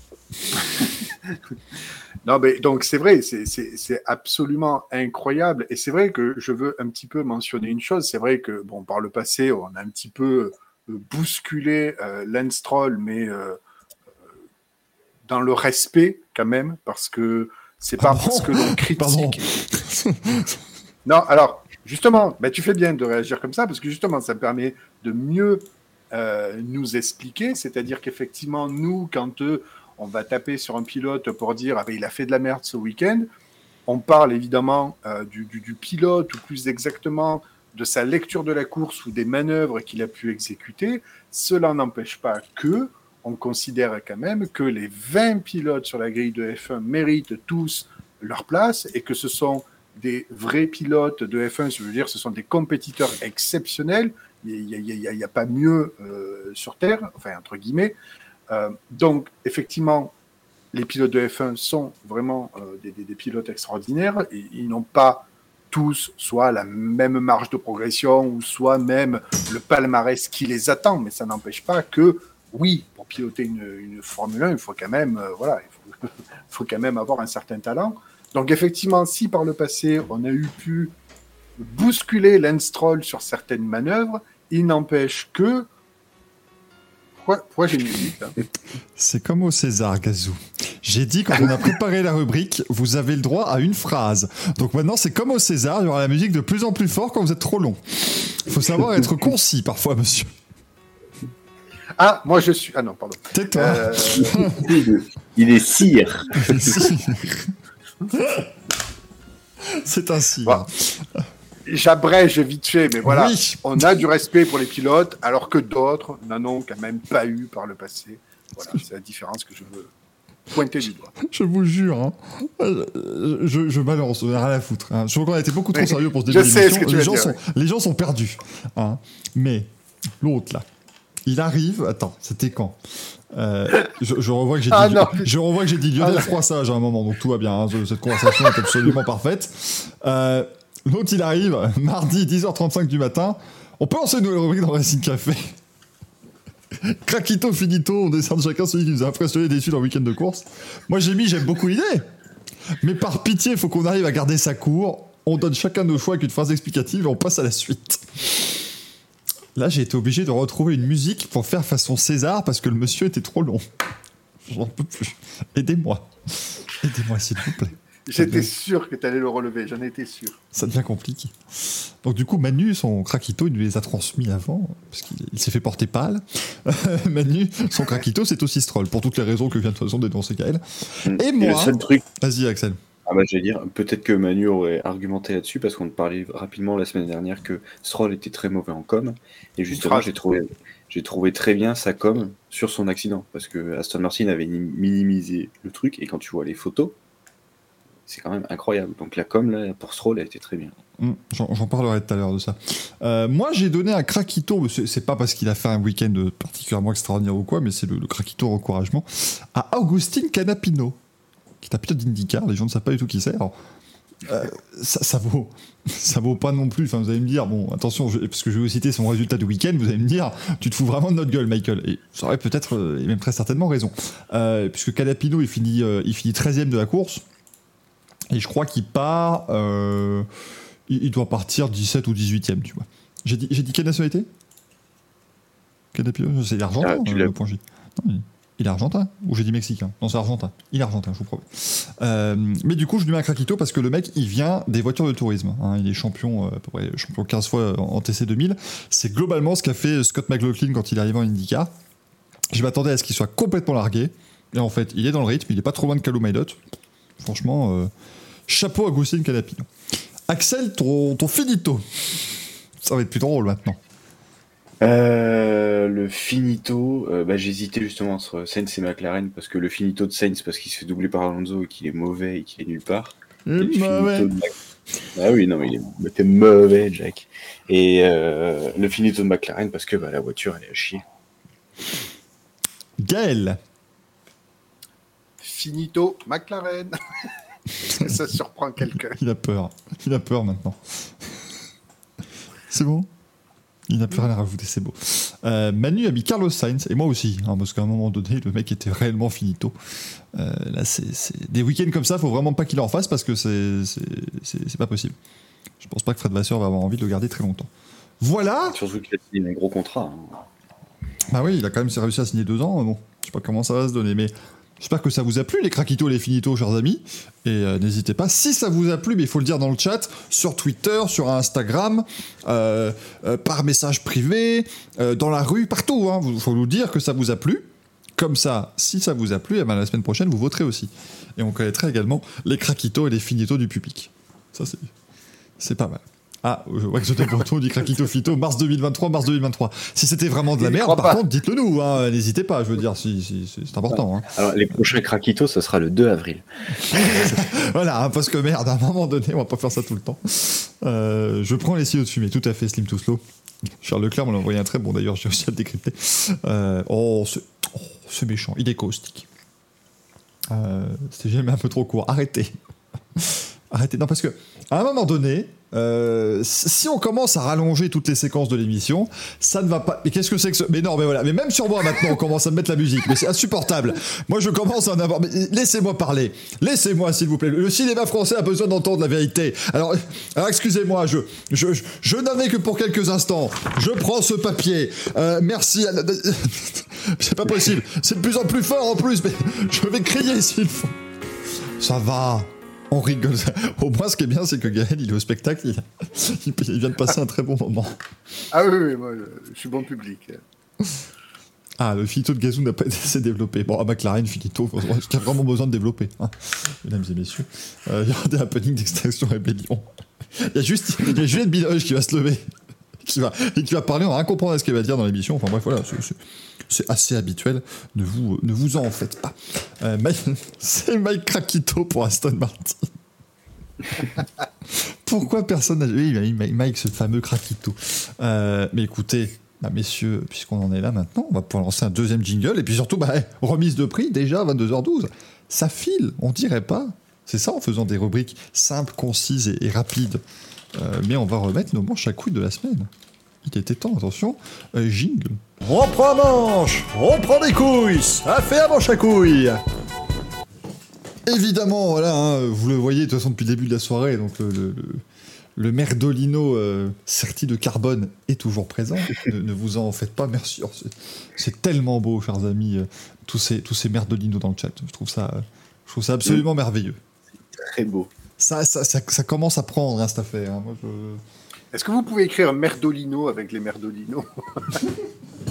Non, mais donc c'est vrai, c'est absolument incroyable. Et c'est vrai que je veux un petit peu mentionner une chose. C'est vrai que, bon, par le passé, on a un petit peu bousculé Lance Stroll, mais dans le respect quand même, parce que c'est pas parce que l'on critique. Non, alors, justement, tu fais bien de réagir comme ça, parce que justement, ça permet de mieux nous expliquer. C'est-à-dire qu'effectivement, nous, quand on va taper sur un pilote pour dire « il a fait de la merde ce week-end », on parle évidemment du pilote, ou plus exactement de sa lecture de la course ou des manœuvres qu'il a pu exécuter. Cela n'empêche pas que on considère quand même que les 20 pilotes sur la grille de F1 méritent tous leur place et que ce sont des vrais pilotes de F1, je veux dire, ce sont des compétiteurs exceptionnels. Il n'y a pas mieux sur Terre, enfin, entre guillemets. Donc, effectivement, les pilotes de F1 sont vraiment des pilotes extraordinaires. Et ils n'ont pas tous soit la même marge de progression ou soit même le palmarès qui les attend. Mais ça n'empêche pas que, oui, pour piloter une Formule 1, il faut quand même, il faut quand même avoir un certain talent. Donc, effectivement, si par le passé, on a pu bousculer Lance Stroll sur certaines manœuvres, il n'empêche que... Pourquoi j'ai une musique là ? C'est comme au César, Gazou. J'ai dit, quand on a préparé la rubrique, vous avez le droit à une phrase. Donc maintenant, c'est comme au César, il y aura la musique de plus en plus fort quand vous êtes trop long. Il faut savoir être concis parfois, monsieur. Ah, moi je suis... Ah non, pardon. Tais-toi. Il est cire. C'est ainsi. Bon. J'abrège vite fait, mais voilà, oui. On a du respect pour les pilotes, alors que d'autres n'en ont quand même pas eu par le passé. Voilà, c'est la différence que je veux pointer du doigt. Je vous jure, hein, je balance, on n'a rien à foutre. Hein. Je crois qu'on a été beaucoup trop sérieux pour ce début d'émission. Les gens sont perdus. Hein. Mais l'autre, là, il arrive... Attends, c'était quand je revois que j'ai dit Lionel Froissage à un moment, donc tout va bien. Hein, cette conversation est absolument parfaite. L'autre, il arrive mardi 10h35 du matin. On peut lancer une nouvelle rubrique dans Racing Café. Craquito, finito, on décerne chacun celui qui nous a impressionné, déçu dans le week-end de course. Moi, j'aime beaucoup l'idée. Mais par pitié, il faut qu'on arrive à garder sa cour. On donne chacun nos choix avec une phrase explicative et on passe à la suite. Là, j'ai été obligé de retrouver une musique pour faire façon César parce que le monsieur était trop long. J'en peux plus. Aidez-moi. Aidez-moi, s'il vous plaît. J'étais sûr que tu allais le relever, j'en étais sûr. Ça devient compliqué. Donc du coup, Manu, son craquito, il nous les a transmis avant, parce qu'il s'est fait porter pâle. Manu, son craquito, c'est aussi Stroll, pour toutes les raisons que vient de toute façon dénoncer Gaël. Et moi... le seul truc... Vas-y, Axel. Ah bah, je vais dire, peut-être que Manu aurait argumenté là-dessus, parce qu'on parlait rapidement la semaine dernière que Stroll était très mauvais en com, et justement, j'ai trouvé très bien sa com sur son accident, parce que Aston Martin avait minimisé le truc, et quand tu vois les photos, c'est quand même incroyable. Donc la com, là, pour Stroll, elle était très bien. J'en parlerai tout à l'heure de ça. Moi, j'ai donné un craquito, c'est pas parce qu'il a fait un week-end particulièrement extraordinaire ou quoi, mais c'est le craquito encouragement, à Agustin Canapino, qui est un pilote d'IndyCar, les gens ne savent pas du tout qui c'est. Alors, ça vaut pas non plus, enfin, vous allez me dire, bon, attention, parce que je vais vous citer son résultat de week-end, vous allez me dire, tu te fous vraiment de notre gueule, Michael. Et ça aurait peut-être, et même très certainement raison. Puisque Canapino, il finit 13ème de la course, et je crois qu'il part... il doit partir 17 ou 18ème, tu vois. J'ai dit quelle nationalité ? Canapino, c'est argentin, le point J. Non, il est argentin, ou j'ai dit mexicain ? Non, c'est argentin. Il est argentin, je vous promets. Mais du coup, je lui mets un craquito parce que le mec, il vient des voitures de tourisme. Hein. Il est champion, à peu près, champion 15 fois en TC 2000. C'est globalement ce qu'a fait Scott McLaughlin quand il est arrivé en IndyCar. Je m'attendais à ce qu'il soit complètement largué. Et en fait, il est dans le rythme, il est pas trop loin de Callum Ilott. Franchement, chapeau à Agustin Canapino. Axel, ton finito. Ça va être plus drôle maintenant. Le finito, j'hésitais justement entre Sainz et McLaren, parce que le finito de Sainz, parce qu'il se fait doubler par Alonso et qu'il est mauvais et qu'il est nulle part. Mauvais. Ah oui, non, mais t'es mauvais, Jack. Et le finito de McLaren, parce que la voiture, elle est à chier. Gaël. Finito McLaren. Ça surprend quelqu'un. Il a peur maintenant. C'est bon ? Il n'a plus rien à rajouter, c'est beau. Manu a mis Carlos Sainz, et moi aussi, hein, parce qu'à un moment donné, le mec était réellement finito. Là, c'est des week-ends comme ça, faut vraiment pas qu'il en fasse, parce que c'est pas possible. Je pense pas que Fred Vasseur va avoir envie de le garder très longtemps. Voilà. Surtout qu'il a signé un gros contrat. Hein. Bah oui, il a quand même réussi à signer 2 ans. Bon, je sais pas comment ça va se donner, mais j'espère que ça vous a plu, les craquitos et les finitos, chers amis. Et n'hésitez pas, si ça vous a plu, mais il faut le dire dans le chat, sur Twitter, sur Instagram, par message privé, dans la rue, partout. Il faut nous dire que ça vous a plu. Comme ça, si ça vous a plu, eh ben, la semaine prochaine, vous voterez aussi. Et on connaîtra également les craquitos et les finitos du public. Ça, c'est pas mal. Ah, je vois que je te retourne du craquito fito, mars 2023. Si c'était vraiment de la merde, par contre, dites-le nous, hein, n'hésitez pas, je veux dire, si c'est important. Hein. Alors, les prochains craquitos, ça sera le 2 avril. Voilà, parce que merde, à un moment donné, on va pas faire ça tout le temps. Je prends les silos de fumée, tout à fait, Slim to Slow. Charles Leclerc m'en a envoyé un très bon, d'ailleurs, j'ai réussi à le décrypter. C'est méchant, il est caustique. C'était jamais un peu trop court, arrêtez. Non, parce que à un moment donné, si on commence à rallonger toutes les séquences de l'émission, ça ne va pas. Mais qu'est-ce que c'est que ce... Mais non, mais voilà. Mais même sur moi maintenant, on commence à me mettre la musique. Mais c'est insupportable. Moi, je commence à en avoir. Mais laissez-moi parler. Laissez-moi, s'il vous plaît. Le cinéma français a besoin d'entendre la vérité. Alors excusez-moi, je n'en ai que pour quelques instants. Je prends ce papier. Merci. C'est pas possible. C'est de plus en plus fort en plus. Mais je vais crier s'il faut. Ça va. On rigole. Au moins, ce qui est bien, c'est que Gaël, il est au spectacle, il vient de passer un très bon moment. Ah oui, moi, je suis bon public. Ah, le finito de Gazou n'a pas été assez développé. Bon, à McLaren, finito, qui a vraiment besoin de développer, hein, mesdames et messieurs. Il y aura des happenings d'Extinction Rébellion. Il y a Juliette Binoche qui va se lever, qui va parler, on va rien comprendre à ce qu'elle va dire dans l'émission. Enfin bref, voilà, c'est assez habituel. Ne vous en faites pas. C'est Mike Craquito pour Aston Martin. Pourquoi personne n'a... Oui, Mike, ce fameux Craquito. Mais écoutez, messieurs, puisqu'on en est là maintenant, on va pouvoir lancer un deuxième jingle. Et puis surtout, remise de prix, déjà à 22h12. Ça file, on dirait pas. C'est ça en faisant des rubriques simples, concises et rapides. Mais on va remettre nos manches à couilles de la semaine. Il était temps, attention, jingle. On prend un manche, on prend des couilles, ça fait un manche à couilles. Évidemment, voilà, hein, vous le voyez de toute façon depuis le début de la soirée, donc le merdolino serti de carbone est toujours présent. Ne vous en faites pas, merci. C'est tellement beau, chers amis, tous ces merdolinos dans le chat. Je trouve ça absolument merveilleux. C'est très beau. Ça commence à prendre, hein, cette affaire. Hein. Moi, Est-ce que vous pouvez écrire Merdolino avec les Merdolinos?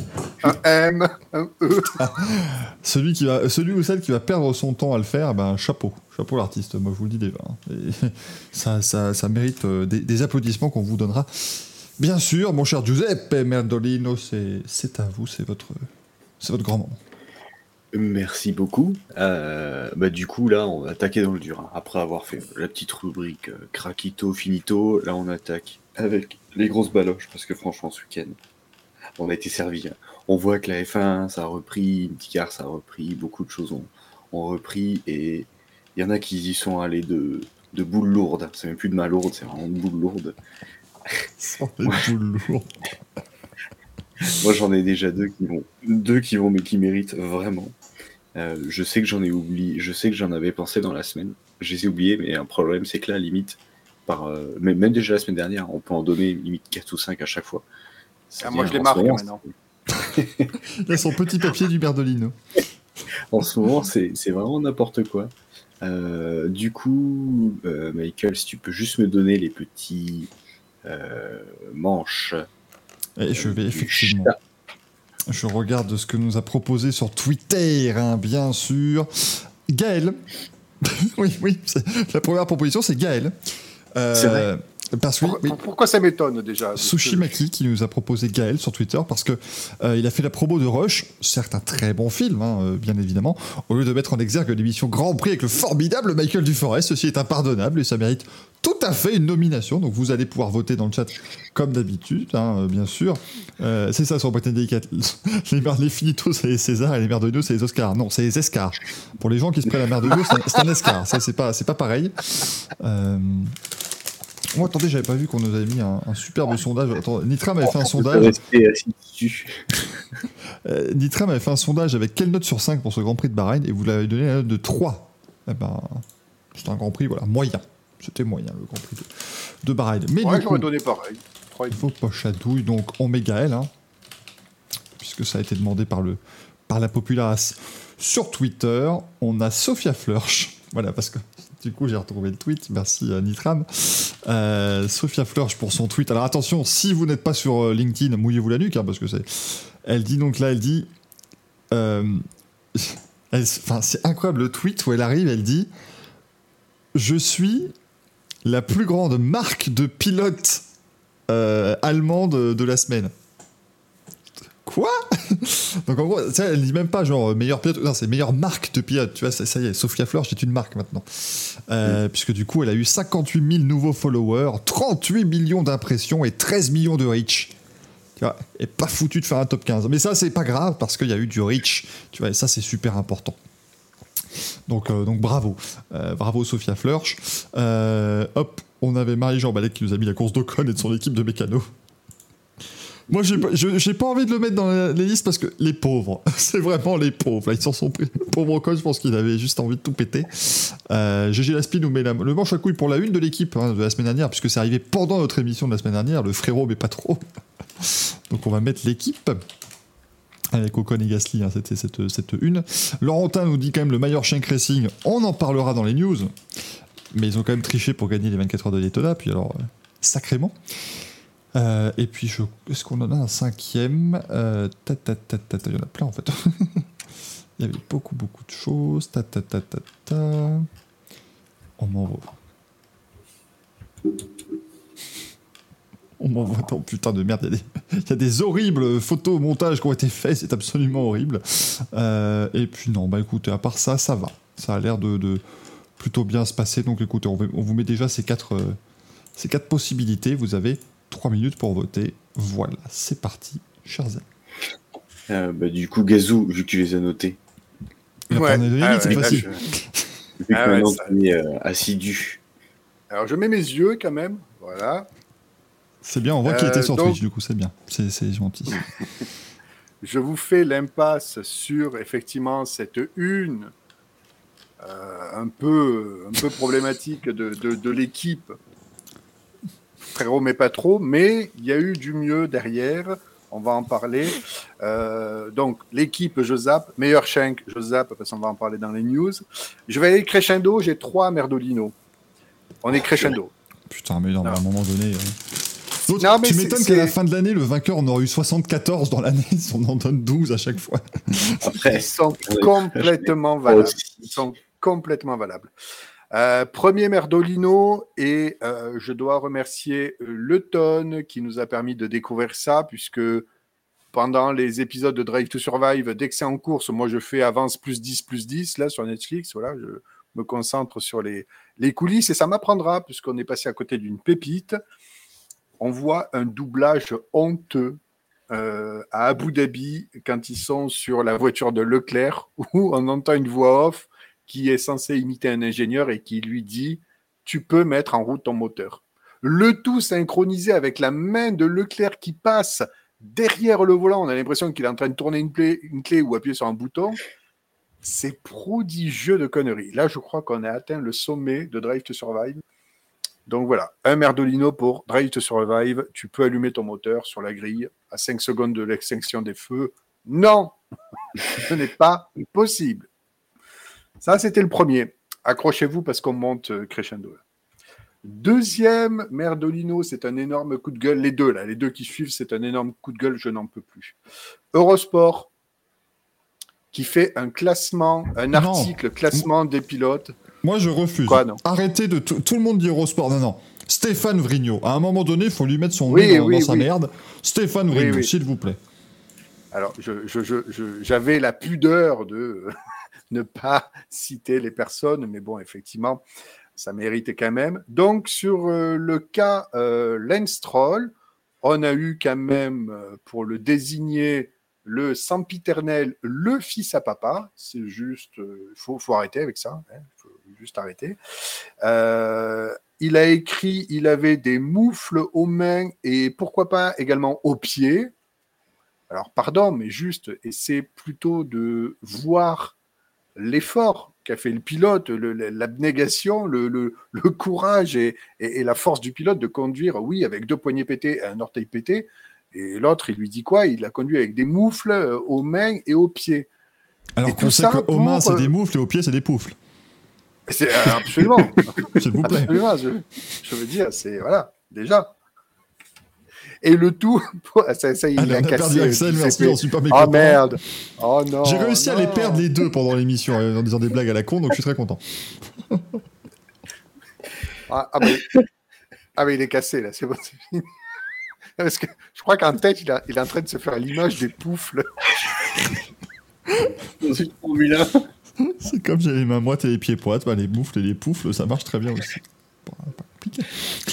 Un M, un E. Celui ou celle qui va perdre son temps à le faire, ben chapeau l'artiste, moi je vous le dis déjà. Et ça mérite des applaudissements qu'on vous donnera. Bien sûr, mon cher Giuseppe Merdolino, c'est à vous, c'est votre grand moment. Merci beaucoup. Du coup, là, on va attaquer dans le dur. Hein. Après avoir fait la petite rubrique craquito, finito, là, on attaque avec les grosses baloches, parce que franchement, ce week-end, on a été servi. Hein. On voit que la F1, ça a repris, IndyCar, ça a repris, beaucoup de choses ont repris, et il y en a qui y sont allés de boules lourdes. C'est même plus de main lourde, c'est vraiment de boules lourdes. Boules lourdes. Moi, j'en ai déjà deux qui vont, mais qui méritent vraiment. Je sais que j'en ai oublié, je sais que j'en avais pensé dans la semaine. Je les ai oubliés, mais un problème, c'est que là, limite, même déjà la semaine dernière, on peut en donner limite 4 ou 5 à chaque fois. Moi, je les marque maintenant. Il y a son petit papier du Merdolino. En ce moment, c'est vraiment n'importe quoi. Du coup, Michael, si tu peux juste me donner les petits manches. Et je vais effectivement. Je regarde ce que nous a proposé sur Twitter, hein, bien sûr. Gaël. oui, la première proposition, c'est Gaël. C'est vrai. Parce que, pourquoi ça m'étonne déjà? Sushimaki qui nous a proposé Gaël sur Twitter parce que il a fait la promo de Rush, certes un très bon film, hein, bien évidemment, au lieu de mettre en exergue l'émission Grand Prix avec le formidable Michael Duforest. Ceci est impardonnable et ça mérite tout à fait une nomination. Donc vous allez pouvoir voter dans le chat comme d'habitude, hein, bien sûr. C'est ça sur Britannia Délicate. Les Finitos, c'est les Césars et les Merdolino, c'est les Oscars. Non, c'est les Escars. Pour les gens qui se prennent la Merdolino, c'est un Escar. Ça, c'est pas pareil. Oh, attendez, j'avais pas vu qu'on nous avait mis un superbe sondage. Attends, Nitra m'avait fait un sondage. Nitra m'avait fait un sondage avec quelle note sur 5 pour ce Grand Prix de Bahreïn et vous l'avez donné la note de 3. Eh ben, c'est un Grand Prix, voilà, moyen. C'était moyen le Grand Prix de Bahreïn. Mais ouais, j'aurais donné pareil. Vos poches à douille, donc on met Gaël, hein, puisque ça a été demandé par la populace sur Twitter. On a Sophia Flörsch, voilà, parce que du coup j'ai retrouvé le tweet, merci à Nitram. Sophia Flörsch pour son tweet. Alors attention, si vous n'êtes pas sur LinkedIn, mouillez-vous la nuque, hein, parce que elle dit c'est incroyable le tweet où elle arrive, elle dit « Je suis la plus grande marque de pilotes allemande de la semaine. » Quoi? Donc en gros, elle dit même pas genre meilleur pilote, non, c'est meilleure marque de pilote, tu vois, ça y est, Sophia Flörsch est une marque maintenant. Puisque du coup, elle a eu 58 000 nouveaux followers, 38 millions d'impressions et 13 millions de reach. Tu vois, et pas foutu de faire un top 15. Mais ça, c'est pas grave parce qu'il y a eu du reach, tu vois, et ça, c'est super important. Donc bravo. Bravo Sophia Flörsch. Hop, on avait Marie-Jean Balek qui nous a mis la course d'Ocon et de son équipe de mécanos. Moi, j'ai pas envie de le mettre dans les listes parce que les pauvres, c'est vraiment les pauvres. Là, ils s'en sont pris. Pauvre Ocon, je pense qu'il avait juste envie de tout péter. GG Laspi nous met le manche à couille pour la une de l'équipe, hein, de la semaine dernière, puisque c'est arrivé pendant notre émission de la semaine dernière. Le frérot, mais pas trop. Donc, on va mettre l'équipe. Avec Ocon et Gasly, hein, c'était cette une. Laurentin nous dit quand même le meilleur Shank Racing. On en parlera dans les news. Mais ils ont quand même triché pour gagner les 24 heures de Daytona. Puis alors, sacrément. Et puis, est-ce qu'on en a un cinquième? Il y en a plein en fait. Il y avait beaucoup de choses. On m'envoie. On m'envoie tant putain de merde. Il y a des horribles photos, montages qui ont été faits. C'est absolument horrible. Et puis non, bah écoutez, à part ça, ça va. Ça a l'air de plutôt bien se passer. Donc écoutez, on vous met déjà ces quatre possibilités. Vous avez 3 minutes pour voter. Voilà, c'est parti, chers amis. Du coup, Gazou, vu que tu les as notés. Ouais. C'est facile. Vu que maintenant tu es assidu. Alors je mets mes yeux quand même, voilà. C'est bien, on voit qu'il était sur Twitch, du coup, c'est bien. C'est gentil. Je vous fais l'impasse sur, effectivement, cette une un peu problématique de l'équipe. Frérot, mais pas trop, mais il y a eu du mieux derrière, on va en parler. Donc, l'équipe, je zappe. Meilleur Shank, je zappe, parce qu'on va en parler dans les news. Je vais aller crescendo, j'ai 3 Merdolino. On est crescendo. Putain, mais non, à un moment donné... Donc, Non, mais tu c'est- m'étonnes c'est- qu'à la fin de l'année, le vainqueur en aurait eu 74 dans l'année, on en donne 12 à chaque fois. Après, Ils sont ouais, complètement je- valables. aussi. Ils sont complètement valables. Premier Merdolino, et je dois remercier Le Ton qui nous a permis de découvrir ça, puisque pendant les épisodes de Drive to Survive, dès que c'est en course, moi je fais avance plus 10 là sur Netflix. Voilà, je me concentre sur les coulisses et ça m'apprendra, puisqu'on est passé à côté d'une pépite. On voit un doublage honteux à Abu Dhabi quand ils sont sur la voiture de Leclerc, où on entend une voix off qui est censée imiter un ingénieur et qui lui dit « Tu peux mettre en route ton moteur ». Le tout synchronisé avec la main de Leclerc qui passe derrière le volant. On a l'impression qu'il est en train de tourner une clé ou appuyer sur un bouton. C'est prodigieux de conneries. Là, je crois qu'on a atteint le sommet de Drive to Survive. Donc voilà, un Merdolino pour Drive to Survive. Tu peux allumer ton moteur sur la grille à 5 secondes de l'extinction des feux. Non, ce n'est pas possible. Ça, c'était le premier. Accrochez-vous parce qu'on monte crescendo. Deuxième Merdolino, c'est un énorme coup de gueule. Les deux qui suivent, c'est un énorme coup de gueule, je n'en peux plus. Eurosport, qui fait un classement, un article classement des pilotes. Moi, je refuse. Quoi, non? Arrêtez de... Tout le monde dit Eurosport. Non. Stéphane Vrignot. À un moment donné, il faut lui mettre son nez dans sa merde. Stéphane Vrignot, s'il vous plaît. Alors, j'avais la pudeur de ne pas citer les personnes, mais bon, effectivement, ça méritait quand même. Donc, sur le cas Lance Stroll, on a eu quand même, pour le désigner, le sempiternel, le fils à papa. C'est juste, faut arrêter avec ça. Faut juste arrêter. Il a écrit, il avait des moufles aux mains et pourquoi pas également aux pieds. Alors, pardon, mais juste, essaie plutôt de voir l'effort qu'a fait le pilote, l'abnégation, le courage et la force du pilote de conduire, oui, avec 2 poignets pétés et un orteil pété. Et l'autre, il lui dit quoi? Il l'a conduit avec des moufles aux mains et aux pieds. Alors qu'on sait qu'aux mains, c'est des moufles et aux pieds, c'est des poufles. C'est absolument. S'il vous plaît. Absolument, je veux dire, c'est... Voilà, déjà. Et le tout... Ça il Allez, a on a cassé. perdu Axel, merci, j'en suis pas mécontent. Oh merde. Oh non. J'ai réussi à non. les perdre les deux pendant l'émission en disant des blagues à la con, donc je suis très content. Mais il est cassé, là, c'est bon, c'est fini. Parce que je crois qu'en tête, il est en train de se faire l'image des poufles. Dans une Formule 1. C'est comme j'ai les mains moites et les pieds poites, les moufles et les poufles, ça marche très bien aussi. Pas compliqué.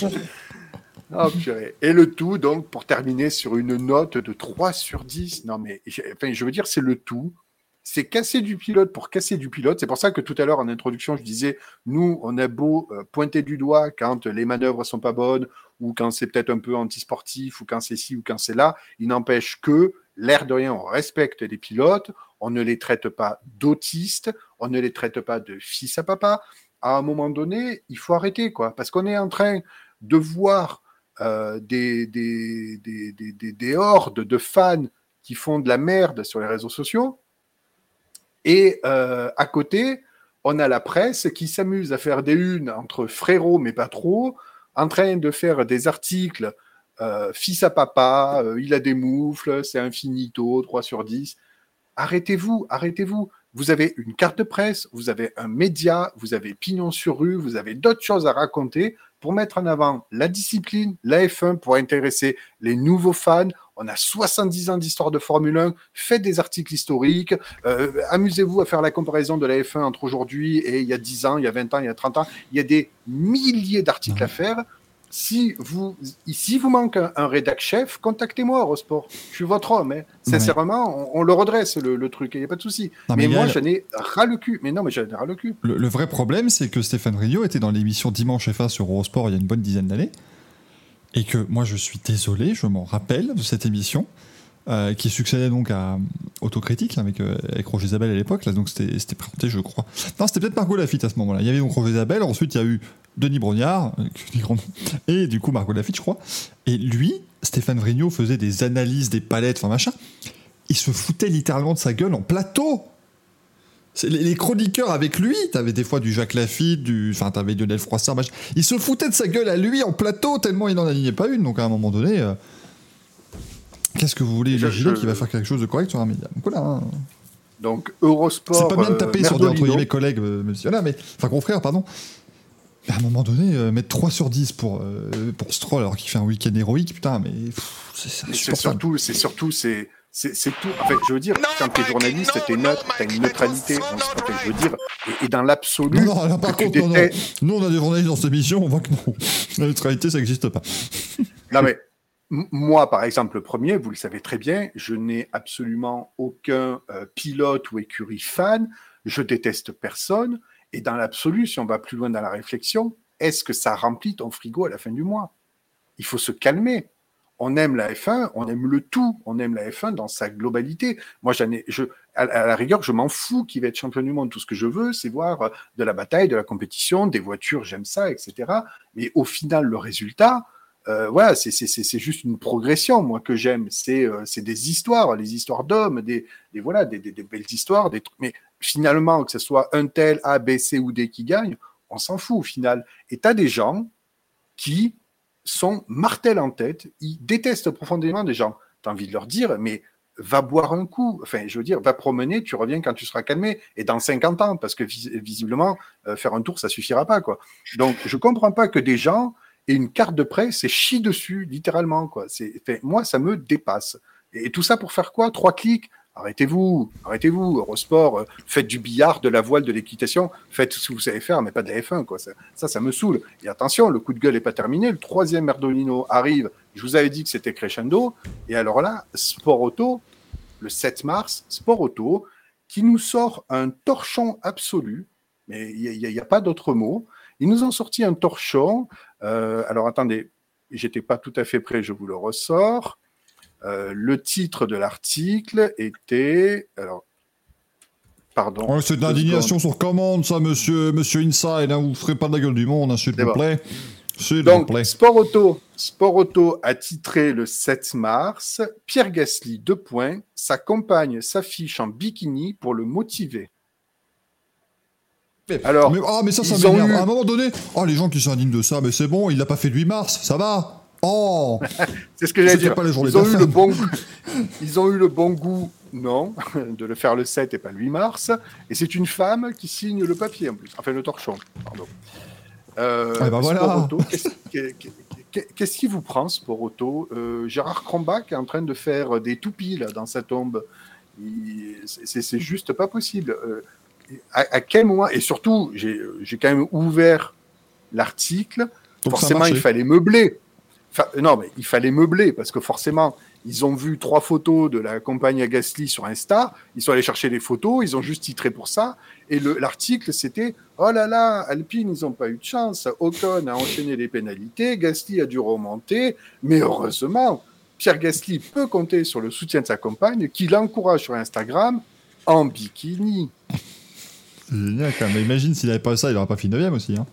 Oh, purée. Et le tout, donc, pour terminer sur une note de 3 sur 10. Non, mais je veux dire, c'est le tout. C'est casser du pilote pour casser du pilote. C'est pour ça que tout à l'heure, en introduction, je disais, nous, on a beau pointer du doigt quand les manœuvres sont pas bonnes, ou quand c'est peut-être un peu antisportif, ou quand c'est ci, ou quand c'est là. Il n'empêche que, l'air de rien, on respecte les pilotes, on ne les traite pas d'autistes, on ne les traite pas de fils à papa. À un moment donné, il faut arrêter, quoi. Parce qu'on est en train de voir des hordes de fans qui font de la merde sur les réseaux sociaux. Et à côté, on a la presse qui s'amuse à faire des unes entre frérots, mais pas trop, en train de faire des articles fils à papa, il a des moufles, c'est un finito, 3 sur 10. Arrêtez-vous. Vous avez une carte de presse, vous avez un média, vous avez pignon sur rue, vous avez d'autres choses à raconter pour mettre en avant la discipline, la F1, pour intéresser les nouveaux fans. On a 70 ans d'histoire de Formule 1, faites des articles historiques, amusez-vous à faire la comparaison de la F1 entre aujourd'hui et il y a 10 ans, il y a 20 ans, il y a 30 ans. Il y a des milliers d'articles à faire. Si vous manque un rédac chef, contactez-moi, Eurosport. Je suis votre homme. Hein. Sincèrement, on le redresse, le truc, il n'y a pas de souci. Mais moi, j'en ai ras le cul. Mais non, mais j'en ai ras le cul. Le vrai problème, c'est que Stéphane Vrignot était dans l'émission Dimanche F1 sur Eurosport il y a une bonne dizaine d'années. Et que moi, je suis désolé, je m'en rappelle de cette émission, qui succédait donc à Autocritique avec Roger Zabel à l'époque. Là, donc c'était présenté, je crois. Non, c'était peut-être Margot Lafitte à ce moment-là. Il y avait donc Roger Zabel, ensuite il y a eu Denis Brognard, et du coup Margot Lafitte, je crois. Et lui, Stéphane Vrignot, faisait des analyses des palettes, enfin machin. Il se foutait littéralement de sa gueule en plateau. Les chroniqueurs avec lui, t'avais des fois du Jacques Lafitte, t'avais Lionel Froissart, machin. Ils se foutaient de sa gueule à lui en plateau tellement il n'en alignait pas une. Donc à un moment donné, qu'est-ce que vous voulez imaginer qu'il va faire quelque chose de correct sur un média. Donc voilà. Hein. Donc Eurosport. C'est pas bien de taper sur des entre Merdolino. guillemets collègues, monsieur là, mais confrères, pardon. À un moment donné, mettre 3 sur 10 pour Stroll alors qu'il fait un week-end héroïque, putain, mais c'est insupportable. C'est surtout, c'est tout. En fait, je veux dire, quand t'es journaliste, t'es neutre, t'as une neutralité. En fait, je veux dire, et dans l'absolu. Non, là, par contre, non. Nous, on a des journalistes dans cette émission, on voit que non. La neutralité, ça n'existe pas. Non, mais moi, par exemple, le premier, vous le savez très bien, je n'ai absolument aucun pilote ou écurie fan. Je déteste personne. Et dans l'absolu, si on va plus loin dans la réflexion, est-ce que ça remplit ton frigo à la fin du mois ? Il faut se calmer. On aime la F1, on aime le tout. On aime la F1 dans sa globalité. Moi, à la rigueur, je m'en fous qui va être champion du monde. Tout ce que je veux, c'est voir de la bataille, de la compétition, des voitures, j'aime ça, etc. Mais au final, le résultat, voilà, c'est juste une progression, moi, que j'aime. C'est des histoires, les histoires d'hommes, des belles histoires, des trucs. Mais finalement, que ce soit un tel, A, B, C ou D qui gagne, on s'en fout au final. Et tu as des gens qui sont martèles en tête, ils détestent profondément des gens. Tu as envie de leur dire, mais va boire un coup, enfin, je veux dire, va promener, tu reviens quand tu seras calmé, et dans 50 ans, parce que visiblement, faire un tour, ça suffira pas, quoi. Donc, je comprends pas que des gens aient une carte de presse et chient dessus, littéralement, quoi. Moi, ça me dépasse. Et tout ça pour faire quoi ? 3 clics ? Arrêtez-vous, Eurosport, faites du billard, de la voile, de l'équitation, faites ce que vous savez faire, mais pas de la F1, quoi. Ça me saoule. Et attention, le coup de gueule n'est pas terminé, le 3e Merdolino arrive, je vous avais dit que c'était crescendo, et alors là, Sport Auto, le 7 mars, Sport Auto, qui nous sort un torchon absolu, mais il n'y a pas d'autre mot, ils nous ont sorti un torchon, alors attendez, j'étais pas tout à fait prêt, je vous le ressors. Le titre de l'article était... Alors, pardon. Ouais, c'est de l'indignation sur commande, ça, monsieur Inside. Hein, vous ne ferez pas de la gueule du monde, hein, s'il vous plaît. Donc, Sport Auto a titré le 7 mars, Pierre Gasly, 2 points, sa compagne s'affiche en bikini pour le motiver. Alors, mais ça m'énerve. À un moment donné, les gens qui s'indignent de ça, mais c'est bon, il l'a pas fait le 8 mars, ça va. C'est ce que j'allais dire. Ils ont eu le bon goût, non, de le faire le 7 et pas le 8 mars. Et c'est une femme qui signe le papier en plus. Enfin, le torchon, pardon. Voilà. Auto, qu'est-ce qui vous prend, Sport Auto ? Gérard Crombach est en train de faire des toupies là, dans sa tombe. C'est juste pas possible. À quel moment ? Et surtout, j'ai quand même ouvert l'article. Donc forcément, il fallait meubler. Non, mais il fallait meubler parce que forcément, ils ont vu 3 photos de la compagne à Gasly sur Insta. Ils sont allés chercher les photos. Ils ont juste titré pour ça. Et l'article, c'était « Oh là là, Alpine, ils n'ont pas eu de chance. Ocon a enchaîné les pénalités. Gasly a dû remonter. Mais heureusement, Pierre Gasly peut compter sur le soutien de sa compagne qui l'encourage sur Instagram en bikini. » C'est génial quand même. Imagine s'il n'avait pas ça, il n'aurait pas fait 9e aussi. Hein.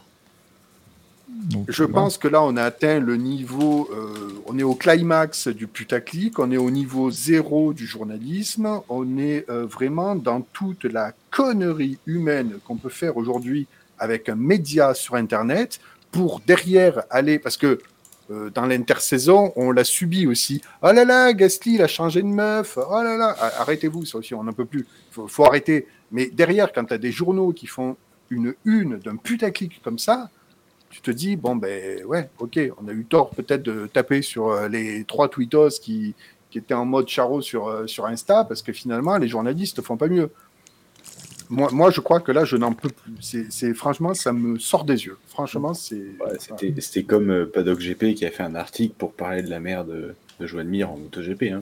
Donc, je pense que là, on a atteint le niveau, on est au climax du putaclic, on est au niveau 0 du journalisme, on est vraiment dans toute la connerie humaine qu'on peut faire aujourd'hui avec un média sur Internet pour derrière aller, parce que dans l'intersaison, on l'a subi aussi. Oh là là, Gasly, il a changé de meuf. Oh là là, arrêtez-vous, ça aussi, on n'en peut plus. Faut arrêter. Mais derrière, quand tu as des journaux qui font une d'un putaclic comme ça, tu te dis, bon, ben ouais, ok, on a eu tort peut-être de taper sur les 3 tweetos qui étaient en mode charo sur Insta, parce que finalement, les journalistes font pas mieux. Moi, je crois que là, je n'en peux plus. Franchement, ça me sort des yeux. Franchement, c'est... Ouais, c'était comme Paddock GP qui a fait un article pour parler de la mère de Joan Mir en MotoGP. Hein.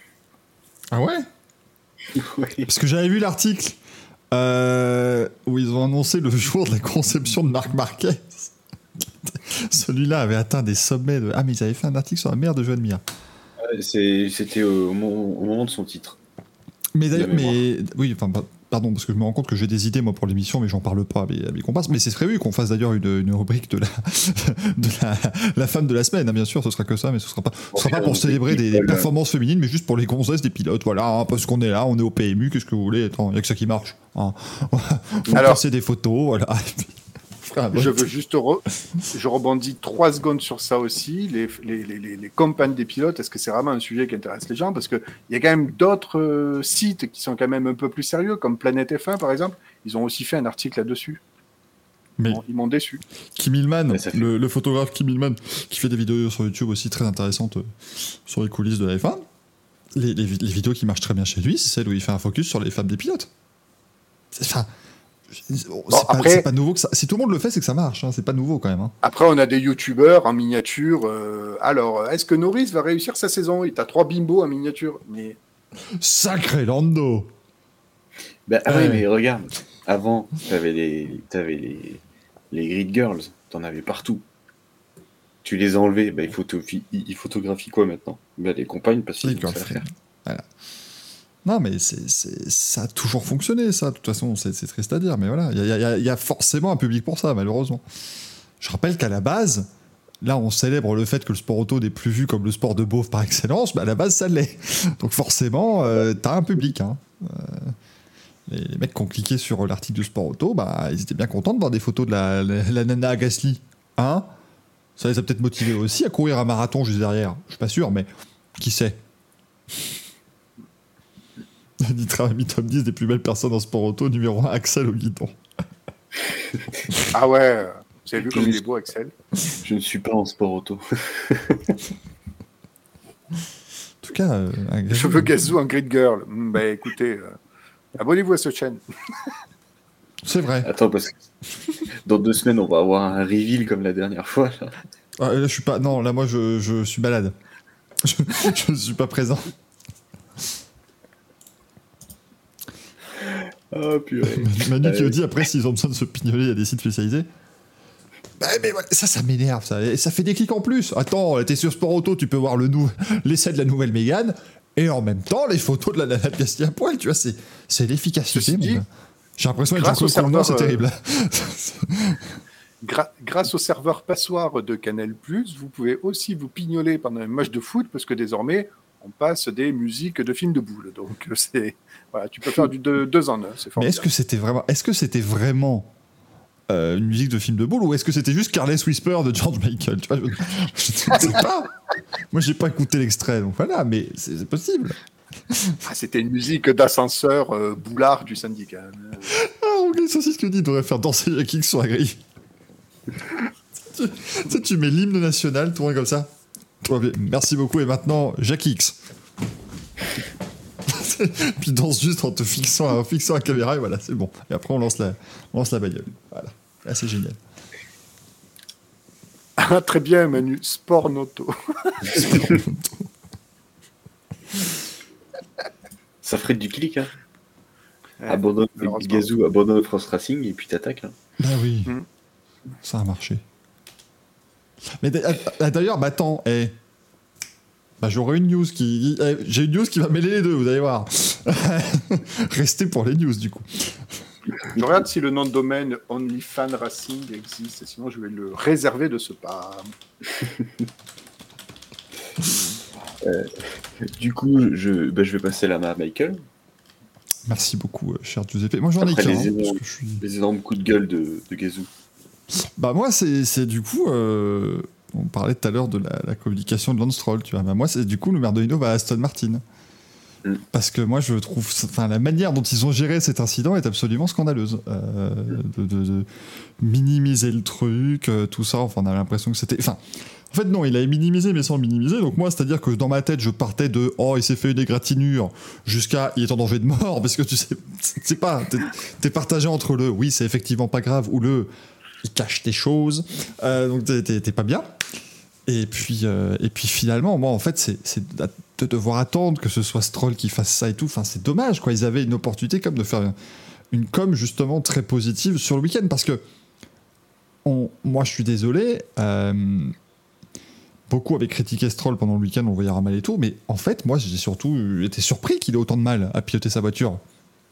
Ah ouais? Oui. Parce que j'avais vu l'article où ils ont annoncé le jour de la conception de Marc Marquez. Celui-là avait atteint des sommets de... Ah, mais ils avaient fait un article sur la mère de Joan Mir. C'était au moment de son titre. Mais oui, enfin, Pardon, parce que je me rends compte que j'ai des idées moi pour l'émission, mais j'en parle pas à mes comparses. Mais c'est prévu qu'on fasse d'ailleurs une rubrique de la femme de la semaine. Hein, bien sûr, ce sera que ça, mais ce sera pas pour célébrer des performances féminines, mais juste pour les gonzesses des pilotes. Voilà, hein, parce qu'on est là, on est au PMU. Qu'est-ce que vous voulez? Attends, il y a que ça qui marche. Hein. On va passer des photos, voilà. Je veux juste je rebondis 3 secondes sur ça aussi, les campagnes des pilotes. Est-ce que c'est vraiment un sujet qui intéresse les gens? Parce qu'il y a quand même d'autres sites qui sont quand même un peu plus sérieux, comme Planète F1 par exemple. Ils ont aussi fait un article là-dessus. Mais ils m'ont déçu. Kim Hillman, le photographe Kim Hillman, qui fait des vidéos sur YouTube aussi très intéressantes sur les coulisses de la F1. Les vidéos qui marchent très bien chez lui, c'est celles où il fait un focus sur les femmes des pilotes. C'est pas nouveau que ça. Si tout le monde le fait, c'est que ça marche. Hein. C'est pas nouveau quand même. Hein. Après, on a des youtubeurs en miniature. Alors, est-ce que Norris va réussir sa saison? Il a 3 bimbos en miniature. Mais... Sacré Lando. Oui, mais regarde. Avant, t'avais les grid girls. T'en avais partout. Tu les as enlevés. Il photographie quoi maintenant? Les compagnes, parce qu'ils vont faire. Voilà. Non, mais ça a toujours fonctionné, ça. De toute façon, c'est triste à dire, mais voilà, il y a forcément un public pour ça, malheureusement. Je rappelle qu'à la base, là, on célèbre le fait que le sport auto n'est plus vu comme le sport de beauf par excellence, mais à la base, ça l'est. Donc forcément, t'as un public. Hein. Les mecs qui ont cliqué sur l'article du sport auto, ils étaient bien contents de voir des photos de la nana à Gasly. Hein? Ça les a peut-être motivés aussi à courir un marathon juste derrière. Je suis pas sûr, mais qui sait? Nitra a mis top 10 des plus belles personnes en sport auto, numéro 1, Axel au guidon. Ah ouais, vous avez vu comme il est beau, Axel? Je ne suis pas en sport auto. En tout cas, je veux Gazou en grid girl. Écoutez, abonnez-vous à cette chaîne. C'est vrai. Attends, parce que dans 2 semaines, on va avoir un reveal comme la dernière fois. Là, là je suis pas. Non, là, moi, je suis malade. Je ne suis pas présent. Oh purée. Manu qui dit après s'ils ont besoin de se pignoler, il y a des sites spécialisés. Mais voilà, ça m'énerve, ça fait des clics en plus. Attends, t'es sur Sport Auto, tu peux voir l'essai de la nouvelle Mégane et en même temps les photos de la nana de Gasly à poil, tu vois, c'est l'efficacité. J'ai l'impression que Jean-Claude Convenant, c'est terrible. Grâce au serveur passoire de Canal+, vous pouvez aussi vous pignoler pendant un match de foot parce que désormais on passe des musiques de films de boules. Donc voilà, tu peux faire du 2 en 1. C'est formidable. Mais est-ce que c'était vraiment une musique de film de boules ou est-ce que c'était juste Careless Whisper de George Michael? Tu vois, je ne sais pas. Moi, j'ai pas écouté l'extrait, donc voilà, mais c'est possible. C'était une musique d'ascenseur boulard du syndicat. Les saucisses que dit devrait faire danser Jacques X sur la grille. tu mets l'hymne national, tout le monde comme ça. Merci beaucoup, et maintenant, Jacques X. Puis danse juste en te fixant la caméra, et voilà, c'est bon. Et après, on lance la bagnole. Voilà. Là, c'est génial. Ah, très bien, Manu. Sport Noto. Ça ferait du clic, hein. Abandonne Gazou, abandonne France Racing, et puis t'attaques, là. Bah oui. Ça a marché. Mais d'ailleurs, attends, j'aurai une news j'ai une news qui va mêler les deux, vous allez voir. Restez pour les news, du coup. Je regarde si le nom de domaine OnlyFans Racing existe, sinon je vais le réserver de ce pas. Du coup, je vais passer la main à Michael. Merci beaucoup, cher Giuseppe. Moi, j'en ai qu'un. Les énormes coups de gueule de Gazou. Moi, c'est du coup... on parlait tout à l'heure de la communication de Lance Stroll, tu vois. Moi, c'est du coup, le Merdolino va à Aston Martin. Parce que moi, je trouve... la manière dont ils ont géré cet incident est absolument scandaleuse. De minimiser le truc, tout ça. Enfin, on a l'impression que c'était... En fait, non, il avait minimisé, mais sans minimiser. Donc moi, c'est-à-dire que dans ma tête, je partais de « Oh, il s'est fait une égratignure » jusqu'à « Il est en danger de mort », parce que tu sais pas, t'es partagé entre le « Oui, c'est effectivement pas grave » ou le « Il cache tes choses ». Donc t'es pas bien. Et puis finalement, moi, en fait, c'est de devoir attendre que ce soit Stroll qui fasse ça et tout. Enfin, c'est dommage, quoi. Ils avaient une opportunité comme de faire une com, justement, très positive sur le week-end. Parce que, moi, je suis désolé... Beaucoup avaient critiqué Stroll pendant le week-end, on le voyait ramaler et tout, mais en fait, moi, j'ai surtout été surpris qu'il ait autant de mal à piloter sa voiture.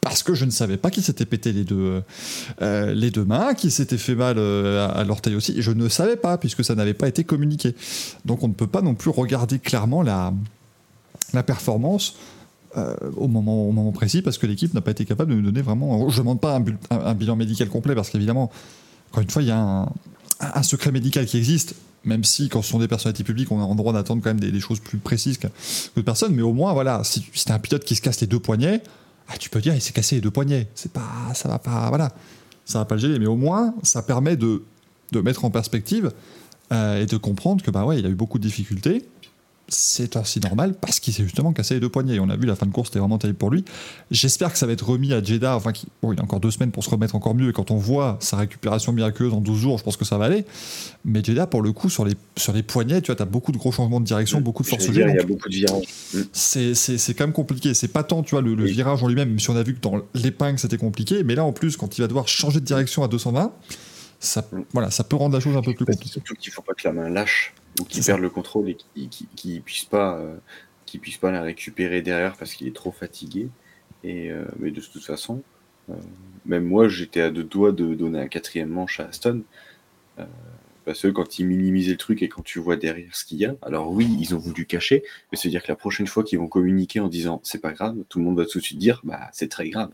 parce que je ne savais pas qu'il s'était pété les deux mains, qu'il s'était fait mal à l'orteil aussi. Et je ne savais pas, puisque ça n'avait pas été communiqué. Donc on ne peut pas non plus regarder clairement la performance au moment précis, parce que l'équipe n'a pas été capable de nous donner vraiment... Je ne demande pas un bilan médical complet, parce qu'évidemment, encore une fois, il y a un secret médical qui existe, même si quand ce sont des personnalités publiques, on a le droit d'attendre quand même des choses plus précises que d'autres personnes, mais au moins, voilà, si c'est un pilote qui se casse les 2 poignets, tu peux dire il s'est cassé les 2 poignets, ça va pas le gêner, mais au moins ça permet de mettre en perspective et de comprendre que il a eu beaucoup de difficultés. C'est aussi normal parce qu'il s'est justement cassé les 2 poignets. Et on a vu la fin de course, c'était vraiment terrible pour lui. J'espère que ça va être remis à Jeddah. Il a encore 2 semaines pour se remettre encore mieux. Et quand on voit sa récupération miraculeuse en 12 jours, je pense que ça va aller. Mais Jeddah, pour le coup, sur les poignets, tu vois, t'as beaucoup de gros changements de direction, beaucoup de force G. Il y a beaucoup de virages. C'est quand même compliqué. C'est pas tant, tu vois, le virage en lui-même, même si on a vu que dans l'épingle, c'était compliqué. Mais là, en plus, quand il va devoir changer de direction à 220, ça peut rendre la chose un peu plus compliquée. Surtout qu'il faut pas que la main lâche ou qu'il perde le contrôle et qu'il puisse pas la récupérer derrière parce qu'il est trop fatigué. Mais de toute façon, même moi, j'étais à 2 doigts de donner un 4e manche à Aston. Parce que quand ils minimisaient le truc et quand tu vois derrière ce qu'il y a, alors oui, ils ont voulu cacher, mais c'est-à-dire que la prochaine fois qu'ils vont communiquer en disant c'est pas grave, tout le monde va tout de suite dire c'est très grave.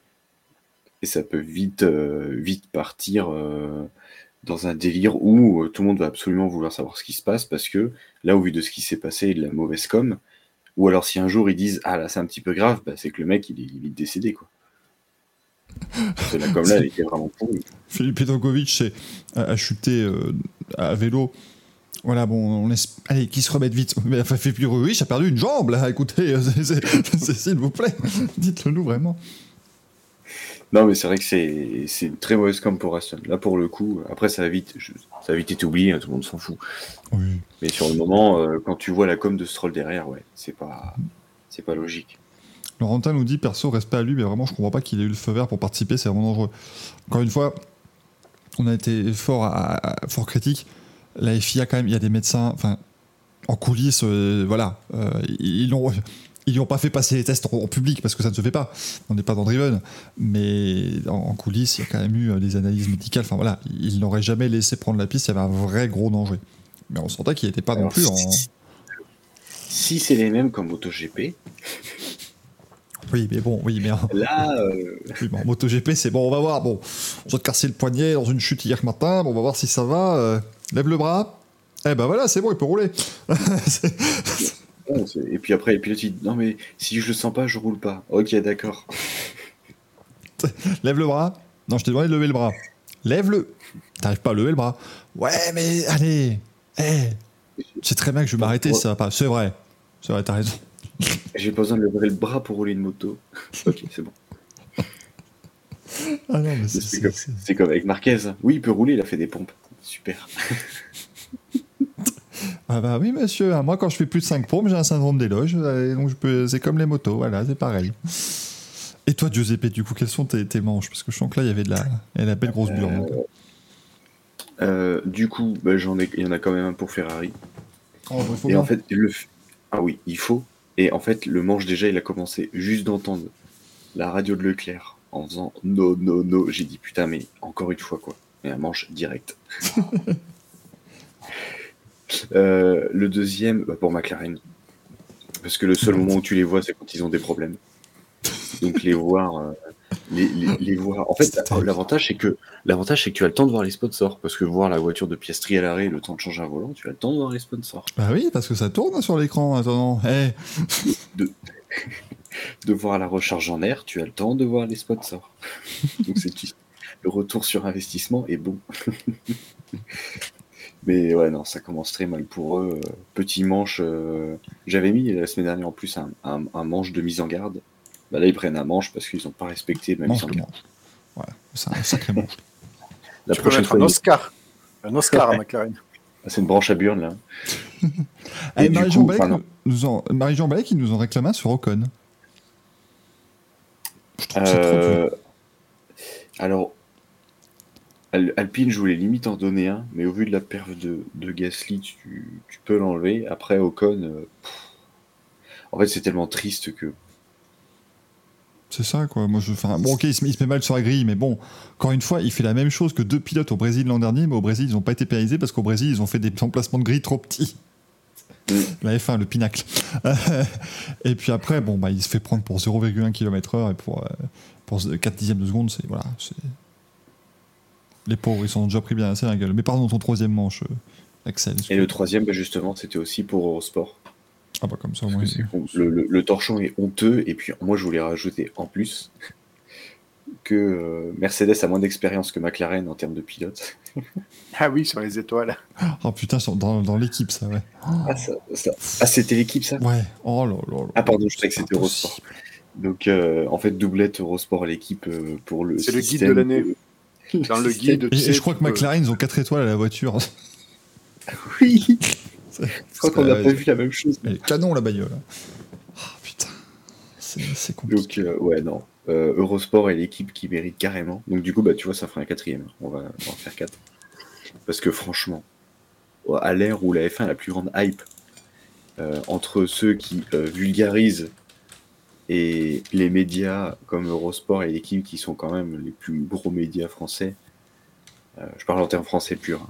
Et ça peut vite partir dans un délire où tout le monde va absolument vouloir savoir ce qui se passe, parce que là, au vu de ce qui s'est passé, de la mauvaise com, ou alors si un jour ils disent là c'est un petit peu grave, c'est que le mec il est décédé, quoi. Parce que la com là elle était vraiment pourrie. Felipe Drugovich a chuté à vélo. Voilà, bon, on laisse. Allez, qui se remette vite. Mais Felipe Drugovich a perdu une jambe, là, écoutez, s'il vous plaît, dites-le nous vraiment. Non, mais c'est vrai que c'est une très mauvaise com pour Aston. Là, pour le coup, après, ça a vite été oublié, tout le monde s'en fout. Oui. Mais sur le moment, quand tu vois la com de Stroll derrière, c'est pas logique. Laurentin nous dit, perso, respect à lui, mais vraiment, je comprends pas qu'il ait eu le feu vert pour participer, c'est vraiment dangereux. Encore une fois, on a été fort critique. La FIA, quand même, il y a des médecins, en coulisses, ils n'ont pas fait passer les tests en public parce que ça ne se fait pas. On n'est pas dans Driven. Mais en coulisses, il y a quand même eu des analyses médicales. Ils n'auraient jamais laissé prendre la piste. Il y avait un vrai gros danger. Mais on sentait qu'il n'était pas non plus en... Si c'est les mêmes comme MotoGP... Oui, mais là... Oui, en MotoGP, c'est bon, on va voir. Bon, on s'est cassé le poignet dans une chute hier matin. Bon, on va voir si ça va. Lève le bras. Voilà, c'est bon, il peut rouler. Et puis après, les pilotes disent non, mais si je le sens pas, je roule pas. Ok, d'accord. Lève le bras. Non, je t'ai demandé de lever le bras. Lève-le. T'arrives pas à lever le bras. Ouais, mais allez. C'est très bien que je vais m'arrêter, ça va pas. C'est vrai, t'as raison. J'ai pas besoin de lever le bras pour rouler une moto. Ok, c'est bon. Ah non, mais c'est comme avec Marquez. Oui, il peut rouler, il a fait des pompes. Super. Ah oui, monsieur. Moi, quand je fais plus de 5 pompes, j'ai un syndrome d'éloge. Donc c'est comme les motos. Voilà, c'est pareil. Et toi, Giuseppe, du coup, quelles sont tes manches? Parce que je sens que là, il y avait de la belle grosse burne. Du coup, il y en a quand même un pour Ferrari. Et en fait, ah oui, il faut. Et en fait, le manche, déjà, il a commencé juste d'entendre la radio de Leclerc en faisant no, no, no. J'ai dit putain, mais encore une fois, quoi. Et un manche direct. Le deuxième, pour McLaren. Parce que le seul moment où tu les vois, c'est quand ils ont des problèmes. Donc les voir... Les voir. En fait, l'avantage c'est que tu as le temps de voir les sponsors, parce que voir la voiture de Piastri à l'arrêt, le temps de changer un volant, tu as le temps de voir les sponsors. Bah oui, parce que ça tourne sur l'écran. Attends, de voir la recharge en air, tu as le temps de voir les sponsors. Donc le retour sur investissement est bon. Mais ouais, non, ça commence très mal pour eux. Petit manche, j'avais mis la semaine dernière en plus un manche de mise en garde. Là, ils prennent un manche parce qu'ils n'ont pas respecté ma mise en garde. Voilà, c'est un sacré manche. Tu peux mettre un Oscar à McLaren. C'est une branche à burn, là. Marie-Jean Ballet qui nous en réclame un sur Ocon. Je trouve que c'est trop dur. Alors, Alpine, je voulais limite en donner un, mais au vu de la perf de Gasly, tu peux l'enlever. Après, Ocon, en fait, c'est tellement triste que C'est ça, quoi. Moi, bon, ok, il se met mal sur la grille, mais bon, encore une fois, il fait la même chose que 2 pilotes au Brésil l'an dernier, mais au Brésil, ils n'ont pas été pénalisés parce qu'au Brésil, ils ont fait des emplacements de grille trop petits. La F1, le pinacle. Et puis après, bon, bah, il se fait prendre pour 0,1 km/h et pour 4 dixièmes de seconde, c'est. Voilà. Les pauvres, ils sont déjà pris bien assez la gueule. Mais pardon, ton troisième manche, Axel. Et le troisième, bah, justement, c'était aussi pour Eurosport. Ah bah comme ça, au moins. Le torchon est honteux, et puis moi je voulais rajouter en plus que Mercedes a moins d'expérience que McLaren en termes de pilote. Ah oui, sur les étoiles. Oh putain, dans l'équipe, ça, ouais. Ah, c'était l'équipe, ça? Ouais. Oh là là. Ah pardon, je croyais que c'était Eurosport. Donc en fait, doublette Eurosport l'équipe pour le. C'est le guide de l'année. Dans le guide. Et je crois que McLaren, ils ont 4 étoiles à la voiture. Oui. Je crois qu'on n'a pas vu la même chose. Mais canon la bagnole. Oh, putain, c'est compliqué. Donc ouais, non. Eurosport est l'équipe qui mérite carrément. Donc du coup, bah tu vois, ça fera un 4e. On va en faire 4. Parce que franchement, à l'ère où la F1 a la plus grande hype, entre ceux qui vulgarisent et les médias comme Eurosport et l'équipe qui sont quand même les plus gros médias français, je parle en termes français purs,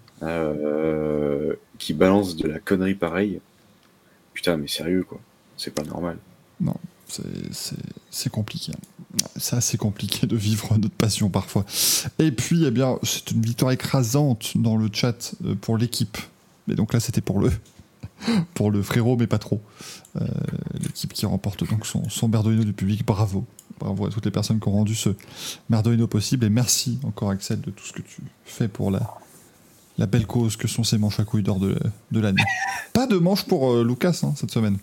qui balancent de la connerie pareille. Putain, mais sérieux, quoi. C'est pas normal. Non, c'est compliqué. C'est assez compliqué de vivre notre passion parfois. Et puis, eh bien, c'est une victoire écrasante dans le chat pour l'équipe. Mais donc là, c'était pour le frérot, mais pas trop. L'équipe qui remporte donc son Merdolino du public. Bravo. Bravo à toutes les personnes qui ont rendu ce Merdolino possible. Et merci encore, Axel, de tout ce que tu fais pour la belle cause que sont ces manches à couilles d'or de l'année. Pas de manche pour Lucas cette semaine.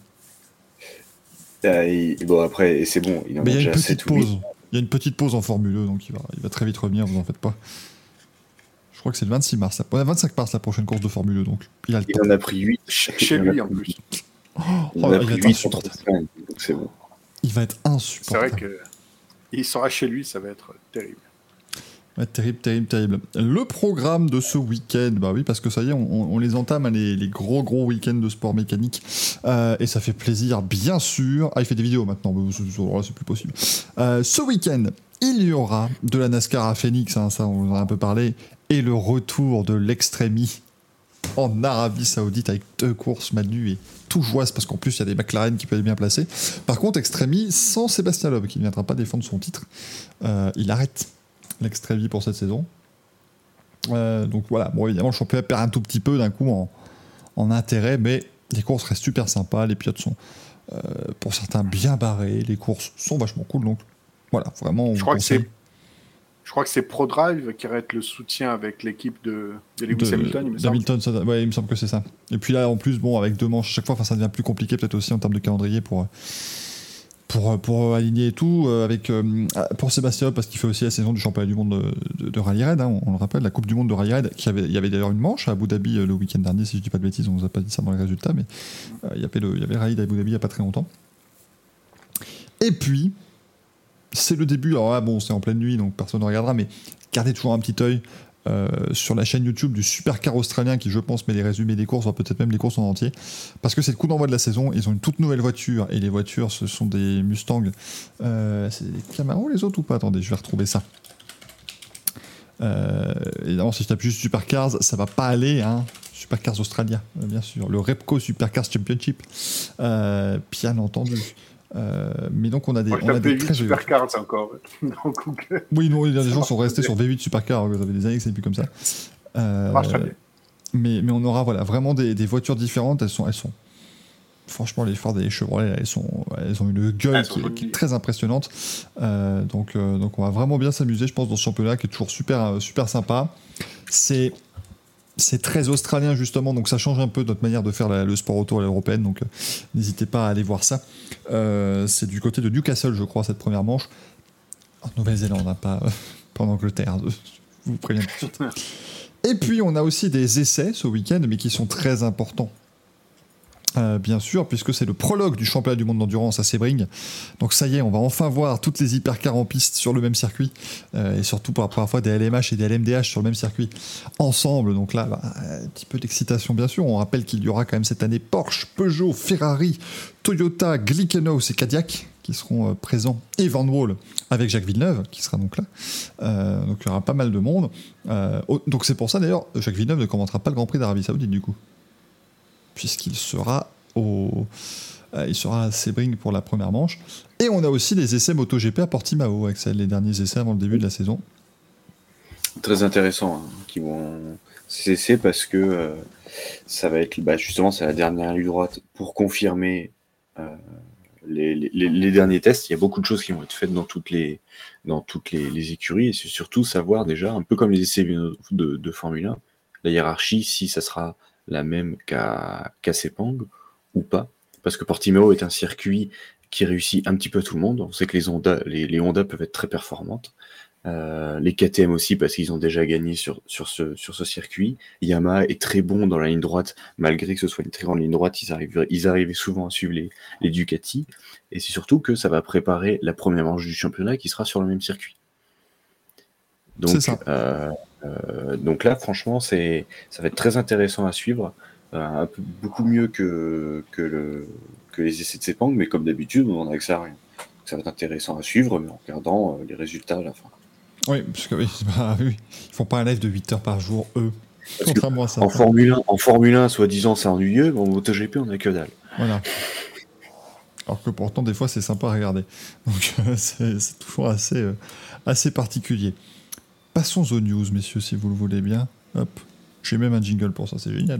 Bon, après, c'est bon. Mais il y a une petite pause. Il y a une petite pause en Formule 1, donc il va très vite revenir, vous en faites pas. Je crois que c'est le 26 mars. 25 mars, la prochaine course de Formule 2, donc il a le temps. Il en a pris 8. Chez lui, en plus. Il en a pris 8 contre 3 semaines, donc c'est bon. Il va être insupportable. C'est vrai qu'il sera chez lui, ça va être terrible. Ouais, terrible. Le programme de ce week-end, bah oui, parce que ça y est, on les entame, les gros week-ends de sport mécanique, et ça fait plaisir, bien sûr. Ah, il fait des vidéos maintenant, mais c'est plus possible. Ce week-end, il y aura de la NASCAR à Phoenix, ça on en a un peu parlé, et le retour de l'Extremi en Arabie Saoudite avec 2 courses Manu et tout joie, parce qu'en plus il y a des McLaren qui peuvent être bien placés. Par contre, Extremi sans Sébastien Loeb, qui ne viendra pas défendre son titre, il arrête l'Extremi pour cette saison. Donc voilà, bon évidemment le championnat perd un tout petit peu d'un coup en intérêt, mais les courses restent super sympas, les pilotes sont pour certains bien barrés, les courses sont vachement cool, donc voilà, vraiment je crois que c'est ProDrive qui arrête le soutien avec l'équipe de Lewis Hamilton, il me semble. Ouais, il me semble que c'est ça. Et puis là en plus, bon, avec 2 manches à chaque fois, ça devient plus compliqué peut-être aussi en termes de calendrier pour aligner et tout, pour Sébastien, parce qu'il fait aussi la saison du championnat du monde de Rally Raid, on le rappelle, la Coupe du monde de Rally Raid, il y avait d'ailleurs une manche à Abu Dhabi le week-end dernier, si je dis pas de bêtises, on vous a pas dit ça dans les résultats, mais il y avait Rally d'Abu Dhabi il y a pas très longtemps. Et puis, c'est le début, alors là, bon, c'est en pleine nuit, donc personne ne regardera, mais gardez toujours un petit œil sur la chaîne YouTube du Supercar australien qui, je pense, met les résumés des courses, voire peut-être même les courses en entier, parce que c'est le coup d'envoi de la saison. Ils ont une toute nouvelle voiture, et les voitures, ce sont des Mustang. C'est des Camaro, les autres, ou pas? Attendez, je vais retrouver ça. Évidemment, si je tape juste Supercars, ça va pas aller, hein. Supercars Australia, bien sûr. Le Repco Supercars Championship, bien entendu. Mais donc on a des très Supercars encore. Oui, non, les gens sont restés sur V8 Supercars, vous avez des années que c'est plus comme ça. Marche très bien. Mais on aura vraiment des voitures différentes, elles sont franchement, les Ford et les Chevrolet, elles ont une gueule qui est très impressionnante. Donc on va vraiment bien s'amuser, je pense, dans ce championnat qui est toujours super sympa. C'est très australien justement, donc ça change un peu notre manière de faire le sport auto à l'européenne, donc n'hésitez pas à aller voir ça. C'est du côté de Newcastle, je crois, cette première manche. En Nouvelle-Zélande, pas en Angleterre, je vous préviens tout de suite. Et puis on a aussi des essais ce week-end, mais qui sont très importants. bien sûr, puisque c'est le prologue du championnat du monde d'endurance à Sebring. Donc ça y est, on va enfin voir toutes les hypercars en piste sur le même circuit, et surtout pour la première fois des LMH et des LMDH sur le même circuit ensemble. Donc là, un petit peu d'excitation bien sûr. On rappelle qu'il y aura quand même cette année Porsche, Peugeot, Ferrari, Toyota, Glickenhaus et Cadillac qui seront présents, et Van Wall avec Jacques Villeneuve qui sera donc là. Donc il y aura pas mal de monde. Donc c'est pour ça d'ailleurs, Jacques Villeneuve ne commentera pas le Grand Prix d'Arabie Saoudite du coup, puisqu'il sera il sera à Sebring pour la première manche. Et on a aussi les essais MotoGP à Portimao, Axel, les derniers essais avant le début de la saison. Très intéressant, qui vont ces essais parce que ça va être justement c'est la dernière ligne droite pour confirmer les derniers tests. Il y a beaucoup de choses qui vont être faites dans toutes les écuries, et c'est surtout savoir déjà, un peu comme les essais de Formule 1, la hiérarchie, si ça sera la même qu'à Sepang ou pas, parce que Portimao est un circuit qui réussit un petit peu tout le monde. On sait que les Honda peuvent être très performantes, les KTM aussi parce qu'ils ont déjà gagné sur ce circuit. Yamaha est très bon dans la ligne droite, malgré que ce soit une très grande ligne droite, ils arrivaient souvent à suivre les Ducati, et c'est surtout que ça va préparer la première manche du championnat qui sera sur le même circuit. Donc, c'est ça. Donc là, franchement, ça va être très intéressant à suivre, beaucoup mieux que les essais de Sepang, mais comme d'habitude, on a que ça, ça va être intéressant à suivre, mais en regardant les résultats à la fin. Oui, parce que oui, ils font pas un live de 8 heures par jour, eux. Contrairement à ça. En Formule 1, soi-disant, c'est ennuyeux, mais en MotoGP, on a que dalle. Voilà. Alors que pourtant, des fois, c'est sympa à regarder. Donc, c'est toujours assez particulier. Passons aux news, messieurs, si vous le voulez bien. Hop. J'ai même un jingle pour ça, c'est génial.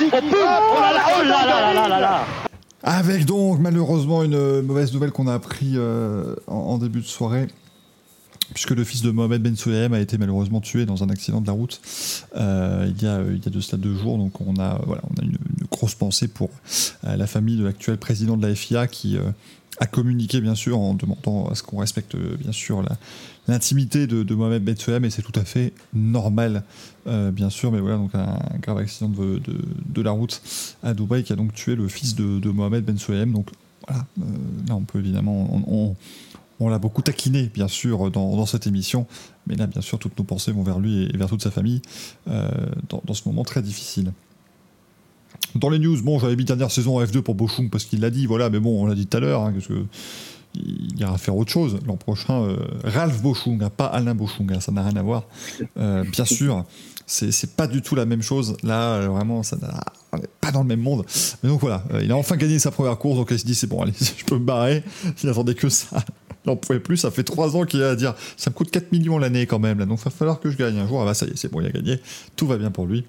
Avec donc, malheureusement, une mauvaise nouvelle qu'on a appris en début de soirée, puisque le fils de Mohamed Ben Sulayem a été malheureusement tué dans un accident de la route il y a de cela 2 jours. Donc on a une grosse pensée pour la famille de l'actuel président de la FIA qui a communiqué bien sûr en demandant à ce qu'on respecte bien sûr l'intimité de Mohamed Ben Sulayem, et c'est tout à fait normal bien sûr, mais voilà, donc un grave accident de la route à Dubaï qui a donc tué le fils de Mohamed Ben Sulayem. Donc voilà, là on peut évidemment on l'a beaucoup taquiné, bien sûr, dans cette émission, mais là, bien sûr, toutes nos pensées vont vers lui et vers toute sa famille dans ce moment très difficile. Dans les news, j'avais mis dernière saison en F2 pour Bochung parce qu'il l'a dit, voilà, mais bon, on l'a dit tout à l'heure, parce que il ira faire autre chose l'an prochain. Ralph Bochung, pas Alain Bochung, ça n'a rien à voir. Bien sûr, c'est pas du tout la même chose. Là, vraiment, on n'est pas dans le même monde. Mais donc voilà, il a enfin gagné sa première course, donc il se dit, c'est bon, allez, je peux me barrer. Il n'attendait que ça. Il n'en pouvait plus, ça fait 3 ans qu'il a à dire ça me coûte 4 millions l'année quand même, là, donc il va falloir que je gagne un jour. Ah bah ça y est, c'est bon, il a gagné, tout va bien pour lui.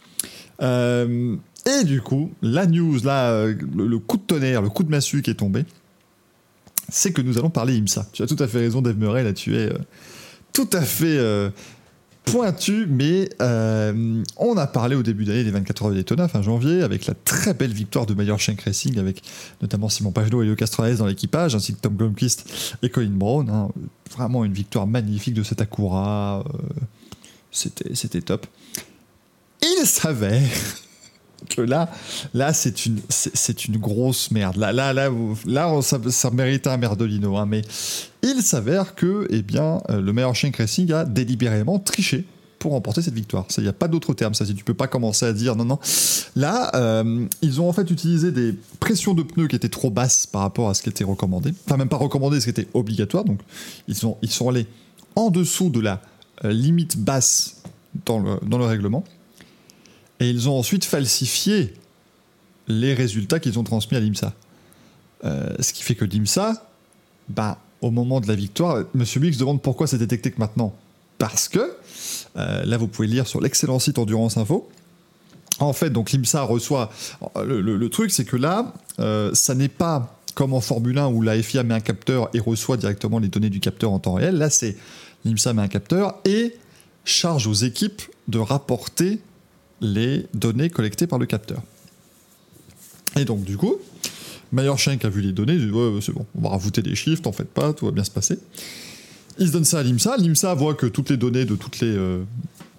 Et du coup, la news, là, le coup de tonnerre, le coup de massue qui est tombé, c'est que nous allons parler IMSA. Tu as tout à fait raison, Dave Murray, là tu es tout à fait pointu, mais on a parlé au début d'année des 24 heures de Daytona, fin janvier, avec la très belle victoire de Meyer Shank Racing, avec notamment Simon Pagenaud et Leo Castroneves dans l'équipage, ainsi que Tom Blomqvist et Colin Brown. Vraiment une victoire magnifique de cet Acura. C'était top. Il s'avère que là c'est une grosse merde. Là ça méritait un merdolino, hein, mais il s'avère que le Meyer Shank Racing a délibérément triché pour remporter cette victoire. Il n'y a pas d'autre terme, ça. Si tu peux pas commencer à dire non. Là, ils ont en fait utilisé des pressions de pneus qui étaient trop basses par rapport à ce qui était recommandé. Enfin, même pas recommandé, ce qui était obligatoire. Donc, ils sont allés en dessous de la limite basse dans le règlement. Et ils ont ensuite falsifié les résultats qu'ils ont transmis à l'IMSA. Ce qui fait que l'IMSA, au moment de la victoire, M. Bix demande pourquoi c'est détecté que maintenant. Parce que, là vous pouvez lire sur l'excellent site Endurance Info, en fait, donc l'IMSA reçoit... Le truc, c'est que là, ça n'est pas comme en Formule 1 où la FIA met un capteur et reçoit directement les données du capteur en temps réel. Là, c'est l'IMSA met un capteur et charge aux équipes de rapporter les données collectées par le capteur. Et donc, du coup, Meyer Shank a vu les données, il dit ouais, c'est bon, on va rajouter des chiffres, t'en faites pas, tout va bien se passer. Il se donne ça à l'IMSA. L'IMSA voit que toutes les données de toutes les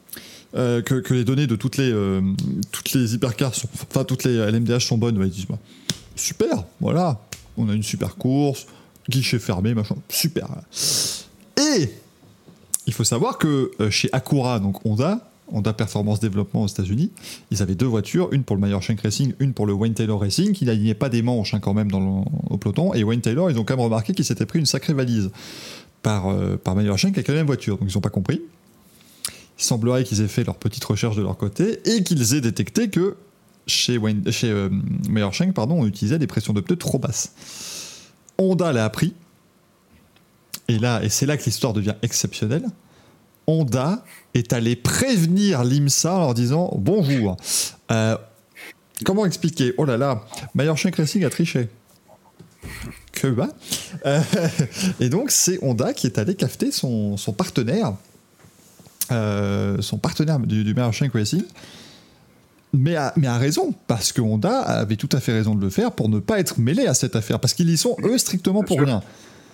que les données de toutes les hypercars toutes les LMDH sont bonnes, ils disent super, voilà, on a une super course, guichet fermé, machin, super. Et il faut savoir que chez Acura, donc Honda Performance Développement aux États-Unis, ils avaient 2 voitures, une pour le Meyer Shank Racing, une pour le Wayne Taylor Racing, qui n'alignait pas des manches quand même au peloton. Et Wayne Taylor, ils ont quand même remarqué qu'il s'était pris une sacrée valise par Meyer Shank avec la même voiture. Donc ils n'ont pas compris. Il semblerait qu'ils aient fait leur petite recherche de leur côté et qu'ils aient détecté que chez Meyer Shank, on utilisait des pressions de pneus trop basses. Honda l'a appris. Et c'est là que l'histoire devient exceptionnelle. Honda est allé prévenir l'IMSA en leur disant bonjour. Comment expliquer ? Oh là là, Meyer Shank Racing a triché. Que bah et donc c'est Honda qui est allé cafeter son partenaire, du Meyer Shank Racing, mais a raison, parce que Honda avait tout à fait raison de le faire pour ne pas être mêlé à cette affaire, parce qu'ils y sont eux strictement pour rien.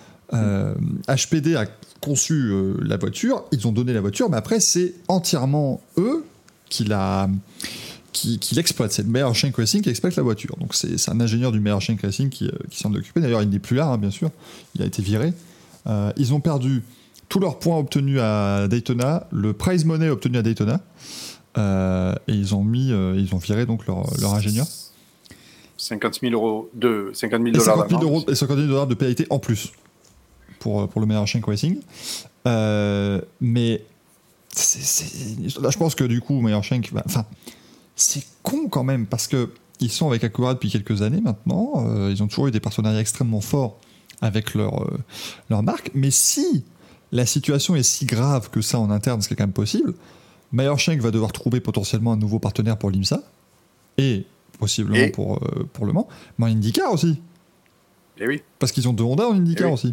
HPD a conçu la voiture, ils ont donné la voiture, mais après c'est entièrement eux qui l'exploitent. C'est le Meyer Shank Racing qui exploite la voiture. Donc c'est un ingénieur du Meyer Shank Racing qui s'en est occupé. D'ailleurs, il n'est plus là, bien sûr. Il a été viré. Ils ont perdu tous leurs points obtenus à Daytona, le prize money obtenu à Daytona, et ils ont viré donc leur ingénieur. 50 000 euros de 50 000 et dollars 50 000 euros et 50 000 dollars de pénalité en plus pour le Meyer Shank Racing. Mais là, je pense que du coup, Meyer Shank, c'est con quand même, parce que ils sont avec Acura depuis quelques années maintenant. Ils ont toujours eu des partenariats extrêmement forts avec leur marque. Mais si la situation est si grave que ça en interne, ce qui est quand même possible, Meyer Shank va devoir trouver potentiellement un nouveau partenaire pour l'IMSA et possiblement pour Le Mans, mais en IndyCar aussi. Et oui. Parce qu'ils ont 2 Honda en IndyCar aussi.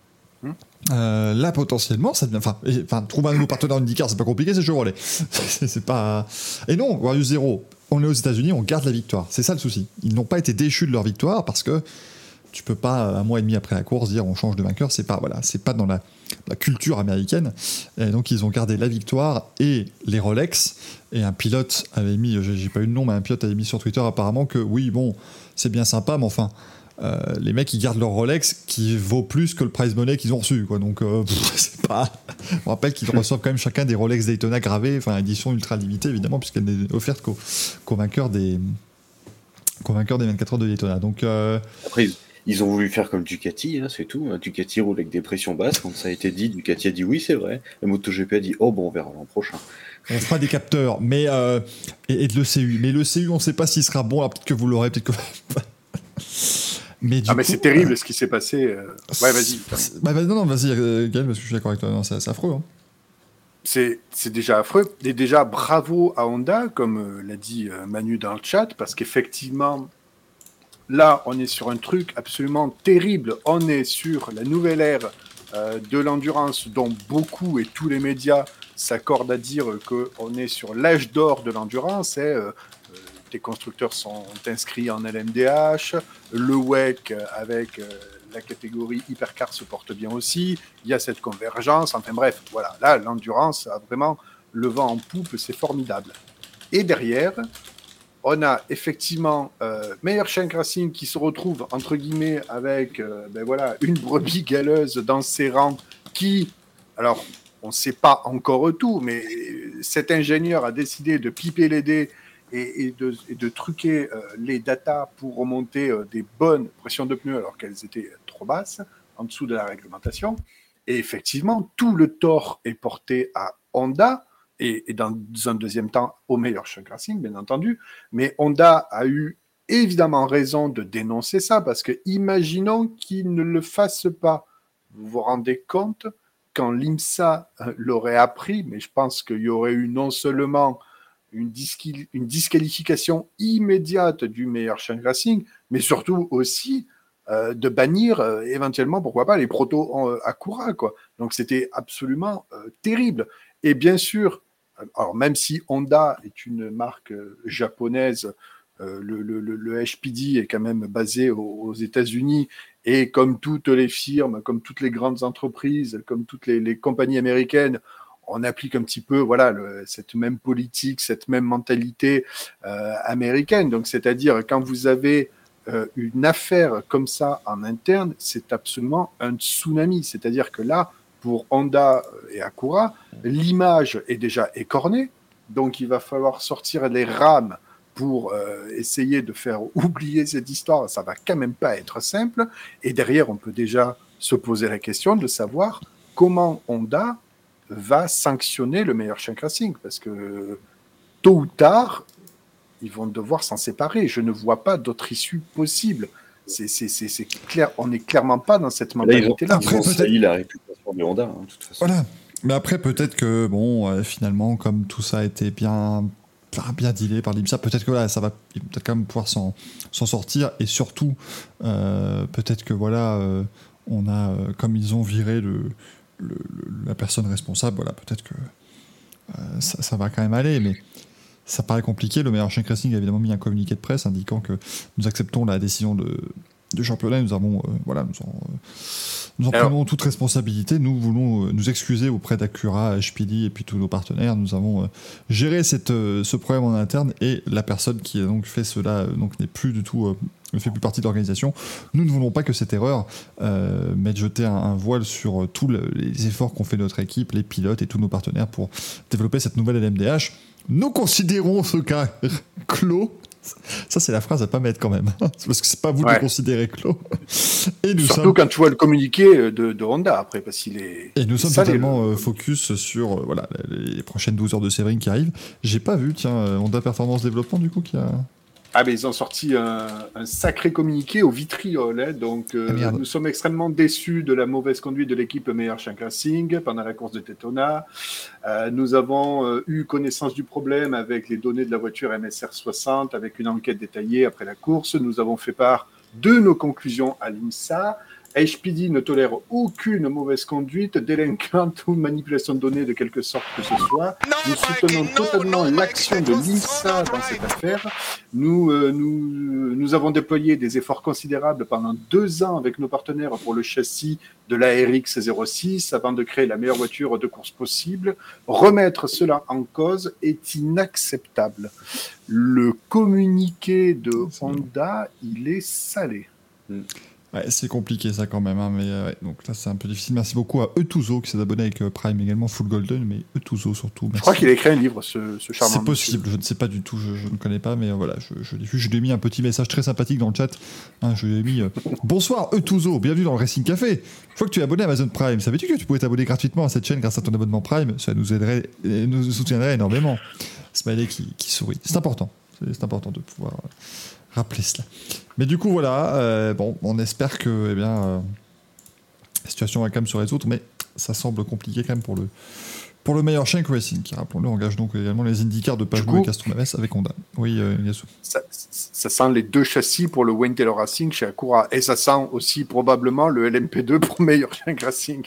Là, potentiellement, ça devient. Trouver un nouveau partenaire en IndyCar, c'est pas compliqué, c'est Chevrolet. c'est pas. Et non, Warriors 0, on est aux États-Unis, on garde la victoire. C'est ça le souci. Ils n'ont pas été déchus de leur victoire parce que tu peux pas, un mois et demi après la course, dire on change de vainqueur. C'est pas dans la culture américaine. Et donc, ils ont gardé la victoire et les Rolex. Et un pilote avait mis, j'ai pas eu le nom, mais un pilote avait mis sur Twitter apparemment que oui, bon, c'est bien sympa, mais enfin. Les mecs ils gardent leur Rolex qui vaut plus que le prize money qu'ils ont reçu, quoi. Donc c'est pas. On rappelle qu'ils reçoivent quand même chacun des Rolex Daytona gravés, édition ultra limitée évidemment, puisqu'elle n'est offerte qu'aux vainqueurs des 24 heures de Daytona. Donc après ils ont voulu faire comme Ducati, c'est tout. Ducati roule avec des pressions basses. Quand ça a été dit, Ducati a dit oui, c'est vrai. La MotoGP a dit oh bon, on verra l'an prochain. On fera des capteurs, mais et de l'ECU. Mais l'ECU, on ne sait pas s'il sera bon. Alors peut-être que vous l'aurez, peut-être que. Mais c'est terrible ce qui s'est passé. Ouais, vas-y. Non, vas-y, Gaël, parce que je suis d'accord avec toi. Non, c'est affreux. Hein. C'est déjà affreux. Et déjà, bravo à Honda, comme l'a dit Manu dans le chat, parce qu'effectivement, là, on est sur un truc absolument terrible. On est sur la nouvelle ère de l'endurance, dont beaucoup et tous les médias s'accordent à dire qu'on est sur l'âge d'or de l'endurance. Les constructeurs sont inscrits en LMDH, le WEC avec la catégorie Hypercar se porte bien aussi, il y a cette convergence, enfin bref, voilà, là l'endurance a vraiment le vent en poupe, c'est formidable. Et derrière, on a effectivement Meyer Shank Racing qui se retrouve entre guillemets avec une brebis galeuse dans ses rangs qui, alors on ne sait pas encore tout, mais cet ingénieur a décidé de piper les dés et de truquer les datas pour remonter des bonnes pressions de pneus alors qu'elles étaient trop basses, en dessous de la réglementation. Et effectivement, tout le tort est porté à Honda, et dans un deuxième temps au Meyer Shank Racing, bien entendu. Mais Honda a eu évidemment raison de dénoncer ça, parce que imaginons qu'il ne le fasse pas. Vous vous rendez compte, quand l'IMSA l'aurait appris, mais je pense qu'il y aurait eu non seulement une disqualification immédiate du Meyer Shank Racing, mais surtout aussi de bannir éventuellement, pourquoi pas, les protos Acura, quoi. Donc c'était absolument terrible. Et bien sûr, alors même si Honda est une marque japonaise, le HPD est quand même basé aux États-Unis, et comme toutes les firmes, comme toutes les grandes entreprises, comme toutes les compagnies américaines, on applique un petit peu cette même politique, cette même mentalité américaine. Donc, c'est-à-dire, quand vous avez une affaire comme ça en interne, c'est absolument un tsunami. C'est-à-dire que là, pour Honda et Acura, l'image est déjà écornée, donc il va falloir sortir les rames pour essayer de faire oublier cette histoire. Ça va quand même pas être simple. Et derrière, on peut déjà se poser la question de savoir comment Honda va sanctionner le Meilleur Shank Racing, parce que tôt ou tard, ils vont devoir s'en séparer. Je ne vois pas d'autre issue possible. C'est clair, on n'est clairement pas dans cette mentalité-là. Ils ont sailli la réputation de Honda, de toute façon. Voilà. Mais après, peut-être que, finalement, comme tout ça a été bien dealé par l'IMSA, peut-être que ça va peut-être quand même pouvoir s'en sortir. Et surtout, peut-être que, on a, comme ils ont viré la personne responsable, peut-être que ça va quand même aller. Mais ça paraît compliqué. Le Meilleur Shank Racing a évidemment mis un communiqué de presse indiquant que nous acceptons la décision de championnat. Nous avons, nous en prenons toute responsabilité. Nous voulons nous excuser auprès d'Acura, HPD et puis tous nos partenaires. Nous avons géré ce problème en interne et la personne qui a donc fait cela n'est plus du tout, ne fait plus partie de l'organisation. Nous ne voulons pas que cette erreur mette jeter un voile sur tous les efforts qu'ont fait notre équipe, les pilotes et tous nos partenaires pour développer cette nouvelle LMDH. Nous considérons ce cas clos. Ça, c'est la phrase à pas mettre quand même. Parce que c'est pas vous de considérer clos. Et surtout quand tu vois le communiqué de Honda après, parce qu'il est. Et nous sommes totalement focus sur les prochaines 12 heures de Séverine qui arrivent. J'ai pas vu, Honda Performance Développement du coup qui a. Ah ben ils ont sorti un sacré communiqué au vitriol, donc nous sommes extrêmement déçus de la mauvaise conduite de l'équipe Meilleur Shank Racing pendant la course de Daytona. Nous avons eu connaissance du problème avec les données de la voiture MSR 60, avec une enquête détaillée après la course. Nous avons fait part de nos conclusions à l'IMSA. HPD ne tolère aucune mauvaise conduite, délinquante ou manipulation de données de quelque sorte que ce soit. Nous soutenons totalement l'action de l'IMSA dans cette affaire. Nous avons déployé des efforts considérables pendant 2 ans avec nos partenaires pour le châssis de la RX06 avant de créer la meilleure voiture de course possible. Remettre cela en cause est inacceptable. Le communiqué de Honda, il est salé. Ouais, c'est compliqué ça quand même, mais donc là c'est un peu difficile. Merci beaucoup à Etuzo qui s'est abonné avec Prime également, Full Golden, mais Etuzo surtout. Merci. Je crois qu'il a écrit un livre, ce charmant. C'est possible, je ne sais pas du tout, je ne connais pas, mais je l'ai vu, je lui ai mis un petit message très sympathique dans le chat. Je lui ai mis bonsoir Etuzo, bienvenue dans le Racing Café. Je vois que tu es abonné à Amazon Prime. Savais-tu que tu pouvais t'abonner gratuitement à cette chaîne grâce à ton abonnement Prime? Ça nous aiderait et nous soutiendrait énormément. Smiley qui sourit. C'est important de pouvoir rappeler cela. Mais du coup, on espère que la situation va quand même se résoudre, mais ça semble compliqué quand même pour le Meilleur Shank Racing, qui, rappelons-le, engage donc également les IndyCar de Pajou et Castroneves avec Honda. Oui, Yassou. Ça sent les 2 châssis pour le Wayne Taylor Racing chez Acura, et ça sent aussi probablement le LMP2 pour Meilleur Shank Racing.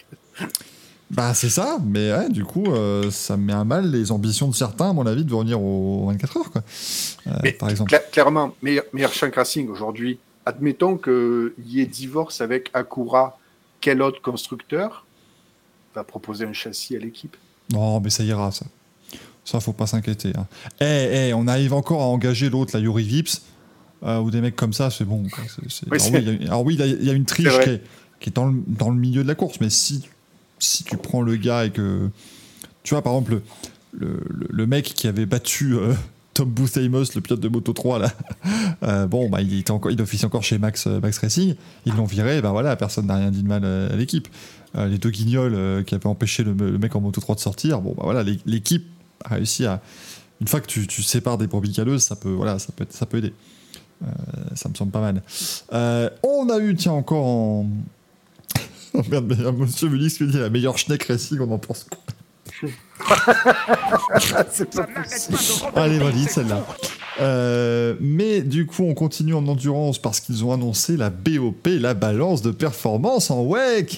C'est ça, mais du coup, ça met à mal les ambitions de certains, à mon avis, de revenir aux 24 heures, quoi. Par exemple. Clairement, Meilleur Shank Racing aujourd'hui, admettons qu'il y ait divorce avec Acura, quel autre constructeur va proposer un châssis à l'équipe? Non, mais ça ira, ça. Ça, faut pas s'inquiéter. On arrive encore à engager l'autre, la Yuri Vips, ou des mecs comme ça, c'est bon. Quoi. Il y a une triche qui est dans le milieu de la course, mais si tu prends le gars et que... Tu vois, par exemple, le mec qui avait battu Tom Booth Amos, le pilote de Moto3, là, il officie encore chez Max Racing, ils l'ont viré, personne n'a rien dit de mal à l'équipe. Les 2 guignols qui avaient empêché le mec en Moto3 de sortir, l'équipe a réussi à... Une fois que tu sépares des brebis galeuses, ça peut aider. Ça me semble pas mal. On a eu, encore en... Oh merde, mais monsieur Mulix me dit la meilleure Schneck Racing, on en pense quoi? C'est pas possible. Allez, valide celle-là. Mais du coup, on continue en endurance parce qu'ils ont annoncé la BOP, la balance de performance en WEC.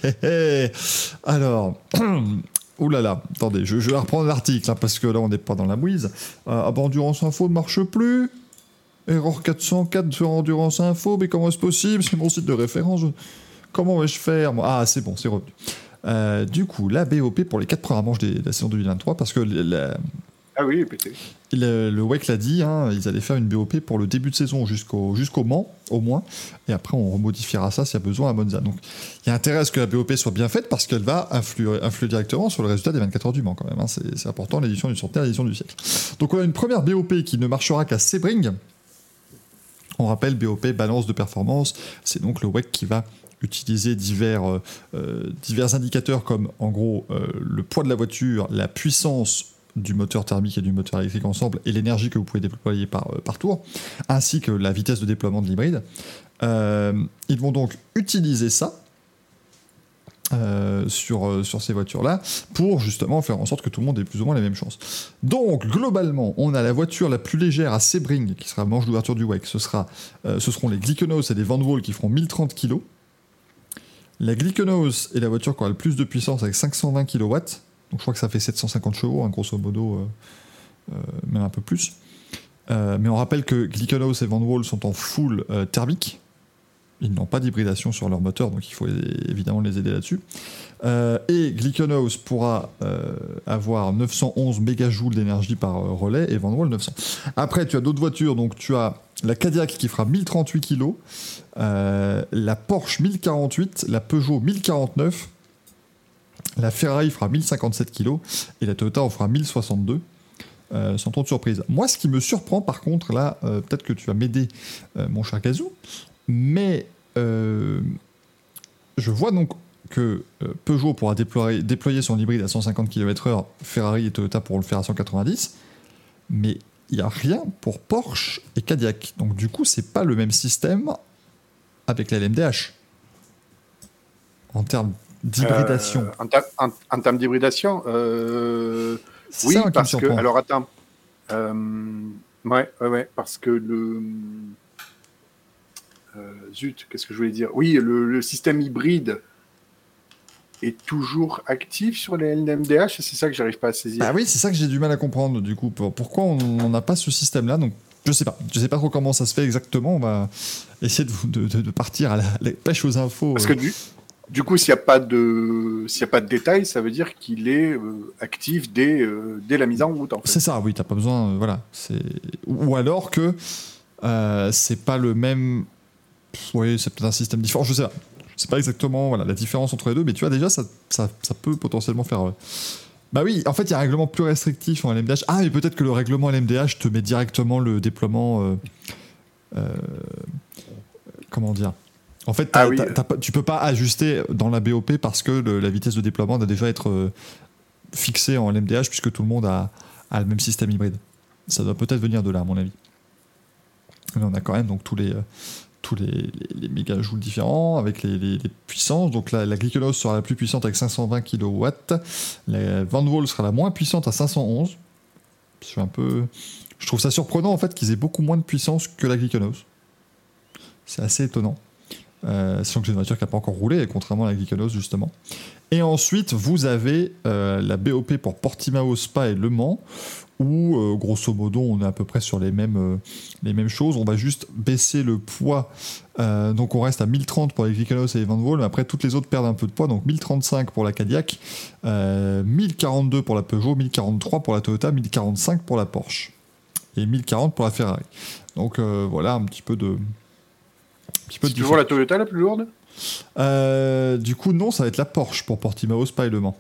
Alors, oulala, attendez, je vais reprendre l'article parce que là, on n'est pas dans la mouise. Endurance Info ne marche plus. Erreur 404 sur Endurance Info, mais comment est-ce possible? C'est mon site de référence. Comment vais-je faire, moi? Ah, c'est bon, c'est revenu. Du coup, la BOP pour les 4 premières manches de la saison 2023, parce que Ah oui, pété. le WEC l'a dit, hein, ils allaient faire une BOP pour le début de saison jusqu'au Mans, au moins, et après on remodifiera ça s'il y a besoin à Monza. Donc il y a intérêt à ce que la BOP soit bien faite parce qu'elle va influer directement sur le résultat des 24 heures du Mans quand même. Hein. C'est important, l'édition du centenaire, l'édition du siècle. Donc on a une première BOP qui ne marchera qu'à Sebring. On rappelle, BOP, balance de performance, c'est donc le WEC qui va utiliser divers indicateurs comme en gros le poids de la voiture, la puissance du moteur thermique et du moteur électrique ensemble et l'énergie que vous pouvez déployer par tour, ainsi que la vitesse de déploiement de l'hybride. Ils vont donc utiliser ça sur ces voitures-là pour justement faire en sorte que tout le monde ait plus ou moins les mêmes chances. Donc globalement, on a la voiture la plus légère à Sebring qui sera manche d'ouverture du WEC. Ce seront les Glickenhaus et les Van Wall qui feront 1030 kg. La Glickenhaus est la voiture qui aura le plus de puissance avec 520 kW. Donc je crois que ça fait 750 chevaux, hein, grosso modo, même un peu plus. Mais on rappelle que Glickenhaus et Van Wall sont en full thermique. Ils n'ont pas d'hybridation sur leur moteur, donc il faut évidemment les aider là-dessus. Et Glickenhaus pourra avoir 911 mégajoules d'énergie par relais et Van Wall 900. Après, tu as d'autres voitures, donc tu as la Cadillac qui fera 1038 kg, la Porsche 1048, la Peugeot 1049, la Ferrari fera 1057 kg et la Toyota en fera 1062. Sans trop de surprise. Moi, ce qui me surprend par contre, là, peut-être que tu vas m'aider, mon cher Kazoo, mais je vois donc que Peugeot pourra déployer son hybride à 150 km/h, Ferrari et Toyota pourront le faire à 190, mais il n'y a rien pour Porsche et Cadillac. Donc du coup, c'est pas le même système avec la LMDH en termes d'hybridation. En termes d'hybridation, c'est oui, ça qui me parce que... surprend. Alors attends. Ouais, parce que le... zut, qu'est-ce que je voulais dire? Oui, le système hybride est toujours actif sur les LMDH, c'est ça que j'arrive pas à saisir. Ah oui, c'est ça que j'ai du mal à comprendre, du coup. Pourquoi on n'a pas ce système-là? Donc, je sais pas trop comment ça se fait exactement. On va essayer de partir à la pêche aux infos. Parce que du coup, s'il n'y a pas de détails, ça veut dire qu'il est actif dès la mise en route, en fait. C'est ça, oui, t'as pas besoin, voilà. Ou alors que c'est pas le même. Oui, c'est peut-être un système différent. Je sais pas. Je sais pas exactement, voilà, la différence entre les deux, mais tu vois déjà, ça peut potentiellement faire. Bah oui, en fait, il y a un règlement plus restrictif en LMDH. Ah, mais peut-être que le règlement LMDH te met directement le déploiement. Comment dire? En fait, tu peux pas ajuster dans la BOP parce que la vitesse de déploiement doit déjà être fixée en LMDH puisque tout le monde a le même système hybride. Ça doit peut-être venir de là, à mon avis. Mais on a quand même donc tous les mégajoules différents avec les puissances. Donc la Glickenhaus sera la plus puissante avec 520 kW. La Van Wall sera la moins puissante à 511. Je trouve ça surprenant en fait qu'ils aient beaucoup moins de puissance que la Glickenhaus. C'est assez étonnant. Sachant que c'est une voiture qui n'a pas encore roulé, contrairement à la Glickenhaus justement. Et ensuite, vous avez la BOP pour Portimao, Spa et Le Mans, où grosso modo, on est à peu près sur les mêmes choses. On va juste baisser le poids. Donc on reste à 1030 pour les Glickenhaus et les Van Wall, mais après toutes les autres perdent un peu de poids. Donc 1035 pour la Cadillac, 1042 pour la Peugeot, 1043 pour la Toyota, 1045 pour la Porsche et 1040 pour la Ferrari. Donc voilà un petit peu de... C'est toujours la Toyota la plus lourde? Du coup, non, ça va être la Porsche pour Portimao, Spa et Le Mans.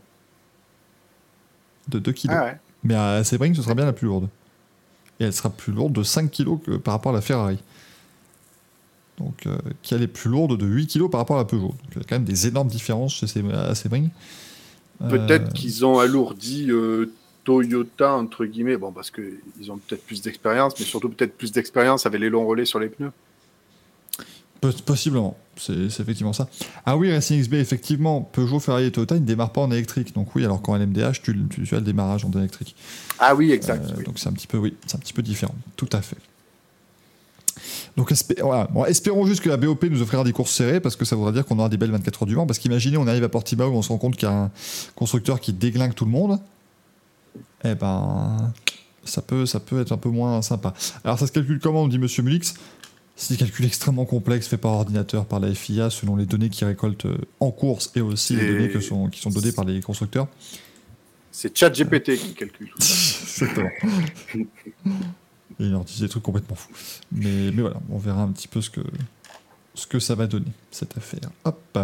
De 2 kg. Ah ouais. Mais à Sebring, ce sera bien la plus lourde. Et elle sera plus lourde de 5 kg par rapport à la Ferrari. Donc, qui elle est plus lourde de 8 kg par rapport à la Peugeot. Donc, il y a quand même des énormes différences à Sebring. Peut-être qu'ils ont alourdi Toyota, entre guillemets, bon, parce qu'ils ont peut-être plus d'expérience, mais surtout peut-être plus d'expérience avec les longs relais sur les pneus. Possiblement, c'est effectivement ça. Ah oui, Racing XB, effectivement, Peugeot, Ferrari et Toyota, ils ne démarrent pas en électrique. Donc oui, alors qu'en LMDH, tu as le démarrage en électrique. Ah oui, exact. Oui. Donc c'est un petit peu différent, tout à fait. Donc voilà. Bon, espérons juste que la BOP nous offrira des courses serrées, parce que ça voudra dire qu'on aura des belles 24 heures du Mans. Parce qu'imaginez, on arrive à Portimao, on se rend compte qu'il y a un constructeur qui déglingue tout le monde. Eh ben, ça peut être un peu moins sympa. Alors ça se calcule comment, on dit Monsieur Mulix? C'est des calculs extrêmement complexes faits par ordinateur, par la FIA, selon les données qu'ils récoltent en course et aussi les données qui sont données par les constructeurs. C'est ChatGPT qui calcule tout ça. Exactement. Et il leur dit des trucs complètement fous. Mais voilà, on verra un petit peu ce que ça va donner, cette affaire. Hop.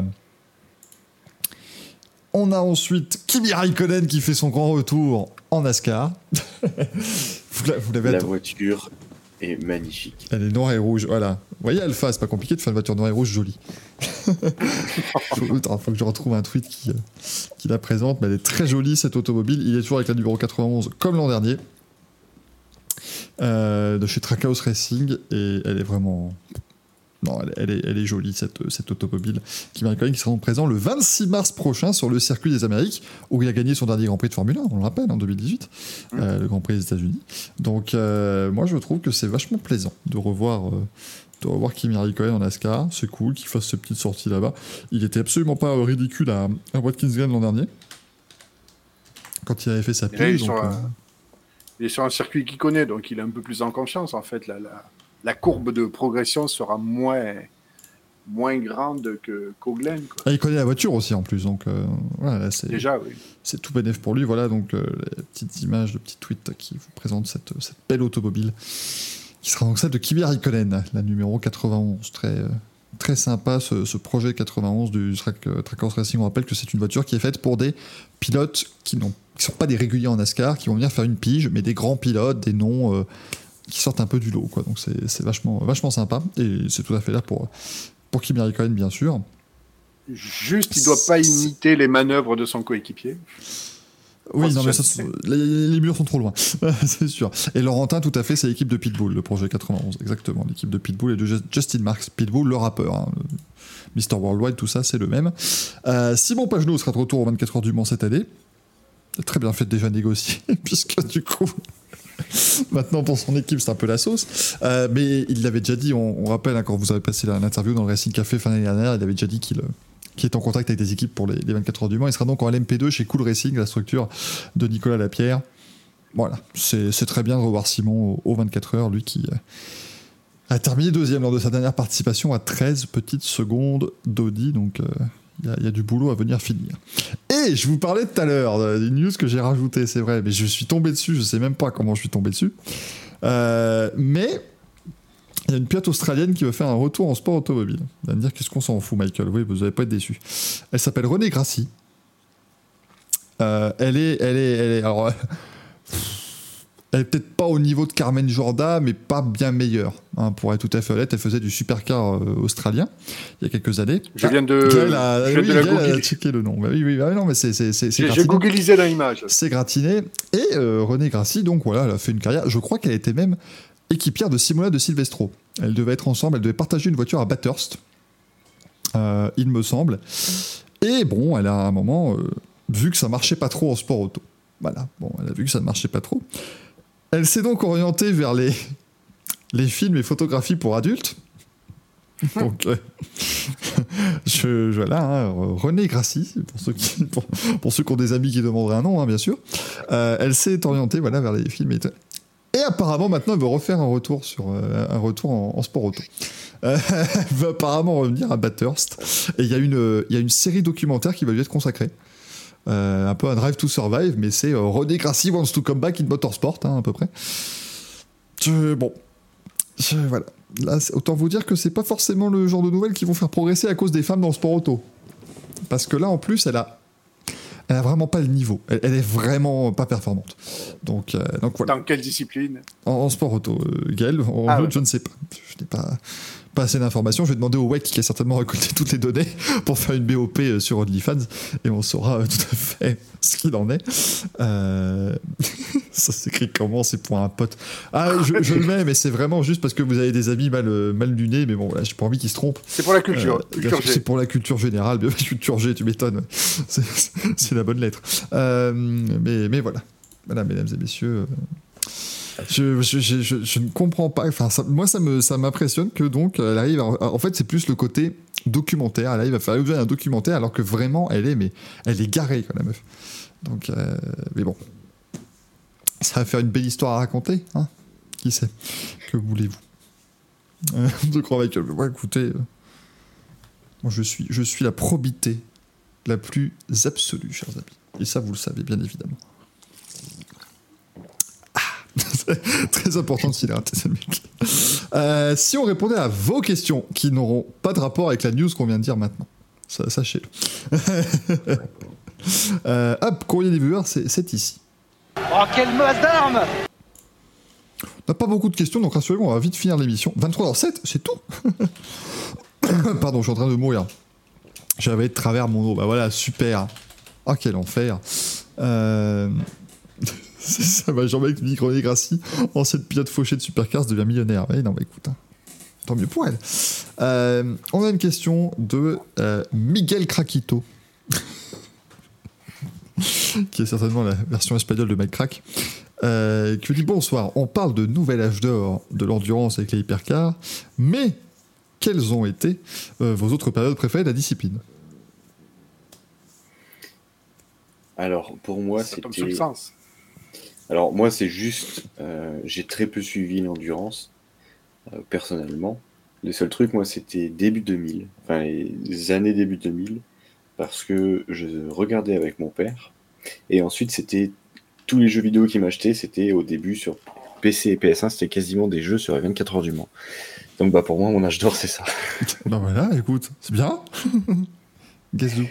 On a ensuite Kimi Raikkonen qui fait son grand retour en NASCAR. vous l'avez La voiture est magnifique. Elle est noire et rouge, voilà. Vous voyez Alpha, c'est pas compliqué de faire une voiture noire et rouge jolie. Faut que je retrouve un tweet qui la présente, mais elle est très jolie cette automobile. Il est toujours avec la numéro 91 comme l'an dernier. De chez Trackhouse Racing, et elle est vraiment... Non, elle est jolie, cette automobile. Kimi Raikkonen qui sera donc présent le 26 mars prochain sur le circuit des Amériques, où il a gagné son dernier Grand Prix de Formule 1, on le rappelle, en 2018, le Grand Prix des États-Unis. Donc, moi, je trouve que c'est vachement plaisant de revoir Kimi Raikkonen en NASCAR. C'est cool qu'il fasse ses petites sorties là-bas. Il était absolument pas ridicule à Watkins Glen l'an dernier, quand il avait fait sa pige. Il est sur un circuit qu'il connaît, donc il est un peu plus en confiance, en fait. La courbe de progression sera moins grande qu'au Glen. Ah, il connaît la voiture aussi, en plus. Donc, voilà, là, déjà, oui. C'est tout bénef pour lui. Voilà, donc, les petites images, le petit tweet qui vous présente cette belle automobile, qui sera donc celle de Kimi Raikkonen, la numéro 91. Très sympa, ce projet 91 du Trackhouse Racing. On rappelle que c'est une voiture qui est faite pour des pilotes qui ne sont pas des réguliers en NASCAR, qui vont venir faire une pige, mais des grands pilotes, des noms qui sortent un peu du lot, quoi. Donc c'est vachement sympa, et c'est tout à fait là pour Kimi Raikkonen, bien sûr. Juste, il ne doit pas imiter les manœuvres de son coéquipier. Oui, non, mais les murs sont trop loin, c'est sûr. Et Laurentin, tout à fait, c'est l'équipe de Pitbull, le projet 91, exactement. L'équipe de Pitbull et de Justin Marks. Pitbull, le rappeur, hein, Mr. Worldwide, tout ça, c'est le même. Simon Pagenaud sera de retour aux 24 heures du Mans cette année. Très bien fait de déjà négocier, puisque du coup, maintenant pour son équipe, c'est un peu la sauce. Mais il l'avait déjà dit, on rappelle, hein, quand vous avez passé l'interview dans le Racing Café fin d'année dernière, il avait déjà dit qu'il est en contact avec des équipes pour les 24 heures du Mans. Il sera donc en LMP2 chez Cool Racing, la structure de Nicolas Lapierre. Voilà, c'est très bien de revoir Simon aux 24 heures, lui qui a terminé deuxième lors de sa dernière participation à 13 petites secondes d'Audi, donc il y a du boulot à venir finir. Et je vous parlais tout à l'heure d'une news que j'ai rajoutée, c'est vrai, mais je suis tombé dessus, je sais même pas comment je suis tombé dessus. Mais il y a une pilote australienne qui veut faire un retour en sport automobile. Vous allez me dire, qu'est-ce qu'on s'en fout, Michael? Oui, vous n'allez pas être déçu. Elle s'appelle Renée Grassi. Elle est alors, elle est peut-être pas au niveau de Carmen Jorda, mais pas bien meilleure. Hein, pour être tout à fait honnête, elle faisait du supercar australien il y a quelques années. Je viens de la checker le nom. Bah oui, non, mais c'est j'ai googlisé l'image. C'est gratiné. Et Renée Grassi, donc voilà, elle a fait une carrière. Je crois qu'elle était même équipière de Simona de Silvestro. Elles devaient être ensemble, elles devaient partager une voiture à Bathurst, il me semble. Et bon, elle a à un moment vu que ça marchait pas trop en sport auto. Voilà, bon, elle a vu que ça ne marchait pas trop. Elle s'est donc orientée vers les films et photographies pour adultes. Donc, voilà, hein, Renée Grassi, pour ceux qui ont des amis qui demanderaient un nom, hein, bien sûr. Elle s'est orientée vers les films et apparemment, maintenant, elle veut refaire un retour en sport auto. Elle veut apparemment revenir à Bathurst. Et il y a une série documentaire qui va lui être consacrée. Un peu un Drive to Survive, mais c'est Renée Grassi wants to come back in motorsport, hein, à peu près. Voilà. Là, autant vous dire que c'est pas forcément le genre de nouvelles qui vont faire progresser à cause des femmes dans le sport auto. Parce que là, en plus, elle a vraiment pas le niveau. Elle est vraiment pas performante. Donc voilà. Dans quelle discipline? En sport auto, Gaël. Je ne sais pas. Je n'ai pas assez d'informations. Je vais demander au WEC qui a certainement récolté toutes les données pour faire une BOP sur OnlyFans et on saura tout à fait ce qu'il en est. Ça s'écrit comment? C'est pour un pote. Ah, je le mets, mais c'est vraiment juste parce que vous avez des amis mal du nez, mais bon, là, j'ai pas envie qu'ils se trompent. C'est pour la culture. C'est pour la culture générale. Culture G, tu m'étonnes. C'est la bonne lettre. Mais voilà. Voilà, mesdames et messieurs. Je ne comprends pas. Enfin, moi, ça m'impressionne que donc elle arrive. En fait, c'est plus le côté documentaire. Elle arrive à faire un documentaire alors que vraiment, elle est garée, quoi, la meuf. Donc, mais bon, ça va faire une belle histoire à raconter, hein. Qui sait? Que voulez-vous? Je crois, Michael. Ouais, écoutez, moi je suis la probité la plus absolue, chers amis. Et ça, vous le savez, bien évidemment. C'est très important de s'y rater, ce mec. Si on répondait à vos questions qui n'auront pas de rapport avec la news qu'on vient de dire maintenant, sachez-le. Hop, courrier des viewers, c'est ici. Oh, quelle masse d'armes! On n'a pas beaucoup de questions, donc rassurez-vous, on va vite finir l'émission. 23h07, c'est tout. Pardon, je suis en train de mourir. J'avais de travers mon eau. Bah voilà, super. Oh, quel enfer. C'est ça, bah Jean-Marc René Grassi, ancienne pilote fauchée de Supercars, devient millionnaire. Ouais, non, bah écoute, hein. Tant mieux pour elle. On a une question de Miguel Craquito, qui est certainement la version espagnole de Mike Crack, qui me dit bonsoir, on parle de nouvel âge d'or de l'endurance avec les hypercars, mais quelles ont été vos autres périodes préférées de la discipline? Alors, pour moi, Ça tombe sur le sens. Alors, moi, c'est juste... j'ai très peu suivi l'endurance, personnellement. Le seul truc, moi, c'était début 2000. Enfin, les années début 2000. Parce que je regardais avec mon père. Et ensuite, c'était... Tous les jeux vidéo qu'il m'achetait, c'était au début sur PC et PS1. C'était quasiment des jeux sur les 24 heures du Mans. Donc, bah, pour moi, mon âge d'or, c'est ça. Bah voilà, écoute, c'est bien. Gazou.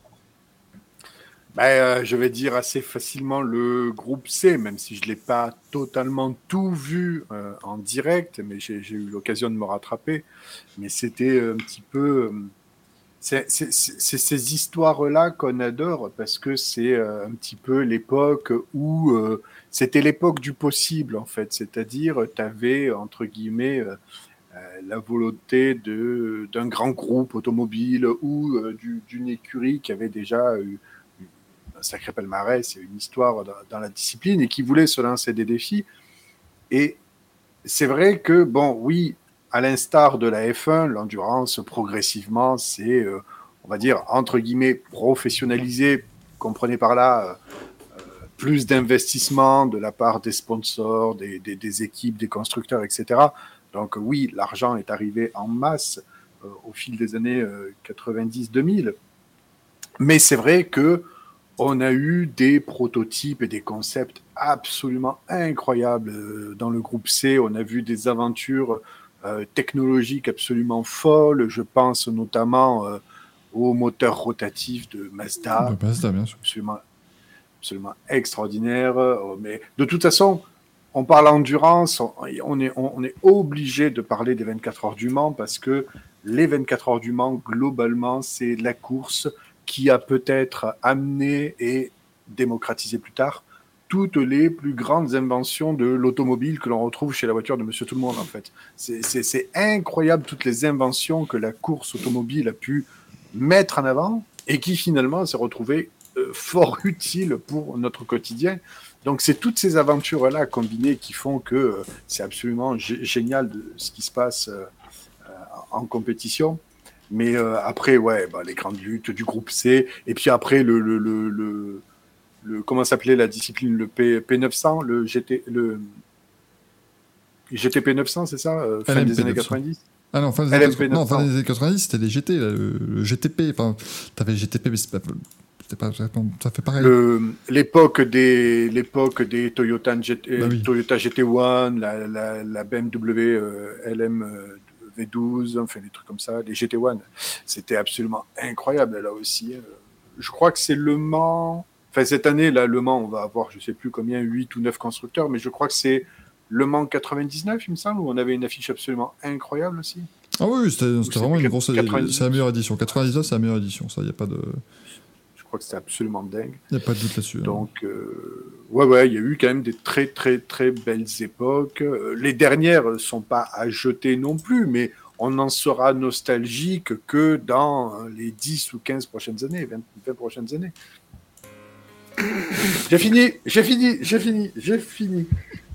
Je vais dire assez facilement le groupe C, même si je ne l'ai pas totalement tout vu en direct, mais j'ai eu l'occasion de me rattraper. Mais c'était un petit peu... C'est ces histoires-là qu'on adore, parce que c'est un petit peu l'époque où... c'était l'époque du possible, en fait. C'est-à-dire, tu avais, entre guillemets... la volonté d'un grand groupe automobile ou d'une écurie qui avait déjà eu un sacré palmarès et une histoire dans la discipline et qui voulait se lancer des défis. Et c'est vrai que, bon, oui, à l'instar de la F1, l'endurance, progressivement, c'est, on va dire, entre guillemets, professionnalisé. Comprenez par là plus d'investissement de la part des sponsors, des équipes, des constructeurs, etc. Donc oui, l'argent est arrivé en masse au fil des années 90-2000. Mais c'est vrai que on a eu des prototypes et des concepts absolument incroyables dans le groupe C. On a vu des aventures technologiques absolument folles. Je pense notamment au moteur rotatif de Mazda. De Mazda, bien sûr. Absolument extraordinaire. Mais de toute façon, on parle endurance, on est obligé de parler des 24 heures du Mans parce que les 24 heures du Mans, globalement, c'est la course qui a peut-être amené et démocratisé plus tard toutes les plus grandes inventions de l'automobile que l'on retrouve chez la voiture de Monsieur Tout-le-Monde, en fait. C'est incroyable toutes les inventions que la course automobile a pu mettre en avant et qui finalement s'est retrouvée fort utile pour notre quotidien. Donc c'est toutes ces aventures-là combinées qui font que c'est absolument génial de ce qui se passe en compétition. Mais après, ouais, les grandes luttes du groupe C, et puis après le comment s'appelait la discipline, le P900, le GTP 900, c'est ça, fin des années 90. Ah non, fin des années 90, c'était les GT, le GTP. Enfin, t'avais le GTP, mais c'était pas exactement, ça fait pareil. L'époque des Toyota GT1, la BMW LM V12, enfin des trucs comme ça, les GT1, c'était absolument incroyable là aussi. Je crois que c'est Le Mans, enfin cette année là, Le Mans, on va avoir je sais plus combien, 8 ou 9 constructeurs, mais je crois que c'est Le Mans 99, il me semble, où on avait une affiche absolument incroyable aussi. Ah oui, c'était vraiment une grosse... C'est la meilleure édition. 99, c'est la meilleure édition, ça, il n'y a pas de... Je crois que c'était absolument dingue. Il n'y a pas de doute là-dessus. Donc, ouais, il y a eu quand même des très, très, très belles époques. Les dernières ne sont pas à jeter non plus, mais on n'en sera nostalgique que dans les 10 ou 15 prochaines années, 20 prochaines années. J'ai fini.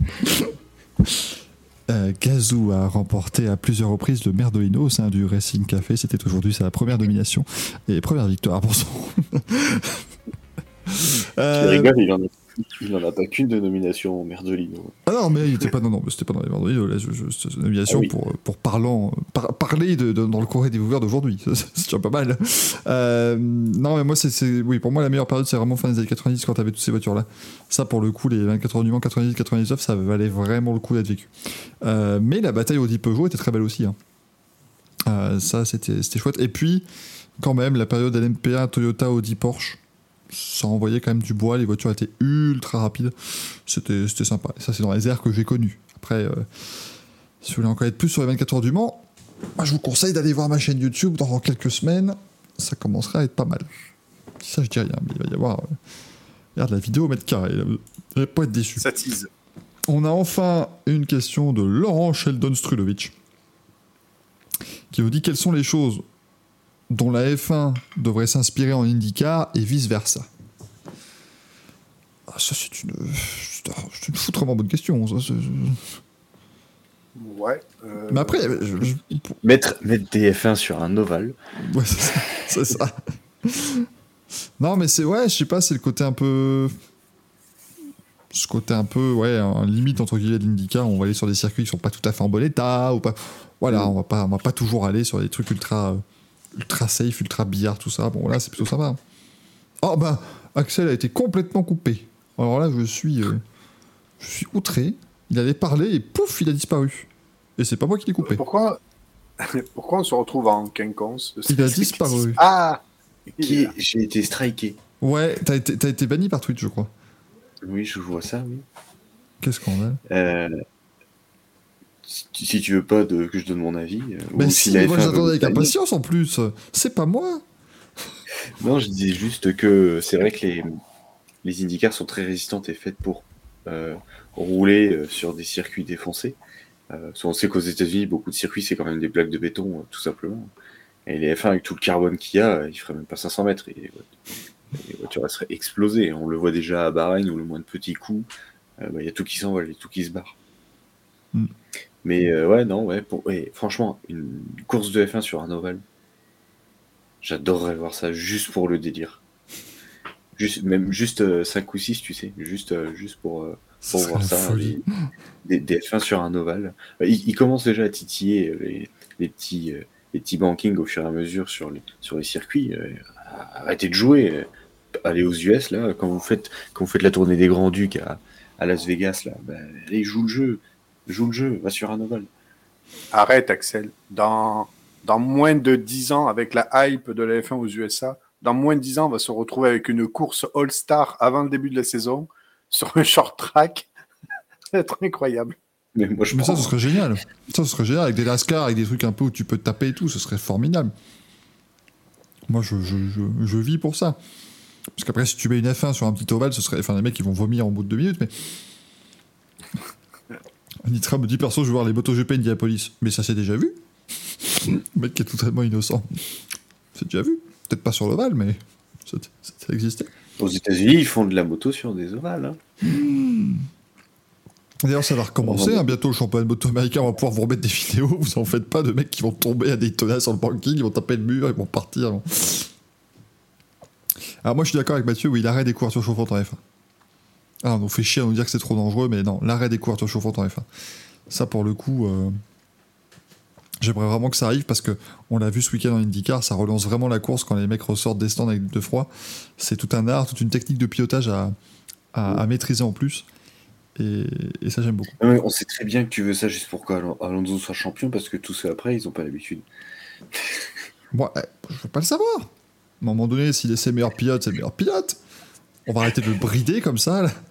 Gazou a remporté à plusieurs reprises le Merdolino au sein du Racing Café. C'était aujourd'hui sa première domination et première victoire pour son. Il rigole, il en est Il n'en a pas qu'une de nomination, Merdolino. Ah non, mais il était pas, non, c'était pas dans les Merdolino, là, c'était une nomination pour parler dans le courrier des viewers d'aujourd'hui. C'est déjà pas mal. Non, mais moi, oui, pour moi, la meilleure période, c'est vraiment fin des années 90 quand t'avais toutes ces voitures-là. Ça, pour le coup, les 24 heures du Mans 90-99, ça valait vraiment le coup d'être vécu. Mais la bataille Audi Peugeot était très belle aussi. Hein. Ça, c'était chouette. Et puis, quand même, la période LMP1, Toyota, Audi, Porsche, ça envoyait quand même du bois, les voitures étaient ultra rapides, c'était sympa. Et ça, c'est dans les airs que j'ai connus. Après, si vous voulez en connaître plus sur les 24 heures du Mans, moi, je vous conseille d'aller voir ma chaîne YouTube dans quelques semaines, ça commencera à être pas mal. Ça, je dis rien, mais il va y avoir regarde la vidéo au mètre carré, vous n'allez pas être déçus. Ça tease. On a enfin une question de Laurent Sheldon Strulovic qui vous dit quelles sont les choses dont la F1 devrait s'inspirer en IndyCar et vice-versa. Ah, ça, c'est une foutrement bonne question. Ça, Ouais. Mais après... Mettre des F1 sur un ovale. Ouais, c'est ça. Non, mais c'est... Ouais, je sais pas, c'est le côté un peu... Ce côté un peu, ouais, un limite entre guillemets de l'IndyCar, on va aller sur des circuits qui sont pas tout à fait en bon état, ou pas... Voilà, on va pas toujours aller sur des trucs ultra safe, ultra billard, tout ça. Bon, là, c'est plutôt sympa. Oh, bah, Axel a été complètement coupé. Alors là, je suis outré. Il allait parler et pouf, il a disparu. Et c'est pas moi qui l'ai coupé. Pourquoi on se retrouve en quinconce? Il a disparu. Ah, J'ai été striké. Ouais, t'as été banni par Twitch, je crois. Oui, je vois ça, oui. Qu'est-ce qu'on a Si tu veux pas que je donne mon avis. Mais si, moi j'attendais avec impatience en plus. C'est pas moi. Non, je disais juste que c'est vrai que les IndyCars sont très résistantes et faites pour rouler sur des circuits défoncés. On sait qu'aux États-Unis, beaucoup de circuits, c'est quand même des plaques de béton, tout simplement. Et les F1, avec tout le carbone qu'il y a, ils feraient même pas 500 mètres. Et les voitures seraient explosées. On le voit déjà à Bahreïn, où le moins de petits coups, y a tout qui s'envole, il y a tout qui se barre. Mais franchement, une course de F1 sur un ovale, j'adorerais voir ça juste pour le délire. Juste 5 ou 6, tu sais, juste pour voir ça, des F1 sur un ovale. Il commence déjà à titiller les petits bankings au fur et à mesure sur les circuits. Arrêtez de jouer, allez aux US là, quand vous faites la tournée des Grands Ducs à Las Vegas là, allez joue le jeu, va sur un ovale. Arrête, Axel. Dans moins de 10 ans, avec la hype de la F1 aux USA, dans moins de 10 ans, on va se retrouver avec une course All-Star avant le début de la saison, sur un short track. Ça va être incroyable. Mais ça, ce serait génial. Ça, ce serait génial, avec des NASCAR, avec des trucs un peu où tu peux te taper et tout, ce serait formidable. Moi, je vis pour ça. Parce qu'après, si tu mets une F1 sur un petit ovale, ce serait... Enfin, les mecs, ils vont vomir en bout de 2 minutes, mais... Nitra me dit, perso, je veux voir les MotoGP Indianapolis. Mais ça s'est déjà vu. Le mec qui est totalement innocent. C'est déjà vu. Peut-être pas sur l'ovale, mais ça existait. Aux États-Unis, ils font de la moto sur des ovales. D'ailleurs, ça va recommencer. Bientôt, le championnat de moto américain, on va pouvoir vous remettre des vidéos. Vous en faites pas de mecs qui vont tomber à Daytona sur le parking, ils vont taper le mur, ils vont partir. Alors, moi, je suis d'accord avec Mathieu, oui, l'arrêt des couvertures chauffantes en F1. Ah, on nous fait chier à nous dire que c'est trop dangereux, mais non, l'arrêt des couvertures chauffantes en F1. Ça, pour le coup, j'aimerais vraiment que ça arrive parce qu'on l'a vu ce week-end en IndyCar, ça relance vraiment la course quand les mecs ressortent des stands avec de froid. C'est tout un art, toute une technique de pilotage à maîtriser en plus. Et ça, j'aime beaucoup. On sait très bien que tu veux ça juste pour qu'Alonso soit champion parce que tous ceux après, ils n'ont pas l'habitude. Moi, je veux pas le savoir. À un moment donné, s'il est ses meilleurs pilotes, c'est le meilleur pilote. On va arrêter de le brider comme ça, là.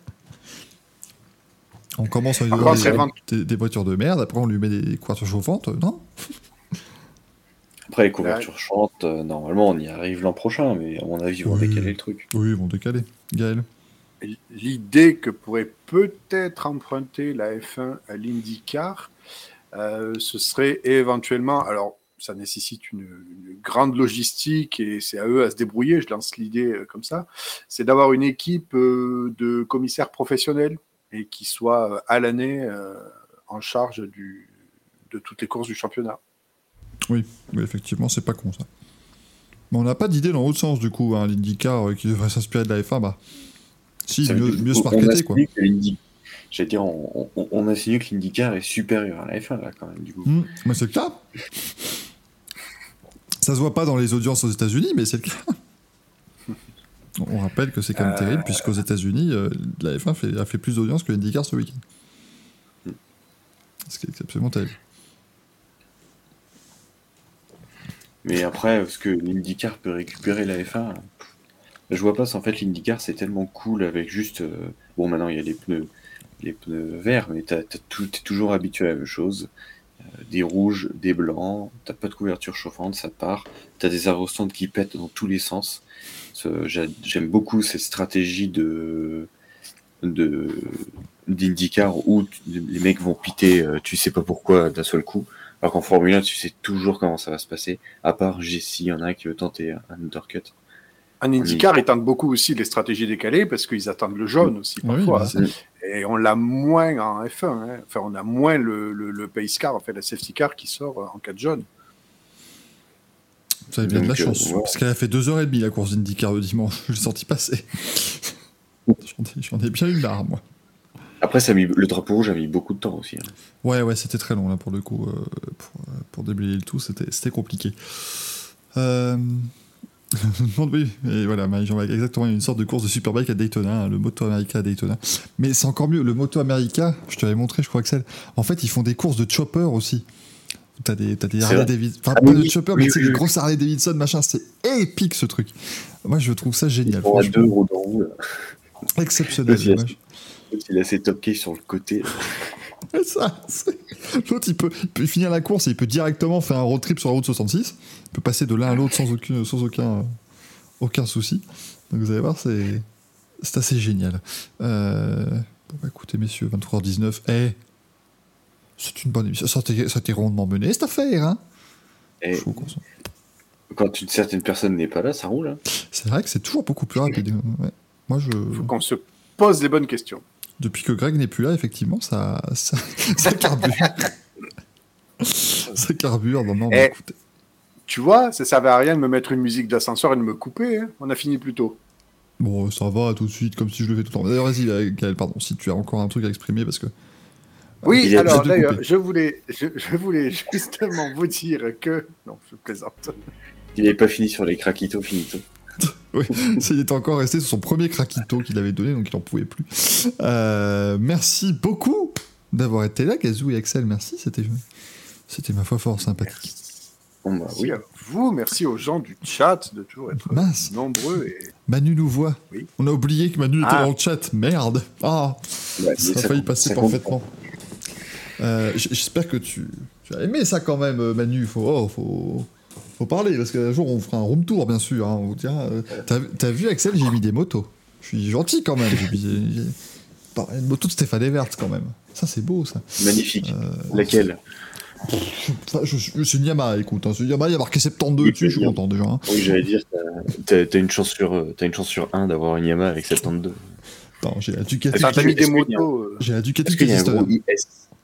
On commence à lui donner des voitures de merde, après on lui met des couvertures chauffantes, non? Après, les couvertures chauffantes, normalement, on y arrive l'an prochain, mais à mon avis, ils vont décaler le truc. Oui, ils vont décaler. Gaël? L'idée que pourrait peut-être emprunter la F1 à l'IndyCar, ce serait éventuellement... Alors, ça nécessite une grande logistique et c'est à eux à se débrouiller, je lance l'idée comme ça, c'est d'avoir une équipe de commissaires professionnels et qui soit à l'année en charge de toutes les courses du championnat. Oui, effectivement, c'est pas con ça. Mais on n'a pas d'idée dans l'autre sens du coup, l'IndyCar qui devrait s'inspirer de la F1, Si, mieux se marketer, quoi. J'allais dire, on a signé que l'IndyCar est supérieur à la F1, là, quand même, du coup. Mais c'est le cas. Ça se voit pas dans les audiences aux États-Unis, mais c'est le cas. On rappelle que c'est quand même terrible, puisqu'aux États-Unis, la F1 a fait plus d'audience que l'IndyCar ce week-end. Ce qui est absolument terrible. Mais après, est-ce que l'IndyCar peut récupérer la F1 ? Je vois pas, en fait, l'IndyCar, c'est tellement cool avec juste... Bon, maintenant, il y a les pneus verts, mais t'es toujours habitué à la même chose. Des rouges, des blancs, t'as pas de couverture chauffante, ça part. T'as des aérostands qui pètent dans tous les sens. J'aime beaucoup cette stratégie d'IndyCar où les mecs vont piter, tu sais pas pourquoi d'un seul coup. Alors qu'en Formule 1, tu sais toujours comment ça va se passer. À part s'il y en a un qui veut tenter un undercut. En IndyCar, ils tentent beaucoup aussi les stratégies décalées parce qu'ils attendent le jaune aussi parfois. Oui, et on l'a moins en F1. Hein. Enfin, on a moins le pace car, en fait, la safety car qui sort en cas de jaune. Vous avez bien de la chance. Parce qu'elle a fait 2h30 la course d'IndyCar le dimanche. Je l'ai senti passer. J'en ai bien eu marre, moi. Après, le drapeau rouge a mis beaucoup de temps aussi. Hein. Ouais, c'était très long là pour le coup. Pour déblayer le tout, c'était compliqué. Oui, et voilà, Jean-Marc, exactement, il y a une sorte de course de Superbike à Daytona, le Moto America à Daytona. Mais c'est encore mieux, le Moto America, je te l'avais montré, je crois, Axel. En fait, ils font des courses de chopper aussi. T'as des Harley Davidson, enfin pas de chopper, mais c'est des grosses Harley Davidson, machin, c'est épique ce truc. Moi, je trouve ça génial. Il y a 2 roues de roue. Exceptionnel. Il a ses top keys sur le côté. Ça, l'autre, il peut finir la course et il peut directement faire un road trip sur la route 66. Il peut passer de l'un à l'autre sans aucun souci. Donc vous allez voir, c'est assez génial. Écoutez, messieurs, 23h19. C'est une bonne émission. Ça t'est rondement mené cette affaire, hein. Quand une certaine personne n'est pas là, ça roule. Hein. C'est vrai que c'est toujours beaucoup plus rapide. Ouais. Moi, faut qu'on se pose les bonnes questions. Depuis que Greg n'est plus là, effectivement, ça carbure. Ça carbure. Non, écoutez. Tu vois, ça servait à rien de me mettre une musique d'ascenseur et de me couper. Hein. On a fini plus tôt. Bon, ça va tout de suite, comme si je le fais tout le temps. D'ailleurs, vas-y, Gaël, pardon, si tu as encore un truc à exprimer, parce que... Oui, alors d'ailleurs, je voulais justement vous dire que... Non, je plaisante. Il n'avait pas fini sur les craquito finito. Oui, il était encore resté sur son premier craquito qu'il avait donné, donc il n'en pouvait plus. Merci beaucoup d'avoir été là, Gazou et Axel, merci, c'était ma foi fort sympathique. Bon, merci à vous, merci aux gens du chat de toujours être nombreux. Et... Manu nous voit. Oui. On a oublié que Manu était dans le chat, merde. Ça a failli passer parfaitement. J'espère que tu as aimé ça quand même, Manu. Faut parler, parce qu'un jour on fera un room tour, bien sûr. Hein, on vous dira, t'as vu, Axel, j'ai mis des motos. Je suis gentil quand même. J'ai une moto de Stéphane Evert quand même. Ça, c'est beau, ça. Magnifique. Laquelle c'est une Yamaha, écoute. Hein, c'est une Yamaha, il y a marqué 72 dessus, je suis content déjà. Hein. Oui, j'allais dire, t'as une chance sur 1 d'avoir une Yamaha avec 72. Attends, j'ai la Ducati. T'as mis des motos. J'ai la Ducati. Est-ce qu'il y a un gros IS Comment ?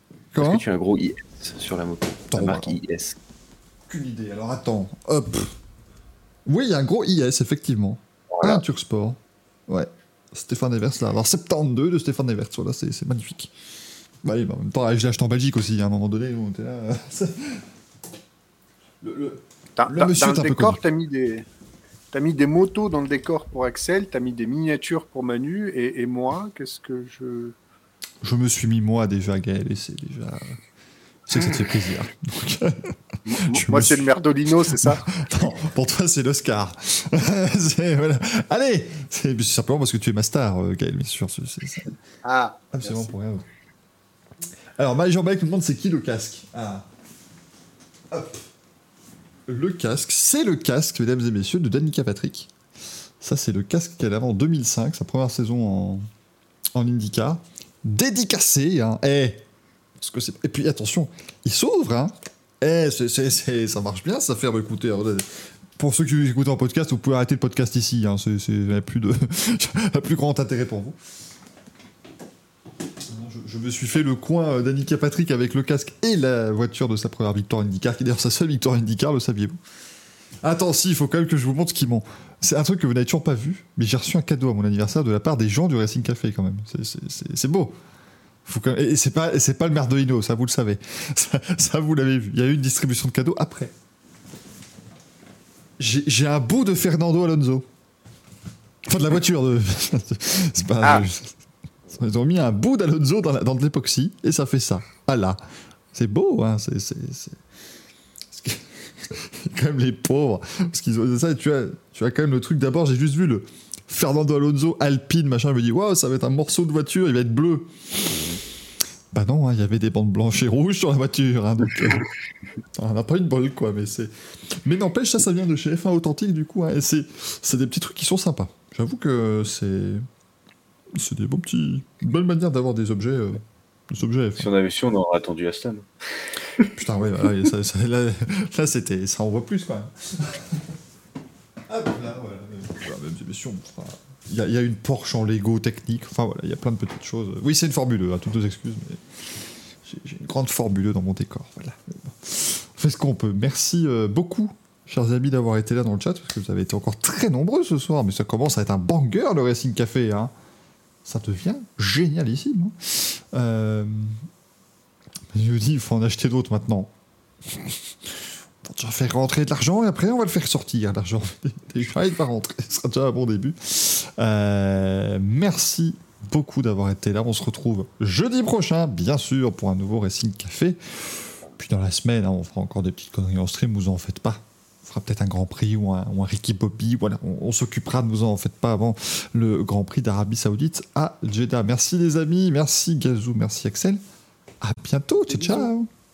Est-ce que tu as un gros IS sur la moto ? La marque IS. Aucune idée. Alors attends. Hop. Oui, il y a un gros IS, effectivement. Voilà. Un Turksport. Ouais. Stéphane Evers, là. Alors 72 de Stéphane Evers, voilà, c'est magnifique. Bah oui, en même temps, je l'ai acheté en Belgique aussi, à un moment donné, où on était là. Dans le décor, t'as mis des motos dans le décor pour Axel, t'as mis des miniatures pour Manu, et moi, qu'est-ce que je... Je me suis mis moi déjà, Gaël, et c'est déjà... C'est que ça te fait plaisir. Donc, moi, c'est le Merdolino, c'est ça? Non, pour toi, c'est l'Oscar. Voilà. Allez, c'est simplement parce que tu es ma star, Gaël, bien sûr. C'est absolument merci. Pour rien d'autre. Alors, Jean-Bec nous demande c'est qui le casque. Hop. Le casque, c'est le casque, mesdames et messieurs, de Danica Patrick. Ça, c'est le casque qu'elle avait en 2005, sa première saison en IndyCar. Dédicacé, hein. Et puis attention, il s'ouvre, hein. Ça marche bien, ça fait écouter. Pour ceux qui écoutent en podcast, vous pouvez arrêter le podcast ici, hein. C'est plus grand intérêt pour vous. Je me suis fait le coin d'Annika Patrick avec le casque et la voiture de sa première victoire IndyCar, qui est d'ailleurs sa seule victoire IndyCar, le saviez-vous? Attends, si, il faut quand même que je vous montre ce C'est un truc que vous n'avez toujours pas vu, mais j'ai reçu un cadeau à mon anniversaire de la part des gens du Racing Café quand même. C'est beau. Et c'est pas le Merdolino, ça vous le savez. Ça vous l'avez vu. Il y a eu une distribution de cadeaux après. J'ai un bout de Fernando Alonso. Enfin de la voiture. C'est pas. Ils ont mis un bout d'Alonso dans de l'époxy et ça fait ça. Voilà. C'est beau, hein. C'est quand même les pauvres. Parce qu'ils ont ça. Tu as quand même le truc. D'abord, j'ai juste vu le Fernando Alonso Alpine, machin. Je me dis, waouh, ça va être un morceau de voiture, il va être bleu. Bah non, il y avait des bandes blanches et rouges sur la voiture. Hein, donc, on n'a pas eu de bol, quoi. Mais n'empêche, ça vient de chez F1 Authentique, du coup. Hein, et c'est des petits trucs qui sont sympas. J'avoue que c'est des une bonne manière d'avoir des objets. F1. Si on avait su, on aurait attendu Aston. Putain, ouais, voilà, là, c'était. Ça en voit plus, quoi. Ah, ben là, voilà. Même si il y a une Porsche en Lego technique. Enfin, voilà, il y a plein de petites choses. Oui, c'est une Formule 1, toutes nos excuses, mais j'ai une grande Formule 1 dans mon décor. Voilà. On fait ce qu'on peut. Merci beaucoup, chers amis, d'avoir été là dans le chat, parce que vous avez été encore très nombreux ce soir, mais ça commence à être un banger, le Racing Café, hein. Ça devient génialissime. Hein. Je me dis, il faut en acheter d'autres maintenant. On va déjà faire rentrer de l'argent et après on va le faire sortir, l'argent. Déjà, il va rentrer. Ce sera déjà un bon début. Merci beaucoup d'avoir été là. On se retrouve jeudi prochain, bien sûr, pour un nouveau Racing Café. Puis dans la semaine, hein, on fera encore des petites conneries en stream, vous en faites pas. On fera peut-être un Grand Prix ou un Ricky Bobby. Voilà, on s'occupera de vous en faites pas avant le Grand Prix d'Arabie Saoudite à Jeddah. Merci les amis, merci Gazou, merci Axel. À bientôt, ciao ciao.